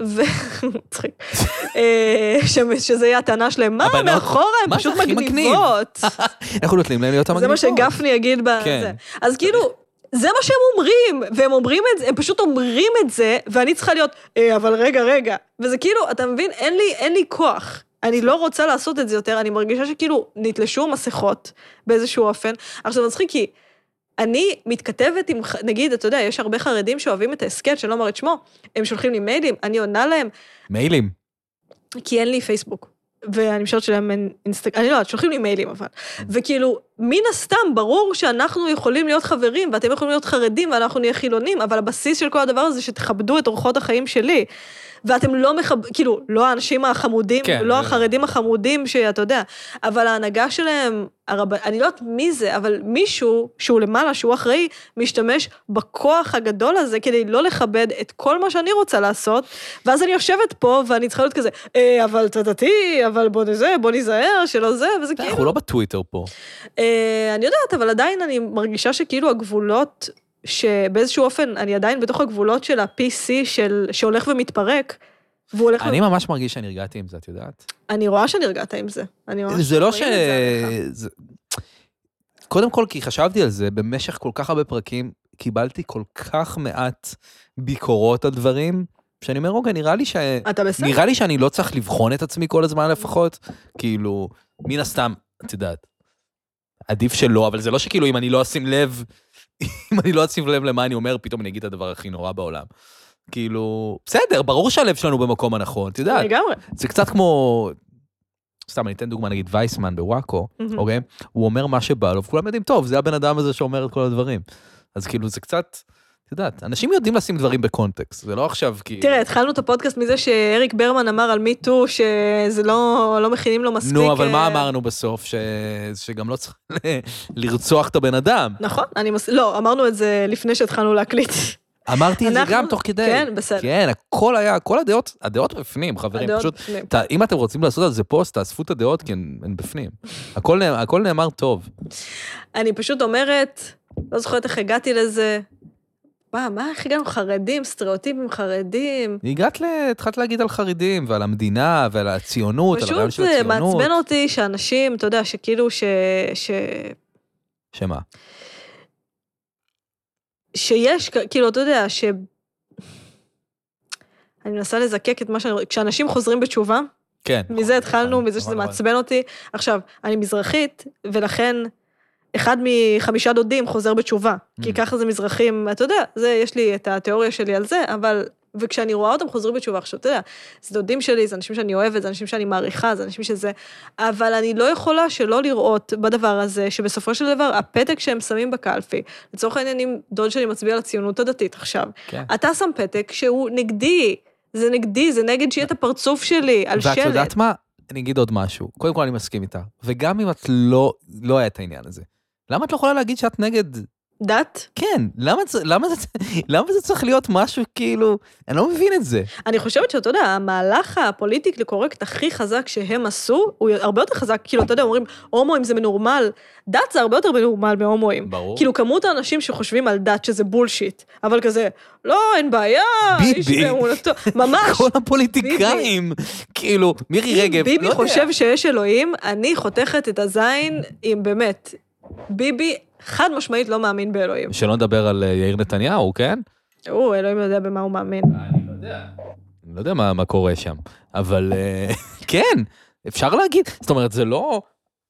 שזה יהיה הטענה שלהם, מה מאחורה, הם פשוט מגניבות. אנחנו נותנים להם להיות המגניבות. זה מה שגפני יגיד בזה. אז כאילו, זה מה שהם אומרים, והם אומרים את זה, הם פשוט אומרים את זה, ואני צריכה להיות, אבל רגע. וזה כאילו, אתה מבין, אין לי כוח. אני לא רוצה לעשות את זה יותר, אני מרגישה שכאילו נתלשו מסכות באיזשהו אופן. עכשיו, מצחיק כי אני מתכתבת עם, נגיד, אתה יודע, יש הרבה חרדים שאוהבים את ההסקט, שאני לא אומר את שמו, הם שולחים לי מיילים, אני עונה להם. מיילים? כי אין לי פייסבוק. ואני משארת שלהם אין אינסטגרם, אני לא יודעת, שולחים לי מיילים אבל. וכאילו, מן הסתם, ברור שאנחנו יכולים להיות חברים, ואתם יכולים להיות חרדים, ואנחנו נהיה חילונים, אבל הבסיס של כל הדבר הזה, שתכבדו את אורחות החיים שלי, ואתם לא כאילו, לא האנשים החמודים, לא החרדים החמודים, שאתה יודע, אבל ההנהגה שלהם, אני לא יודעת מי זה, אבל מישהו שהוא למעלה, שהוא אחראי, משתמש בכוח הגדול הזה, כדי לא לכבד את כל מה שאני רוצה לעשות, ואז אני יושבת פה, ואני צריכה להיות כזה, אבל תדעתי, אבל בוא נזהר, שלא זה, וזה כאילו... אנחנו לא בטוויטר פה. אני יודעת, אבל עדיין אני מרגישה שכאילו הגבולות, שבאיזשהו אופן, אני עדיין בתוך הגבולות של ה-PC שהולך ומתפרק, אני ממש מרגיש שאני הרגעתי עם זה, את יודעת? אני רואה שאני הרגעת עם זה. זה לא ש... קודם כל, כי חשבתי על זה, במשך כל כך הרבה פרקים, קיבלתי כל כך מעט ביקורות על דברים, שאני אומר, רגע, נראה לי שאני לא צריך לבחון את עצמי כל הזמן לפחות, כאילו, מן הסתם, את יודעת, עדיף שלא, אבל זה לא שכאילו, אם אני לא אשים לב למה אני אומר, פתאום אני אגיד את הדבר הכי נורא בעולם. כאילו, בסדר, ברור שהלב שלנו במקום הנכון, את יודעת. לגמרי. זה קצת כמו, סתם, אני אתן דוגמה, נגיד וייסמן בוואקו, אוקיי? הוא אומר מה שבא לו, וכולם יודעים, טוב, זה הבן אדם הזה שאומר את כל הדברים. אז כאילו, זה קצת, את יודעת, אנשים יודעים לשים דברים בקונטקסט, זה לא עכשיו כי... תראה, התחלנו את הפודקאסט מזה שאריק ברמן אמר על מיטו, שזה לא מכינים לו מספיק... נו, אבל מה אמרנו בסוף? שגם לא צריך לרצוח את הבן אדם. נכון, לא, אמרנו את זה לפני שהתחלנו להקליט. אמרתי את זה גם תוך כדי. כן, בסדר. כן, הכל היה, כל הדעות בפנים, חברים. פשוט, אם אתם רוצים לעשות על זה פוסט, תאספו את הדעות, כי הן בפנים. הכל נאמר טוב. אני פשוט אומרת, לא זוכרת איך הגעתי לזה, איך הגענו חרדים, סטריאוטיפים חרדים? התחלת להגיד על חרדים, ועל המדינה, ועל הציונות, על הרעיון של הציונות. פשוט מעצבן אותי שאנשים, אתה יודע, שכאילו שמה? שיש, כאילו, אתה יודע, אני מנסה לזקק את מה כשאנשים חוזרים בתשובה, כן. מזה התחלנו, מזה שזה מעצבן אותי. עכשיו, אני מזרחית, ולכן אחד מ5 דודים חוזר בתשובה, כי ככה זה מזרחים, אתה יודע, יש לי את התיאוריה שלי על זה, אבל, וכשאני רואה אותם חוזרים בתשובה, עכשיו, אתה יודע, זה דודים שלי, זה אנשים שאני אוהבת, זה אנשים שאני מעריכה, זה אנשים שזה, אבל אני לא יכולה שלא לראות בדבר הזה, שבסופו של דבר, הפתק שהם שמים בקלפי, לצורך העניינים, דוד שלי מצביע לציונות הדתית עכשיו, אתה שם פתק שהוא נגדי, זה נגדי, זה נגד שיהיה את הפרצוף שלי, על שלט. ואת יודעת מה? אני אגיד עוד משהו. קודם כל אני מסכים איתה. וגם אם את לא היה את העניין הזה. למה את לא יכולה להגיד שאת נגד... דת? כן. למה זה צריך להיות משהו כאילו... אני לא מבין את זה. אני חושבת שאתה יודע, המהלך הפוליטיקלי קורקט הכי חזק שהם עשו, הוא הרבה יותר חזק, כאילו, אתה יודע, אומרים, הומואים זה מנורמל. דת זה הרבה יותר מנורמל מהומואים. ברור. כאילו, כמות האנשים שחושבים על דת שזה בולשיט, אבל כזה, לא, אין בעיה, ביבי. ממש. כל הפוליטיקאים, כאילו, מירי רגב, לא יודע. ביבי חושב שיש אלוהים, אני חותכת את הזין עם באמת, ביבי חד משמעית לא מאמין באלוהים. שלא נדבר על יאיר נתניהו, כן? אלוהים יודע במה הוא מאמין. אני לא יודע מה קורה שם, אבל כן, אפשר להגיד, זאת אומרת, זה לא...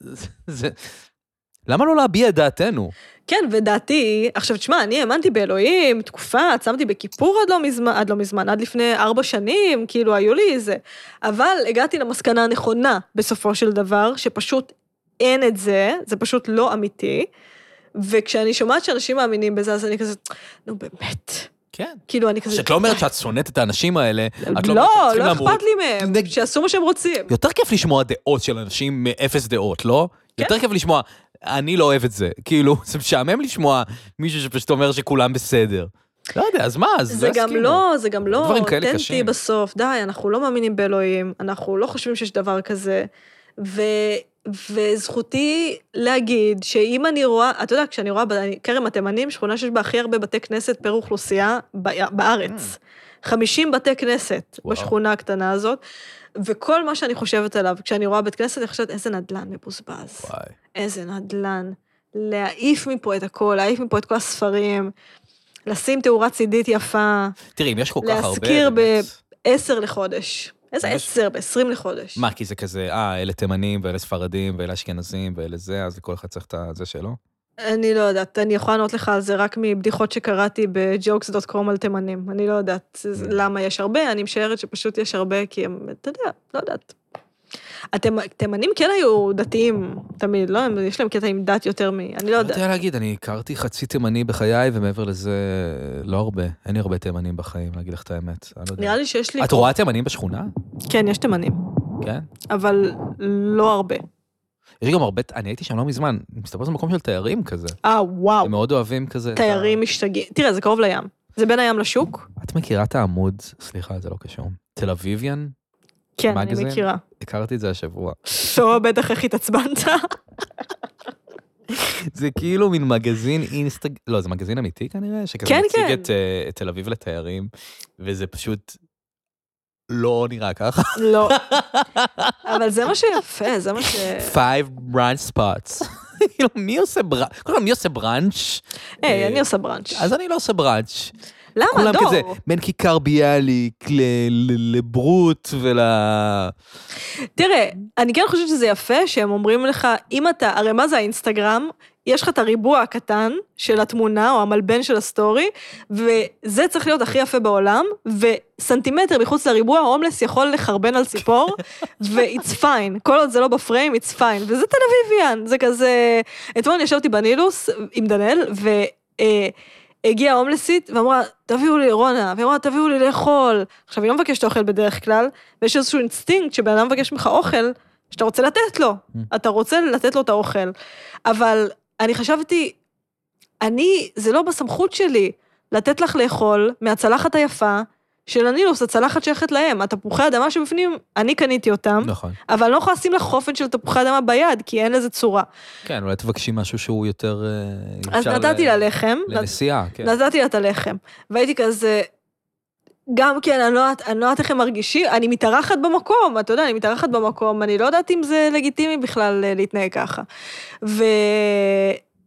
למה לא להביע את דעתנו? כן, ודעתי, עכשיו תשמע, אני האמנתי באלוהים, תקופה, עצמתי בכיפור עד לא מזמן, עד לפני 4 שנים, כאילו היו לי איזה, אבל הגעתי למסקנה הנכונה בסופו של דבר, שפשוט אין את זה, זה פשוט לא אמיתי, וכשאני שומעת שאנשים מאמינים בזה, אז אני כזה, נו באמת. כן. כאילו אני כזה... שאת לא אומרת שאת שונאת את האנשים האלה, לא אכפת לי מהם, שיעשו מה שהם רוצים. יותר כיף לשמוע דעות של אנשים מאפס דעות, לא? יותר כיף לשמוע, אני לא אוהב את זה. כאילו, זה משעמם לשמוע מישהו שפשוט אומר שכולם בסדר. לא יודע, אז מה? זה גם לא אותנטי בסוף. די, אנחנו לא מאמינים באלוהים, אנחנו לא חושבים שיש דבר כזה, וזכותי להגיד שאם אני רואה, אתה יודע, כשאני רואה כרם התימנים, שכונה שיש בה הכי הרבה בתי כנסת פר אוכלוסייה בארץ. 50 בתי כנסת בשכונה הקטנה הזאת, וכל מה שאני חושבת עליו, כשאני רואה בית כנסת, אני חושבת, איזה נדלן מבוזבז. איזה נדלן. להעיף מפה את הכל, להעיף מפה את כל הספרים, לשים תאורה צידית יפה. תראי, אם יש כל כך הרבה... להזכיר ב10 לחודש. איזה 10, ב20 לחודש. מה, כי זה כזה, אלה תימנים, ואלה ספרדים, ואלה אשכנזים, ואלה זה, אז לכל אחד צריך את זה שלו? אני לא יודעת, אני יכולה לענות לך על זה רק מבדיחות שקראתי ב-jokes.com על תימנים. אני לא יודעת למה יש הרבה, אני משערת שפשוט יש הרבה, כי הם, אתה יודע, לא יודעת. התימנים כן היו דתיים תמיד, לא? יש להם קטע עם דת יותר אני לא יודעת. אני יודע להגיד, אני הכרתי חצי תימני בחיי, ומעבר לזה לא הרבה. אין לי הרבה תימנים בחיים, להגיד לך את האמת. נראה לי שיש לי... את רואה תימנים בשכונה? כן, יש תימנים. כן? אבל לא הרבה. יש גם הרבה, אני הייתי שם לא מזמן, מסתבר זה מקום של תיירים כזה. וואו. הם מאוד אוהבים כזה. תיירים משתגעים. תראה, זה קרוב לים. זה בין הים לשוק. את מכירה את העמוד, סליחה, זה לא קשור. תל אביביאן? כן, אני מכירה. הכרתי את זה השבוע. בטח איך התעצבנת. זה כאילו מין מגזין לא, זה מגזין אמיתי כנראה, שכזה מציג את תל אביב לתיירים, וזה פשוט לא נראה ככה. לא. אבל זה מה שיפה, זה מה 5 brunch spots. מי עושה בראנץ'? קודם כל, מי עושה בראנץ'? אני עושה בראנץ'. אז אני לא עושה בראנץ'. למה? כולם כזה, בין כיכר ביאליק לברוט תראה, אני כן חושבת שזה יפה, שהם אומרים לך, אם אתה, הרי מה זה האינסטגרם? יש לך את הריבוע הקטן של התמונה, או המלבן של הסטורי, וזה צריך להיות הכי יפה בעולם, וסנטימטר מחוץ לריבוע, ההומלס יכול לחרבן על ציפור, ו-it's fine, כל עוד זה לא בפריים, it's fine, וזה תל אביביאן, זה כזה, אתמול ישבתי בנילוס עם דנאל, הגיעה ההומלסית, ואמרה, תביאו לי רונה, ואמרה, תביאו לי לאכול, עכשיו היא לא מבקשת אוכל בדרך כלל, ויש איזשהו אינסטינקט, שבן אדם מבקש ממך אוכל, שאתה רוצה לתת לו, אתה רוצה לתת לו את האוכל, אבל אני חשבתי, זה לא בסמכות שלי, לתת לך לאכול מהצלחת היפה, של הנילוס, הצלחת שייכת להם, התפוחי אדמה שבפנים, אני קניתי אותם, נכון. אבל לא יכולה לשים לך חופן של תפוחי אדמה ביד, כי אין לזה צורה. כן, אולי תבקשי משהו שהוא יותר... אז נתתי לה לחם. לנסיעה, כן. נתתי לה את הלחם, והייתי כזה... גם כן, אני לא יודעת איך הם מרגישים, אני מתארחת במקום, אתה יודע, אני מתארחת במקום, אני לא יודעת אם זה לגיטימי בכלל להתנהג ככה.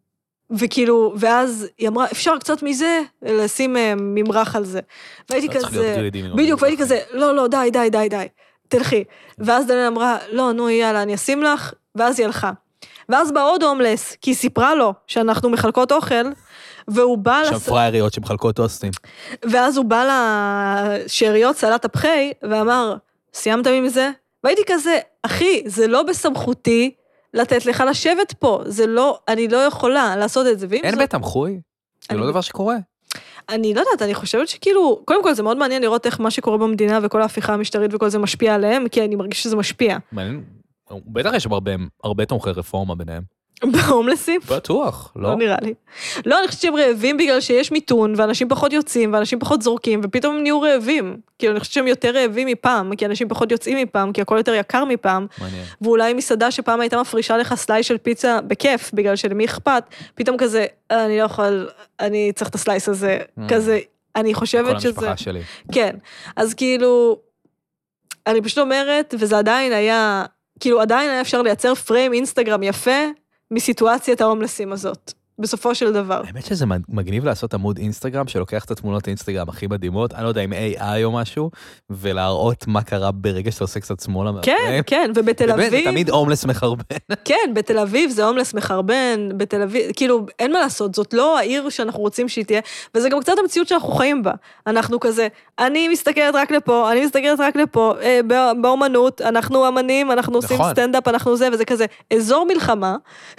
וכאילו, ואז היא אמרה, אפשר קצת מזה, לשים ממרח על זה. והייתי כזה, בדיוק, והייתי כזה, לא, די, תלכי. ואז דניאל אמרה, לא, נו, יאללה, אני אשים לך, ואז היא הלכה. ואז בא עוד הומלס, כי היא סיפרה לו שאנחנו מחלקות אוכל, והוא בא... שם פרייריות שמחלקות טוסטים. ואז הוא בא לשאריות סלט הפחי, ואמר, סיימת עם זה? והייתי כזה, אחי, זה לא בסמכותי לתת לך לשבת פה, זה לא, אני לא יכולה לעשות את זה. אין בית תמחוי? זה לא דבר שקורה. אני לא יודעת, אני חושבת שכאילו, קודם כל זה מאוד מעניין לראות איך מה שקורה במדינה, וכל ההפיכה המשטרית וכל זה משפיע עליהם, כי אני מרגיש שזה משפיע. מעניין, בטח יש הרבה תומכי רפורמה ביניהם. בהומלסים? בטוח, לא? לא נראה לי. לא, אני חושבת שהם רעבים בגלל שיש מיתון, ואנשים פחות יוצאים, ואנשים פחות זורקים, ופתאום הם נהיו רעבים. כאילו, אני חושבת שהם יותר רעבים מפעם, כי אנשים פחות יוצאים מפעם, כי הכל יותר יקר מפעם. מעניין. ואולי מסעדה שפעם הייתה מפרישה לך סלייס של פיצה בכיף, בגלל שלמי אכפת, פתאום כזה, אני לא יכול, אני צריך את הסלייס הזה, כזה, אני חושבת שזה... כל המשפחה שלי. כן. אז כאילו, אני פשוט אומרת, וזה עדיין היה, כאילו, עדיין היה אפשר לייצר פריים אינסטגרם יפה, מסיטואציית ההומלסים הזאת, בסופו של דבר. האמת שזה מגניב לעשות עמוד אינסטגרם, שלוקח את התמונות האינסטגרם הכי מדהימות, אני לא יודע אם AI או משהו, ולהראות מה קרה ברגע שאתה עושה קצת שמאלה. כן, כן, ובתל אביב... זה תמיד הומלס מחרבן. כן, בתל אביב זה הומלס מחרבן, בתל אביב, כאילו, אין מה לעשות, זאת לא העיר שאנחנו רוצים שהיא תהיה, וזה גם קצת המציאות שאנחנו חיים בה. אנחנו כזה, אני מסתכלת רק לפה, באומנות, אנחנו אמנים, אנחנו עושים סטנדאפ, אנחנו זה, וזה כזה, אזור מלחמה,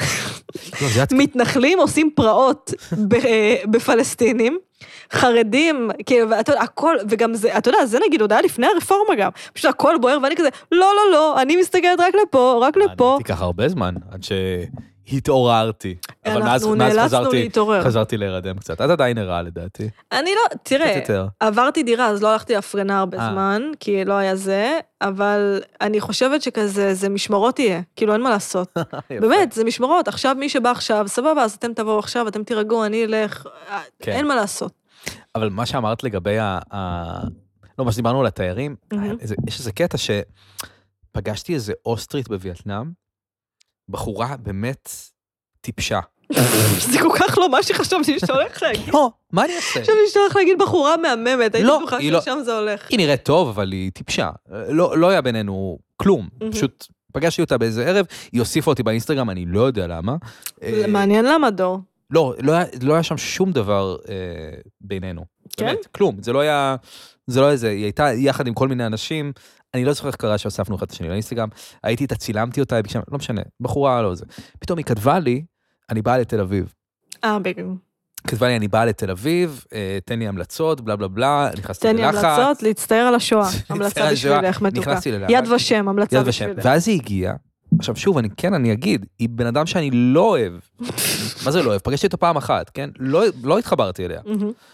מתנחלים עושים פרעות בפלסטינים, חרדים, כאילו, הכל, וגם זה, אתה יודע, זה נגיד, עוד היה לפני הרפורמה גם, פשוט הכל בוער, ואני כזה, לא, אני מסתכלת רק לפה. אני הייתי ככה הרבה זמן, עד שהתעוררתי. אבל מאז חזרתי להירדם קצת. את עדיין נראה לדעתי. אני לא, תראה, עברתי דירה, אז לא הלכתי להפרנה הרבה זמן, כי לא היה זה, אבל אני חושבת שכזה, זה משמרות יהיה, כאילו אין מה לעשות. באמת, זה משמרות, עכשיו מי שבא עכשיו, סבבה, אז אתם תבואו עכשיו, אתם תירגעו, אני אלך, אין מה לעשות. אבל מה שאמרת לגבי לא, מה שדיברנו על התיירים, יש איזה קטע שפגשתי איזה אוסטרית בווייטנאם, בחורה באמת טיפשה. זה כל כך לא מה שחשבתי שאתה הולך להגיד. לא, מה אני אעשה? חשבתי שאתה הולך להגיד בחורה מהממת, הייתי בטוחה ששם זה הולך. היא נראית טוב, אבל היא טיפשה. לא היה בינינו כלום. פשוט פגשתי אותה באיזה ערב, היא הוסיפה אותי באינסטגרם, אני לא יודע למה. מעניין למה, דור. לא היה שם שום דבר בינינו. באמת, כלום. זה לא היה איזה, היא הייתה יחד עם כל מיני אנשים, אני לא זוכר איך קרה שהוספנו אחד השני לאינסטגרם, הייתי איתה, צילמתי אותה, לא משנה, בחורה לא זה. פתאום היא כתבה לי, אני באה לתל אביב. בגלל. כתבה לי, אני באה לתל אביב, תן לי המלצות, בלה בלה בלה, נכנסתי ללחץ. תן לי המלצות, להצטער על השואה. המלצה בשבילך, מתוקה. יד ושם, המלצה בשבילך. ואז היא הגיעה, עכשיו שוב, אני אגיד, היא בן אדם שאני לא אוהב. מה זה לא אוהב? פגשתי אותו פעם אחת, כן? לא התחברתי אליה.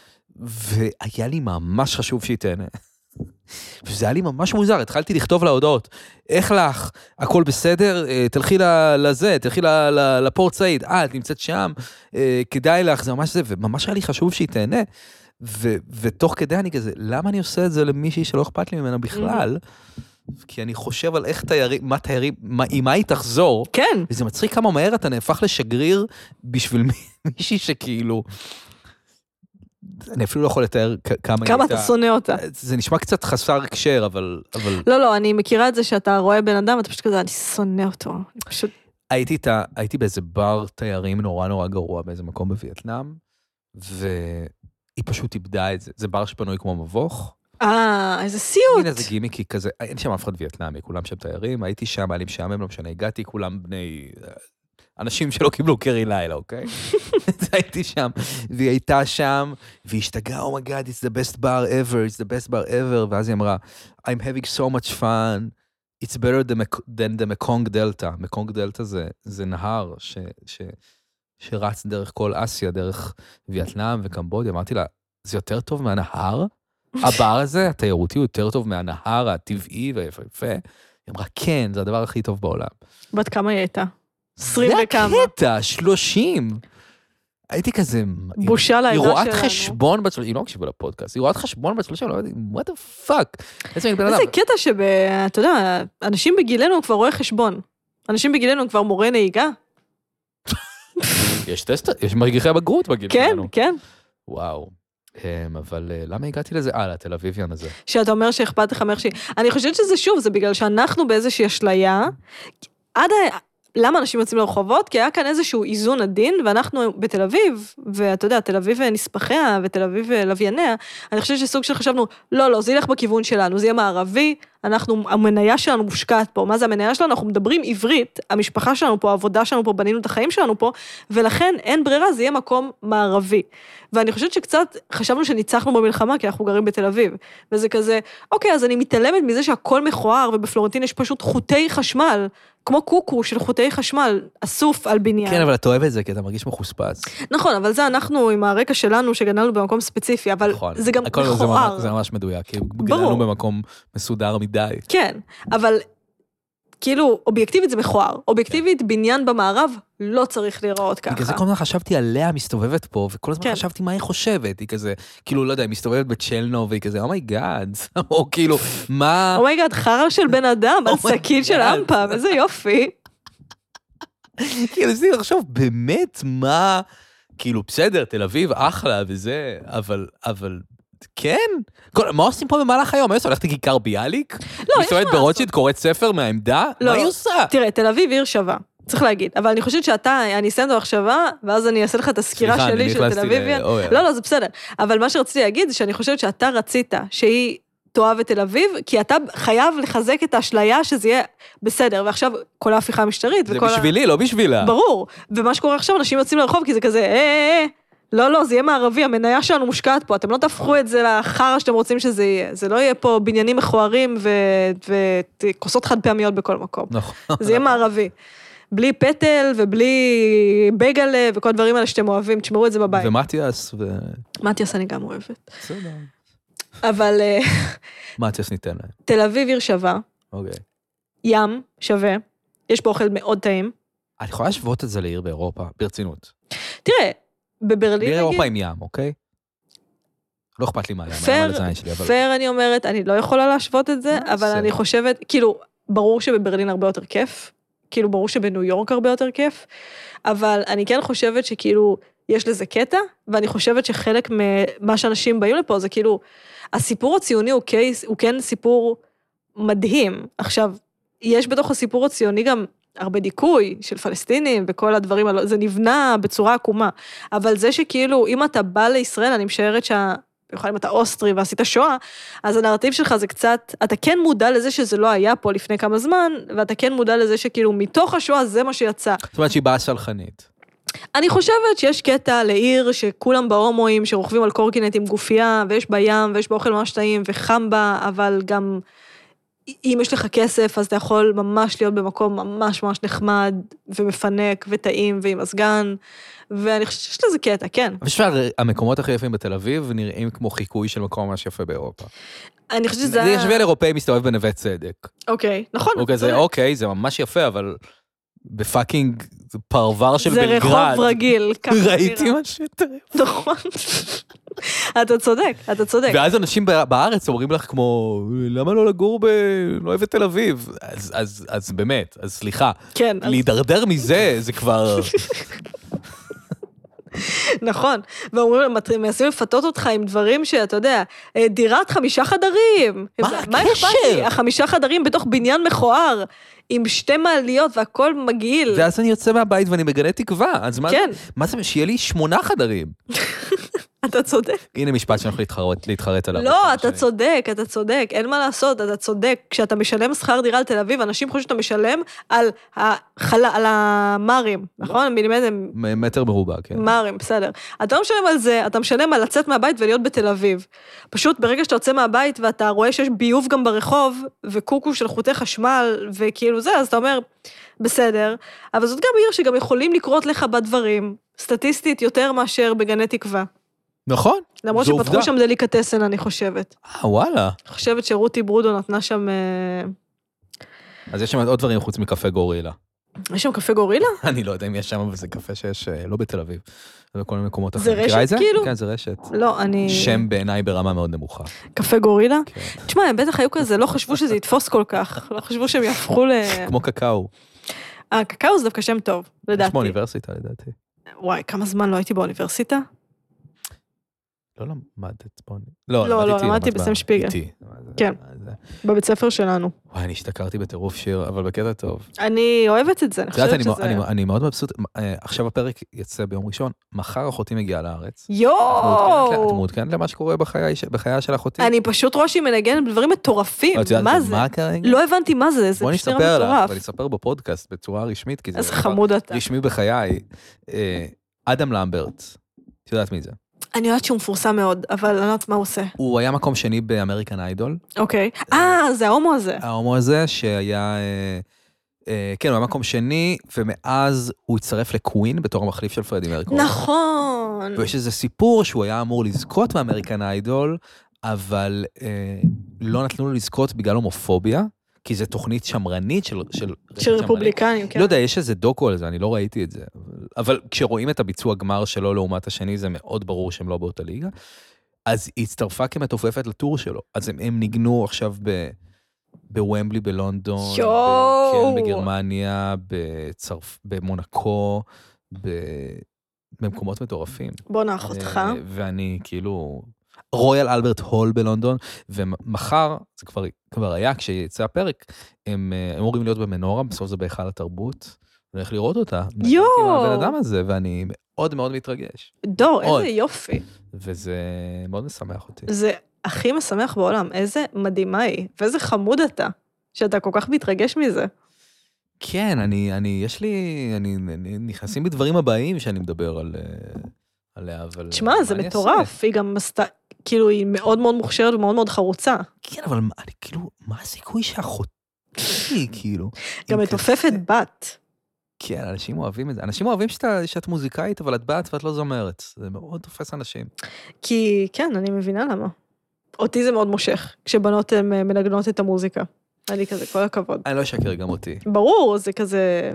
והיה לי ממש חשוב שהיא תהנה. וזה היה לי ממש מוזר, התחלתי לכתוב לה הודעות, איך לך, הכל בסדר, תלכי לזה, תלכי לפורט סעיד, את נמצאת שם, כדאי לך, זה ממש זה, וממש היה לי חשוב שהיא תהנה, ותוך כדי אני כזה, למה אני עושה את זה למישהי שלא אכפת לי ממנה בכלל? כי אני חושב על איך תיירים, עם מה היא תחזור, כן. וזה מצחיק כמה מהר אתה נהפך לשגריר בשביל מישהי שכאילו... אני אפילו לא יכול לתאר כמה אתה שונא אותה. זה נשמע קצת חסר הקשר, אבל... לא, אני מכירה את זה שאתה רואה בן אדם, אתה פשוט כזה, אני שונא אותו. פשוט... הייתי באיזה בר תיירים נורא גרוע, באיזה מקום בווייטנאם, והיא פשוט איבדה את זה. זה בר שפנוי כמו מבוך. איזה סיוט. הנה זה גימיקי כזה, אין שם אף אחד וייטנאמי, כולם שם תיירים, הייתי שם, היה לי משעמם, לא משנה, הגעתי, כולם בני... אנשים שלא קיבלו קרי לילה, אוקיי? הייתי שם, והיא הייתה שם, והיא השתגעה, Oh my God, it's the best bar ever, it's the best bar ever, ואז היא אמרה, I'm having so much fun, it's better than the Mekong Delta. Mekong Delta זה נהר שרץ דרך כל אסיה, דרך וייטנאם וקמבודיה. אמרתי לה, זה יותר טוב מהנהר? הבר הזה, התיירותי הוא יותר טוב מהנהר הטבעי ויפה. היא אמרה, כן, זה הדבר הכי טוב בעולם. בת כמה היא הייתה? 20 וכמה. זה הקטע, 30. הייתי כזה... בושה לעדה שלנו. היא רואת חשבון בת 30, היא לא מקשיבה לפודקאסט, היא רואת חשבון בת 30, לא יודעת, what the fuck? איזה קטע אתה יודע, אנשים בגילנו כבר רואה חשבון. אנשים בגילנו כבר מורה נהיגה. יש טסט, יש מרגיחי בגרות בגיל כן, שלנו. כן. וואו. אבל למה הגעתי לזה? לתל אביביון הזה. שאתה אומר שאכפת לך מאיך שהיא. אני חושבת שזה שוב, זה בגלל שאנחנו באיזושהי אשליה. למה אנשים יוצאים לרחובות? כי היה כאן איזשהו איזון עדין, ואנחנו בתל אביב, ואתה יודע, תל אביב נספחיה, ותל אביב לווייניה, אני חושבת שסוג של חשבנו, לא, זה ילך בכיוון שלנו, זה יהיה מערבי, המניה שלנו מושקעת פה, מה זה המניה שלנו? אנחנו מדברים עברית, המשפחה שלנו פה, העבודה שלנו פה, בנינו את החיים שלנו פה, ולכן אין ברירה, זה יהיה מקום מערבי. ואני חושבת שקצת חשבנו שניצחנו במלחמה, כי אנחנו גרים בתל אביב, וזה כזה, אוקיי, אז אני מתעלמת מזה שהכל מכוער, ובפלורנטין יש פשוט חוטי חשמל, כמו קוקו של חוטי חשמל, אסוף על בניין. כן, אבל אתה אוהב את זה, כי אתה מרגיש מחוספס. נכון, אבל זה אנחנו עם הרקע שלנו, שגדלנו במקום ספציפי, אבל זה גם מכוער. זה ממש מדויק, כי גדלנו במקום מסודר מדי. כן, אבל כאילו, אובייקטיבית זה מכוער. אובייקטיבית, בניין במערב לא צריך להיראות ככה. בגלל זה כל הזמן חשבתי עליה מסתובבת פה, וכל הזמן חשבתי מה היא חושבת. היא כזה, כאילו, לא יודע, היא מסתובבת בצ'לנו, והיא כזה, אומייגאד, או כאילו, מה... אומייגאד, חרא של בן אדם, על שקית של אמפה, וזה יופי. כאילו, זה לחשוב, באמת, מה... כאילו, בסדר, תל אביב, אחלה, וזה, אבל... כן? מה עושים פה במהלך היום? מה הולכת לכיכר ביאליק? מסתובבת ברוטשילד, קוראת ספר מהעמדה? מה היא עושה? תראה, תל אביב עיר שווה, צריך להגיד, אבל אני חושבת אני אסיים את המחשבה, ואז אני אעשה לך את הסקירה שלי של תל אביביה. לא, זה בסדר. אבל מה שרציתי להגיד, זה שאני חושבת שאתה רצית שהיא תאהב את תל אביב, כי אתה חייב לחזק את האשליה שזה יהיה בסדר, ועכשיו כל ההפיכה המשטרית. זה בשבילי, לא בשבילה. ברור. ומה שקורה עכשיו, אנשים יוצאים לרחוב, כי זה כזה, לא, זה יהיה מערבי, המניה שלנו מושקעת פה, אתם לא תהפכו את זה לחרא שאתם רוצים שזה יהיה, זה לא יהיה פה בניינים מכוערים וכוסות חד פעמיות בכל מקום. זה יהיה מערבי. בלי פטל ובלי בגלה וכל הדברים האלה שאתם אוהבים, תשמרו את זה בבית. ומתיאס מתיאס אני גם אוהבת. בסדר. אבל... מתיאס ניתן להם. תל אביב עיר שווה. אוקיי. ים שווה. יש פה אוכל מאוד טעים. אני יכולה להשוות את זה לעיר באירופה, ברצינות. תראה, בברלין... באירופה עם ים, אוקיי? לא אכפת לי מה ים, פייר אני אומרת, אני לא יכולה להשוות את זה, אבל אני חושבת, כאילו, ברור שבברלין הרבה יותר כיף, כאילו ברור שבניו יורק הרבה יותר כיף, אבל אני כן חושבת שכאילו, יש לזה קטע, ואני חושבת שחלק ממה שאנשים באים לפה, זה כאילו, הסיפור הציוני הוא כן סיפור מדהים. עכשיו, יש בתוך הסיפור הציוני גם הרבה דיכוי של פלסטינים וכל הדברים, זה נבנה בצורה עקומה, אבל זה שכאילו, אם אתה בא לישראל, אני משערת במיוחד אם אתה אוסטרי ועשית שואה, אז הנרטיב שלך זה קצת, אתה כן מודע לזה שזה לא היה פה לפני כמה זמן, ואתה כן מודע לזה שכאילו מתוך השואה זה מה שיצא. זאת אומרת שהיא באה סלחנית. אני חושבת שיש קטע לעיר שכולם בהומואים שרוכבים על קורקינט עם גופייה, ויש בים ויש באוכל ממש טעים וחם בה, אבל גם אם יש לך כסף, אז אתה יכול ממש להיות במקום ממש ממש נחמד, ומפנק וטעים ועם הסגן, ואני חושבת שיש לזה קטע, כן. המקומות הכי יפים בתל אביב נראים כמו חיקוי של מקום ממש יפה באירופה. אני חושבת שזה... זה ישווה לאירופאי מסתובב בנווה צדק. אוקיי, נכון. אוקיי, זה ממש יפה, אבל בפאקינג פרבר של בלגרד. זה רחוב רגיל. ראיתי משהו יותר יפה. נכון. אתה צודק. ואז אנשים בארץ אומרים לך כמו, למה לא לגור לא אוהב את תל אביב? אז באמת, אז סליחה. כן. להידרדר מזה, זה כבר... נכון, ואומרים, מנסים לפתות אותך עם דברים שאתה יודע, דירת 5 חדרים. מה הקשר? 5 חדרים בתוך בניין מכוער, עם 2 מעליות והכל מגעיל. ואז אני יוצא מהבית ואני מגלה תקווה, אז מה זה, שיהיה לי 8 חדרים? אתה צודק. הנה משפט שאנחנו להתחרט עליו. לא, אתה צודק, אין מה לעשות, אתה צודק. כשאתה משלם שכר דירה לתל אביב, אנשים חושבים שאתה משלם על המרים, נכון? מטר מרובע, כן. מרים, בסדר. אתה לא משלם על זה, אתה משלם על לצאת מהבית ולהיות בתל אביב. פשוט ברגע שאתה יוצא מהבית ואתה רואה שיש ביוב גם ברחוב, וקוקו של חוטי חשמל, וכאילו זה, אז אתה אומר, בסדר, אבל זאת גם עיר שגם יכולים לקרות לך בדברים, סטטיסטית יותר מאשר בגני תקווה. נכון, למרות שפתחו שם דליקטסן, אני חושבת. וואלה. אני חושבת שרותי ברודו נתנה שם... אז יש שם עוד דברים חוץ מקפה גורילה. יש שם קפה גורילה? אני לא יודע אם יש שם, אבל זה קפה שיש לא בתל אביב. זה בכל מיני מקומות אחרים. זה רשת כאילו? כן, זה רשת. לא, אני... שם בעיניי ברמה מאוד נמוכה. קפה גורילה? כן. תשמע, הם בטח היו כזה, לא חשבו שזה יתפוס כל כך. לא חשבו שהם יהפכו כמו קקאו. קקאו זה דווקא שם טוב, לדעתי. יש באוניברסיטה, לדעתי. וואי, כמה זמן לא הייתי באוניברסיטה? לא למדת פה. לא, למדתי בסם שפיגל. כן, בבית ספר שלנו. וואי, אני השתכרתי בטירוף שיר, אבל בקטע טוב. אני אוהבת את זה, אני חושבת שזה... אני מאוד מבסוט, עכשיו הפרק יצא ביום ראשון, מחר אחותי מגיעה לארץ. יואו! את מעודכנת למה שקורה בחייה של אחותי? אני פשוט רואה שהיא מנגנת בדברים מטורפים, מה זה? לא הבנתי מה זה, זה פשוט נראה מטורף. בואי נספר אספר בפודקאסט בצורה רשמית, כי זה אז חמוד אתה. רשמי בחיי. אדם למברט, את יודעת מי זה? אני יודעת שהוא מפורסם מאוד, אבל אני לא יודעת מה הוא עושה. הוא היה מקום שני באמריקן איידול. אוקיי. זה ההומו הזה. ההומו הזה שהיה, כן, הוא היה מקום שני, ומאז הוא הצטרף לקווין בתור המחליף של פרדי מרקורי. נכון. ויש איזה סיפור שהוא היה אמור לזכות באמריקן איידול, אבל לא נתנו לו לזכות בגלל הומופוביה, כי זו תוכנית שמרנית של רפובליקנים, כן. לא יודע, יש איזה דוקו על זה, אני לא ראיתי את זה. אבל כשרואים את הביצוע גמר שלו לעומת השני, זה מאוד ברור שהם לא באותה ליגה. אז היא הצטרפה כמתופפת לטור שלו. אז הם ניגנו עכשיו בוומבלי בלונדון, כן, בגרמניה, במונקו, במקומות מטורפים. בוא נאח אותך. ואני כאילו... רויאל אלברט הול בלונדון, ומחר, זה כבר היה, כשיצא הפרק, הם אמורים להיות במנורה, בסוף זה בהיכל התרבות, ואני הולך לראות אותה. יואו! הבן אדם הזה, ואני מאוד מאוד מתרגש. דור, איזה יופי. וזה מאוד משמח אותי. זה הכי משמח בעולם, איזה מדהימה היא, ואיזה חמוד אתה, שאתה כל כך מתרגש מזה. כן, אני נכנסים בדברים הבאים שאני מדבר עליה, אבל... תשמע, זה מטורף, היא גם כאילו, היא מאוד מאוד מוכשרת ומאוד מאוד חרוצה. כן, אבל כאילו, מה הסיכוי שאחותי, כאילו? גם מתופפת בת. כן, אנשים אוהבים את זה. אנשים אוהבים שאת מוזיקאית, אבל את בת ואת לא זומרת. זה מאוד תופס אנשים. כי, כן, אני מבינה למה. אותי זה מאוד מושך, כשבנות הן מנגנות את המוזיקה. אני כזה, כל הכבוד. אני לא אשקר גם אותי. ברור, זה כזה...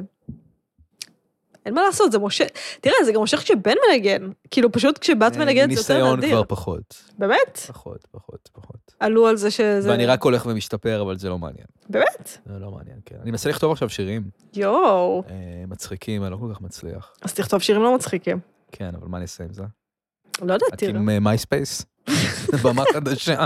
אין מה לעשות, זה מושך. תראה, זה גם מושך כשבן מנגן. כאילו, פשוט כשבת מנגנת זה יותר נדיר. ניסיון כבר פחות. באמת? פחות. עלו על זה שזה... ואני רק הולך ומשתפר, אבל זה לא מעניין. באמת? זה לא מעניין, כן. אני מנסה לכתוב עכשיו שירים. יואו. מצחיקים, אני לא כל כך מצליח. אז תכתוב שירים לא מצחיקים. כן, אבל מה אני אעשה עם זה? לא יודעת, תראה. עם מייספייס? במה חדשה?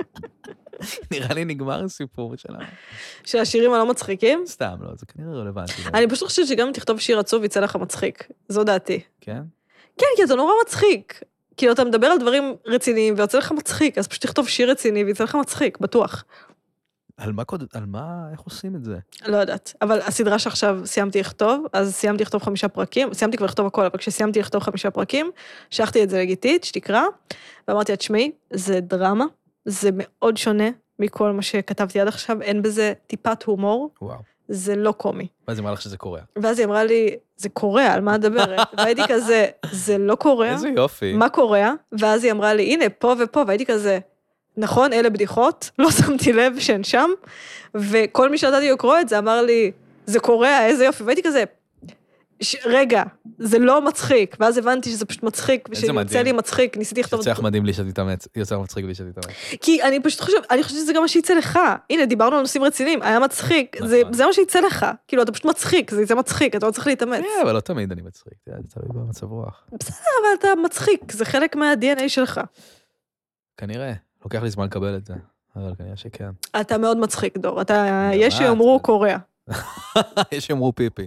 נראה לי נגמר הסיפור שלנו. שהשירים הלא מצחיקים? סתם, לא, זה כנראה רלוונטי. אני פשוט חושבת שגם אם תכתוב שיר עצוב, יצא לך מצחיק. זו דעתי. כן? כן, כי אתה נורא מצחיק. כאילו, אתה מדבר על דברים רציניים, ויוצא לך מצחיק, אז פשוט תכתוב שיר רציני, ויצא לך מצחיק, בטוח. על מה, איך עושים את זה? לא יודעת. אבל הסדרה שעכשיו סיימתי לכתוב, אז סיימתי לכתוב 5 פרקים, סיימתי כבר לכתוב הכל, אבל כשסיימתי לכתוב 5 פרקים, שלחתי את זה לגיטית, שתקרא, ואמרתי, תשמעי, זה דרמה, זה מאוד שונה מכל מה שכתבתי עד עכשיו, אין בזה טיפת הומור, וואו. זה לא קומי. ואז היא אמרה לך שזה קוריאה. ואז היא אמרה לי, זה קוריאה, על מה הדברת? והייתי כזה, זה לא קוריאה. איזה יופי. מה קוריאה? ואז היא אמרה לי, הנה, פה ופה, והייתי כזה, נכון, אלה בדיחות, לא שמתי לב שהן שם, וכל מי שנתתי לקרוא את זה אמר לי, זה קוריאה, איזה יופי, והייתי כזה, רגע, זה לא מצחיק, ואז הבנתי שזה פשוט מצחיק, ושנמצא לי מצחיק, ניסיתי לכתוב... יוצא מדהים לי שתתאמץ, יוצא מצחיק לי שתתאמץ. כי אני פשוט חושבת שזה גם מה שיצא לך. הנה, דיברנו על נושאים רציניים, היה מצחיק, זה מה שיצא לך. כאילו, אתה פשוט מצחיק, זה יצא מצחיק, אתה לא צריך להתאמץ. אבל לא תמיד אני מצחיק, זה תלוי במצב רוח. בסדר, אבל אתה מצחיק, זה חלק מה-DNA שלך. כנראה, לוקח לי זמן לקבל את זה, אבל כנראה שכן. אתה מאוד מצחיק, דור, יש שיאמרו קוריאה. יש שיאמרו פיפי.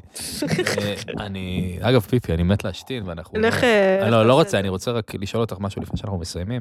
אגב, פיפי, אני מת להשתין, ואנחנו... לא רוצה, אני רוצה רק לשאול אותך משהו לפני שאנחנו מסיימים.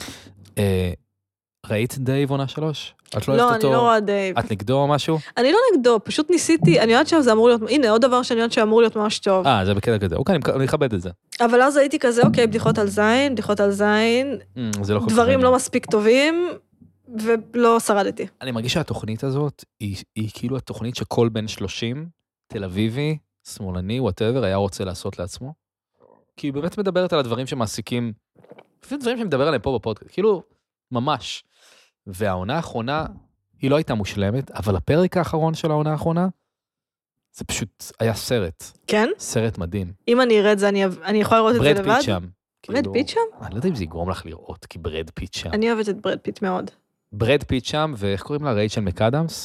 ראית דייב עונה 3? את לא אוהבת אותו? לא, אני לא רואה דייב. את נגדו או משהו? אני לא נגדו, פשוט ניסיתי, אני יודעת שזה אמור להיות, הנה, עוד דבר שאני יודעת שאמור להיות ממש טוב. זה בקטע כזה, אוקיי, אני אכבד את זה. אבל אז הייתי כזה, אוקיי, בדיחות על זין, דברים לא מספיק טובים, ולא שרדתי. אני מרגיש שהתוכנית הזאת היא כאילו התוכנית שכל בן 30, תל אביבי, שמאלני, whatever, היה רוצה לעשות לעצמו. כי היא באמת מדברת על הדברים שמעסיקים, לפי דברים שמדבר עליהם פה בפודקאסט, כאילו, ממש. והעונה האחרונה, היא לא הייתה מושלמת, אבל הפרק האחרון של העונה האחרונה, זה פשוט היה סרט. כן? סרט מדהים. אם אני אראה את זה, אני יכולה לראות את זה לבד? ברד פיט שם. ברד פיט שם? אני לא יודע אם זה יגרום לך לראות, כי ברד פיט שם. אני אוהבת את ברד פיט מאוד. ברד פיט שם, ואיך קוראים לה? רייצ'ל מקאדמס?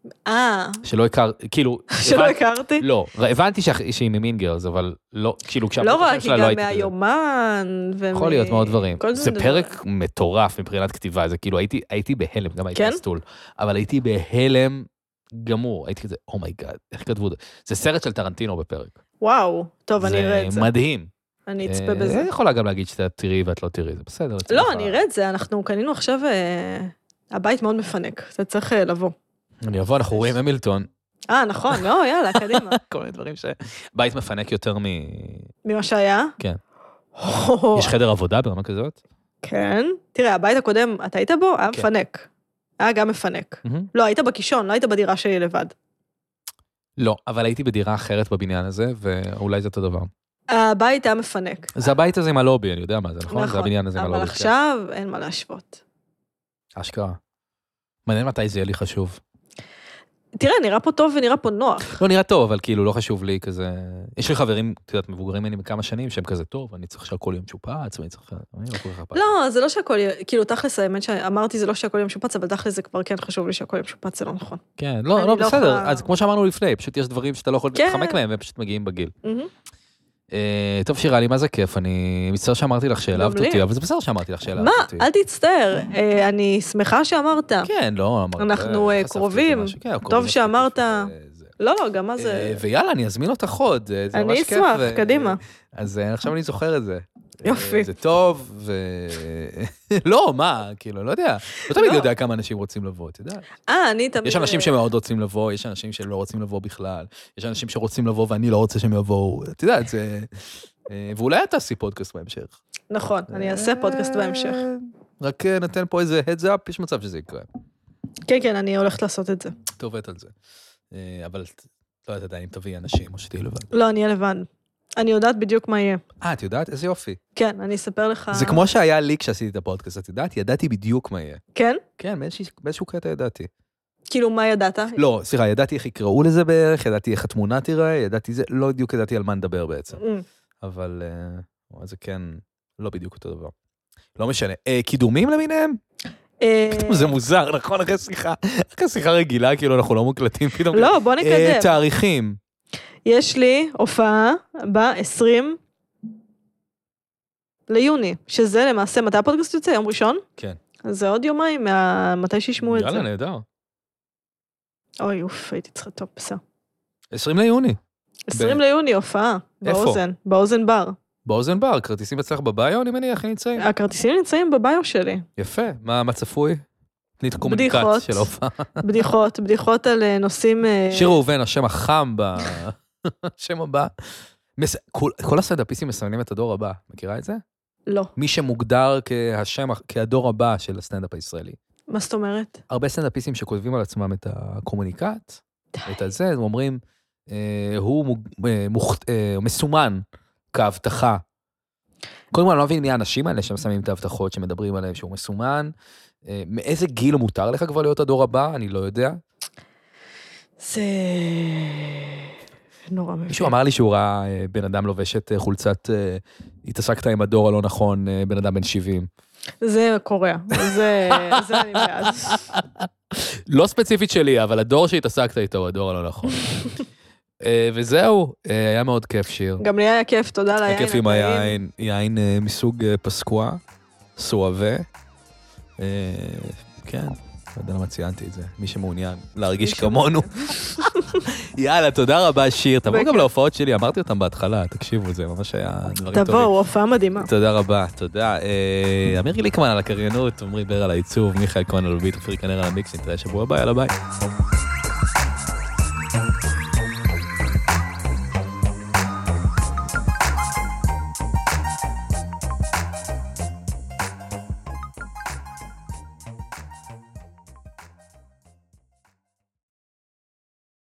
שלא הכר, כאילו... שלא הכרתי? לא, הבנתי שהיא ממין גרלס, אבל לא, כאילו לא רק, היא גם מהיומן, יכול להיות מאוד דברים. זה פרק מטורף מבחינת כתיבה, זה כאילו הייתי בהלם, גם הייתי בסטול, אבל הייתי בהלם גמור, הייתי כזה, אומייגאד, איך כתבו את זה? זה סרט של טרנטינו בפרק. וואו, טוב, אני אראה את זה. זה מדהים. אני אצפה בזה. יכולה גם להגיד שאתה תראי ואת לא תראי, זה בסדר. לא, אני אראה את זה, אנחנו קנינו עכשיו, הבית מאוד מפנק, אתה צריך לבוא. אני אבוא, אנחנו רואים המילטון. נכון, לא, יאללה, קדימה. כל מיני דברים בית מפנק יותר ממה שהיה? כן. יש חדר עבודה ברמה כזאת? כן. תראה, הבית הקודם, אתה היית בו? היה מפנק. היה גם מפנק. לא, היית בקישון, לא היית בדירה שלי לבד. לא, אבל הייתי בדירה אחרת בבניין הזה, ואולי זה אותו דבר. הבית היה מפנק. זה הבית הזה עם הלובי, אני יודע מה זה, נכון? זה הבניין הזה עם הלובי. אבל עכשיו אין מה להשוות. אשכרה. מעניין מתי זה יהיה לי חשוב. תראה, נראה פה טוב ונראה פה נוח. לא נראה טוב, אבל כאילו לא חשוב לי כזה... יש לי חברים, את יודעת, מבוגרים ממני בכמה שנים, שהם כזה טוב, אני צריך שהכל יום שופץ, ואני צריך... לא, זה לא שהכל... כאילו, תכלס, האמת שאמרתי, זה לא שהכל יום שופץ, אבל תכלס זה כבר כן חשוב לי שהכל יום שופץ, זה לא נכון. כן, לא, בסדר. אז כמו שאמרנו לפני, פשוט יש דברים שאתה לא יכול להתחמק להם, והם פשוט מגיעים בגיל. טוב, שירה לי, מה זה כיף? אני מצטער שאמרתי לך שהעלבת אותי, אבל זה בסדר שאמרתי לך שהעלבת אותי. מה? אל תצטער. אני שמחה שאמרת. כן, לא, אמרת. אנחנו קרובים. טוב שאמרת. לא, גם מה זה... ויאללה, אני אזמין אותך עוד. אני אשמח, קדימה. אז עכשיו אני זוכר את זה. יופי. זה טוב, לא, מה, כאילו, לא יודע. לא תמיד יודע כמה אנשים רוצים לבוא, אתה יודע. אני תמיד... יש אנשים שמאוד רוצים לבוא, יש אנשים שלא רוצים לבוא בכלל, יש אנשים שרוצים לבוא ואני לא רוצה שהם יבואו, אתה יודע, זה... ואולי אתה עשי פודקאסט בהמשך. נכון, אני אעשה פודקאסט בהמשך. רק נתן פה איזה heads up, יש מצב שזה יקרה. כן, כן, אני הולכת לעשות את זה. טובת על זה. אבל לא יודעת עדיין אם תביאי אנשים או שתהיי לבד. לא, אני אהיה לבד. אני יודעת בדיוק מה יהיה. את יודעת? איזה יופי. כן, אני אספר לך... זה כמו שהיה לי כשעשיתי את הפודקאסט, את יודעת? ידעתי בדיוק מה יהיה. כן? כן, באיזשהו קטע ידעתי. כאילו, מה ידעת? לא, סליחה, ידעתי איך יקראו לזה בערך, ידעתי איך התמונה תראה, ידעתי זה, לא בדיוק ידעתי על מה נדבר בעצם. אבל זה כן, לא בדיוק אותו דבר. לא משנה. קידומים למיניהם? פתאום זה מוזר, נכון? אחרי שיחה רגילה, כאילו אנחנו לא מוקלטים פתאום. לא, בוא נקדם. תאריכים. יש לי הופעה ב-20 ליוני, שזה למעשה, מתי הפודקאסט יוצא? יום ראשון? כן. אז זה עוד יומיים, מתי שישמעו את זה. יאללה, נהדר. אוי, אוף, הייתי צריכה טוב, בסדר. 20 ליוני. 20 ליוני, הופעה. באוזן. באוזן בר. באוזן בר, כרטיסים אצלך בביו, אני מניח, נמצאים. הכרטיסים נמצאים בביו שלי. יפה, מה צפוי? תנית קומוניקט של ההופעה. בדיחות על נושאים... שיר ראובן, השם החם השם הבא. כל הסטנדאפיסטים מסמנים את הדור הבא, מכירה את זה? לא. מי שמוגדר כהדור הבא של הסטנדאפ הישראלי. מה זאת אומרת? הרבה סטנדאפיסטים שכותבים על עצמם את הקומוניקט, את זה, הם אומרים, הוא מסומן כהבטחה. קודם כל, אני לא מבין מי האנשים האלה ששמים את ההבטחות שמדברים עליהם, שהוא מסומן. מאיזה גיל מותר לך כבר להיות הדור הבא? אני לא יודע. זה... נורא מבין. מישהו אמר לי שהוא ראה בן אדם לובש את חולצת, התעסקת עם הדור הלא נכון, בן אדם בן 70. זה קורא, זה אני בעד. לא ספציפית שלי, אבל הדור שהתעסקת איתו הוא הדור הלא נכון. וזהו, היה מאוד כיף שיר. גם לי היה כיף, תודה ליין. היה כיף עם היין, יין מסוג פסקוע, סואבה. כן, לא יודע למה ציינתי את זה, מי שמעוניין להרגיש כמונו. יאללה, תודה רבה שיר, תבואו גם להופעות שלי, אמרתי אותם בהתחלה, תקשיבו, זה ממש היה דברים טובים. תבואו, הופעה מדהימה. תודה רבה, תודה. אמיר גליקמן על הקריינות, עמרי בר על העיצוב, מיכאל כהן על הביט, אופיר כנר על המיקס, נתראה שבוע הבא, יאללה ביי.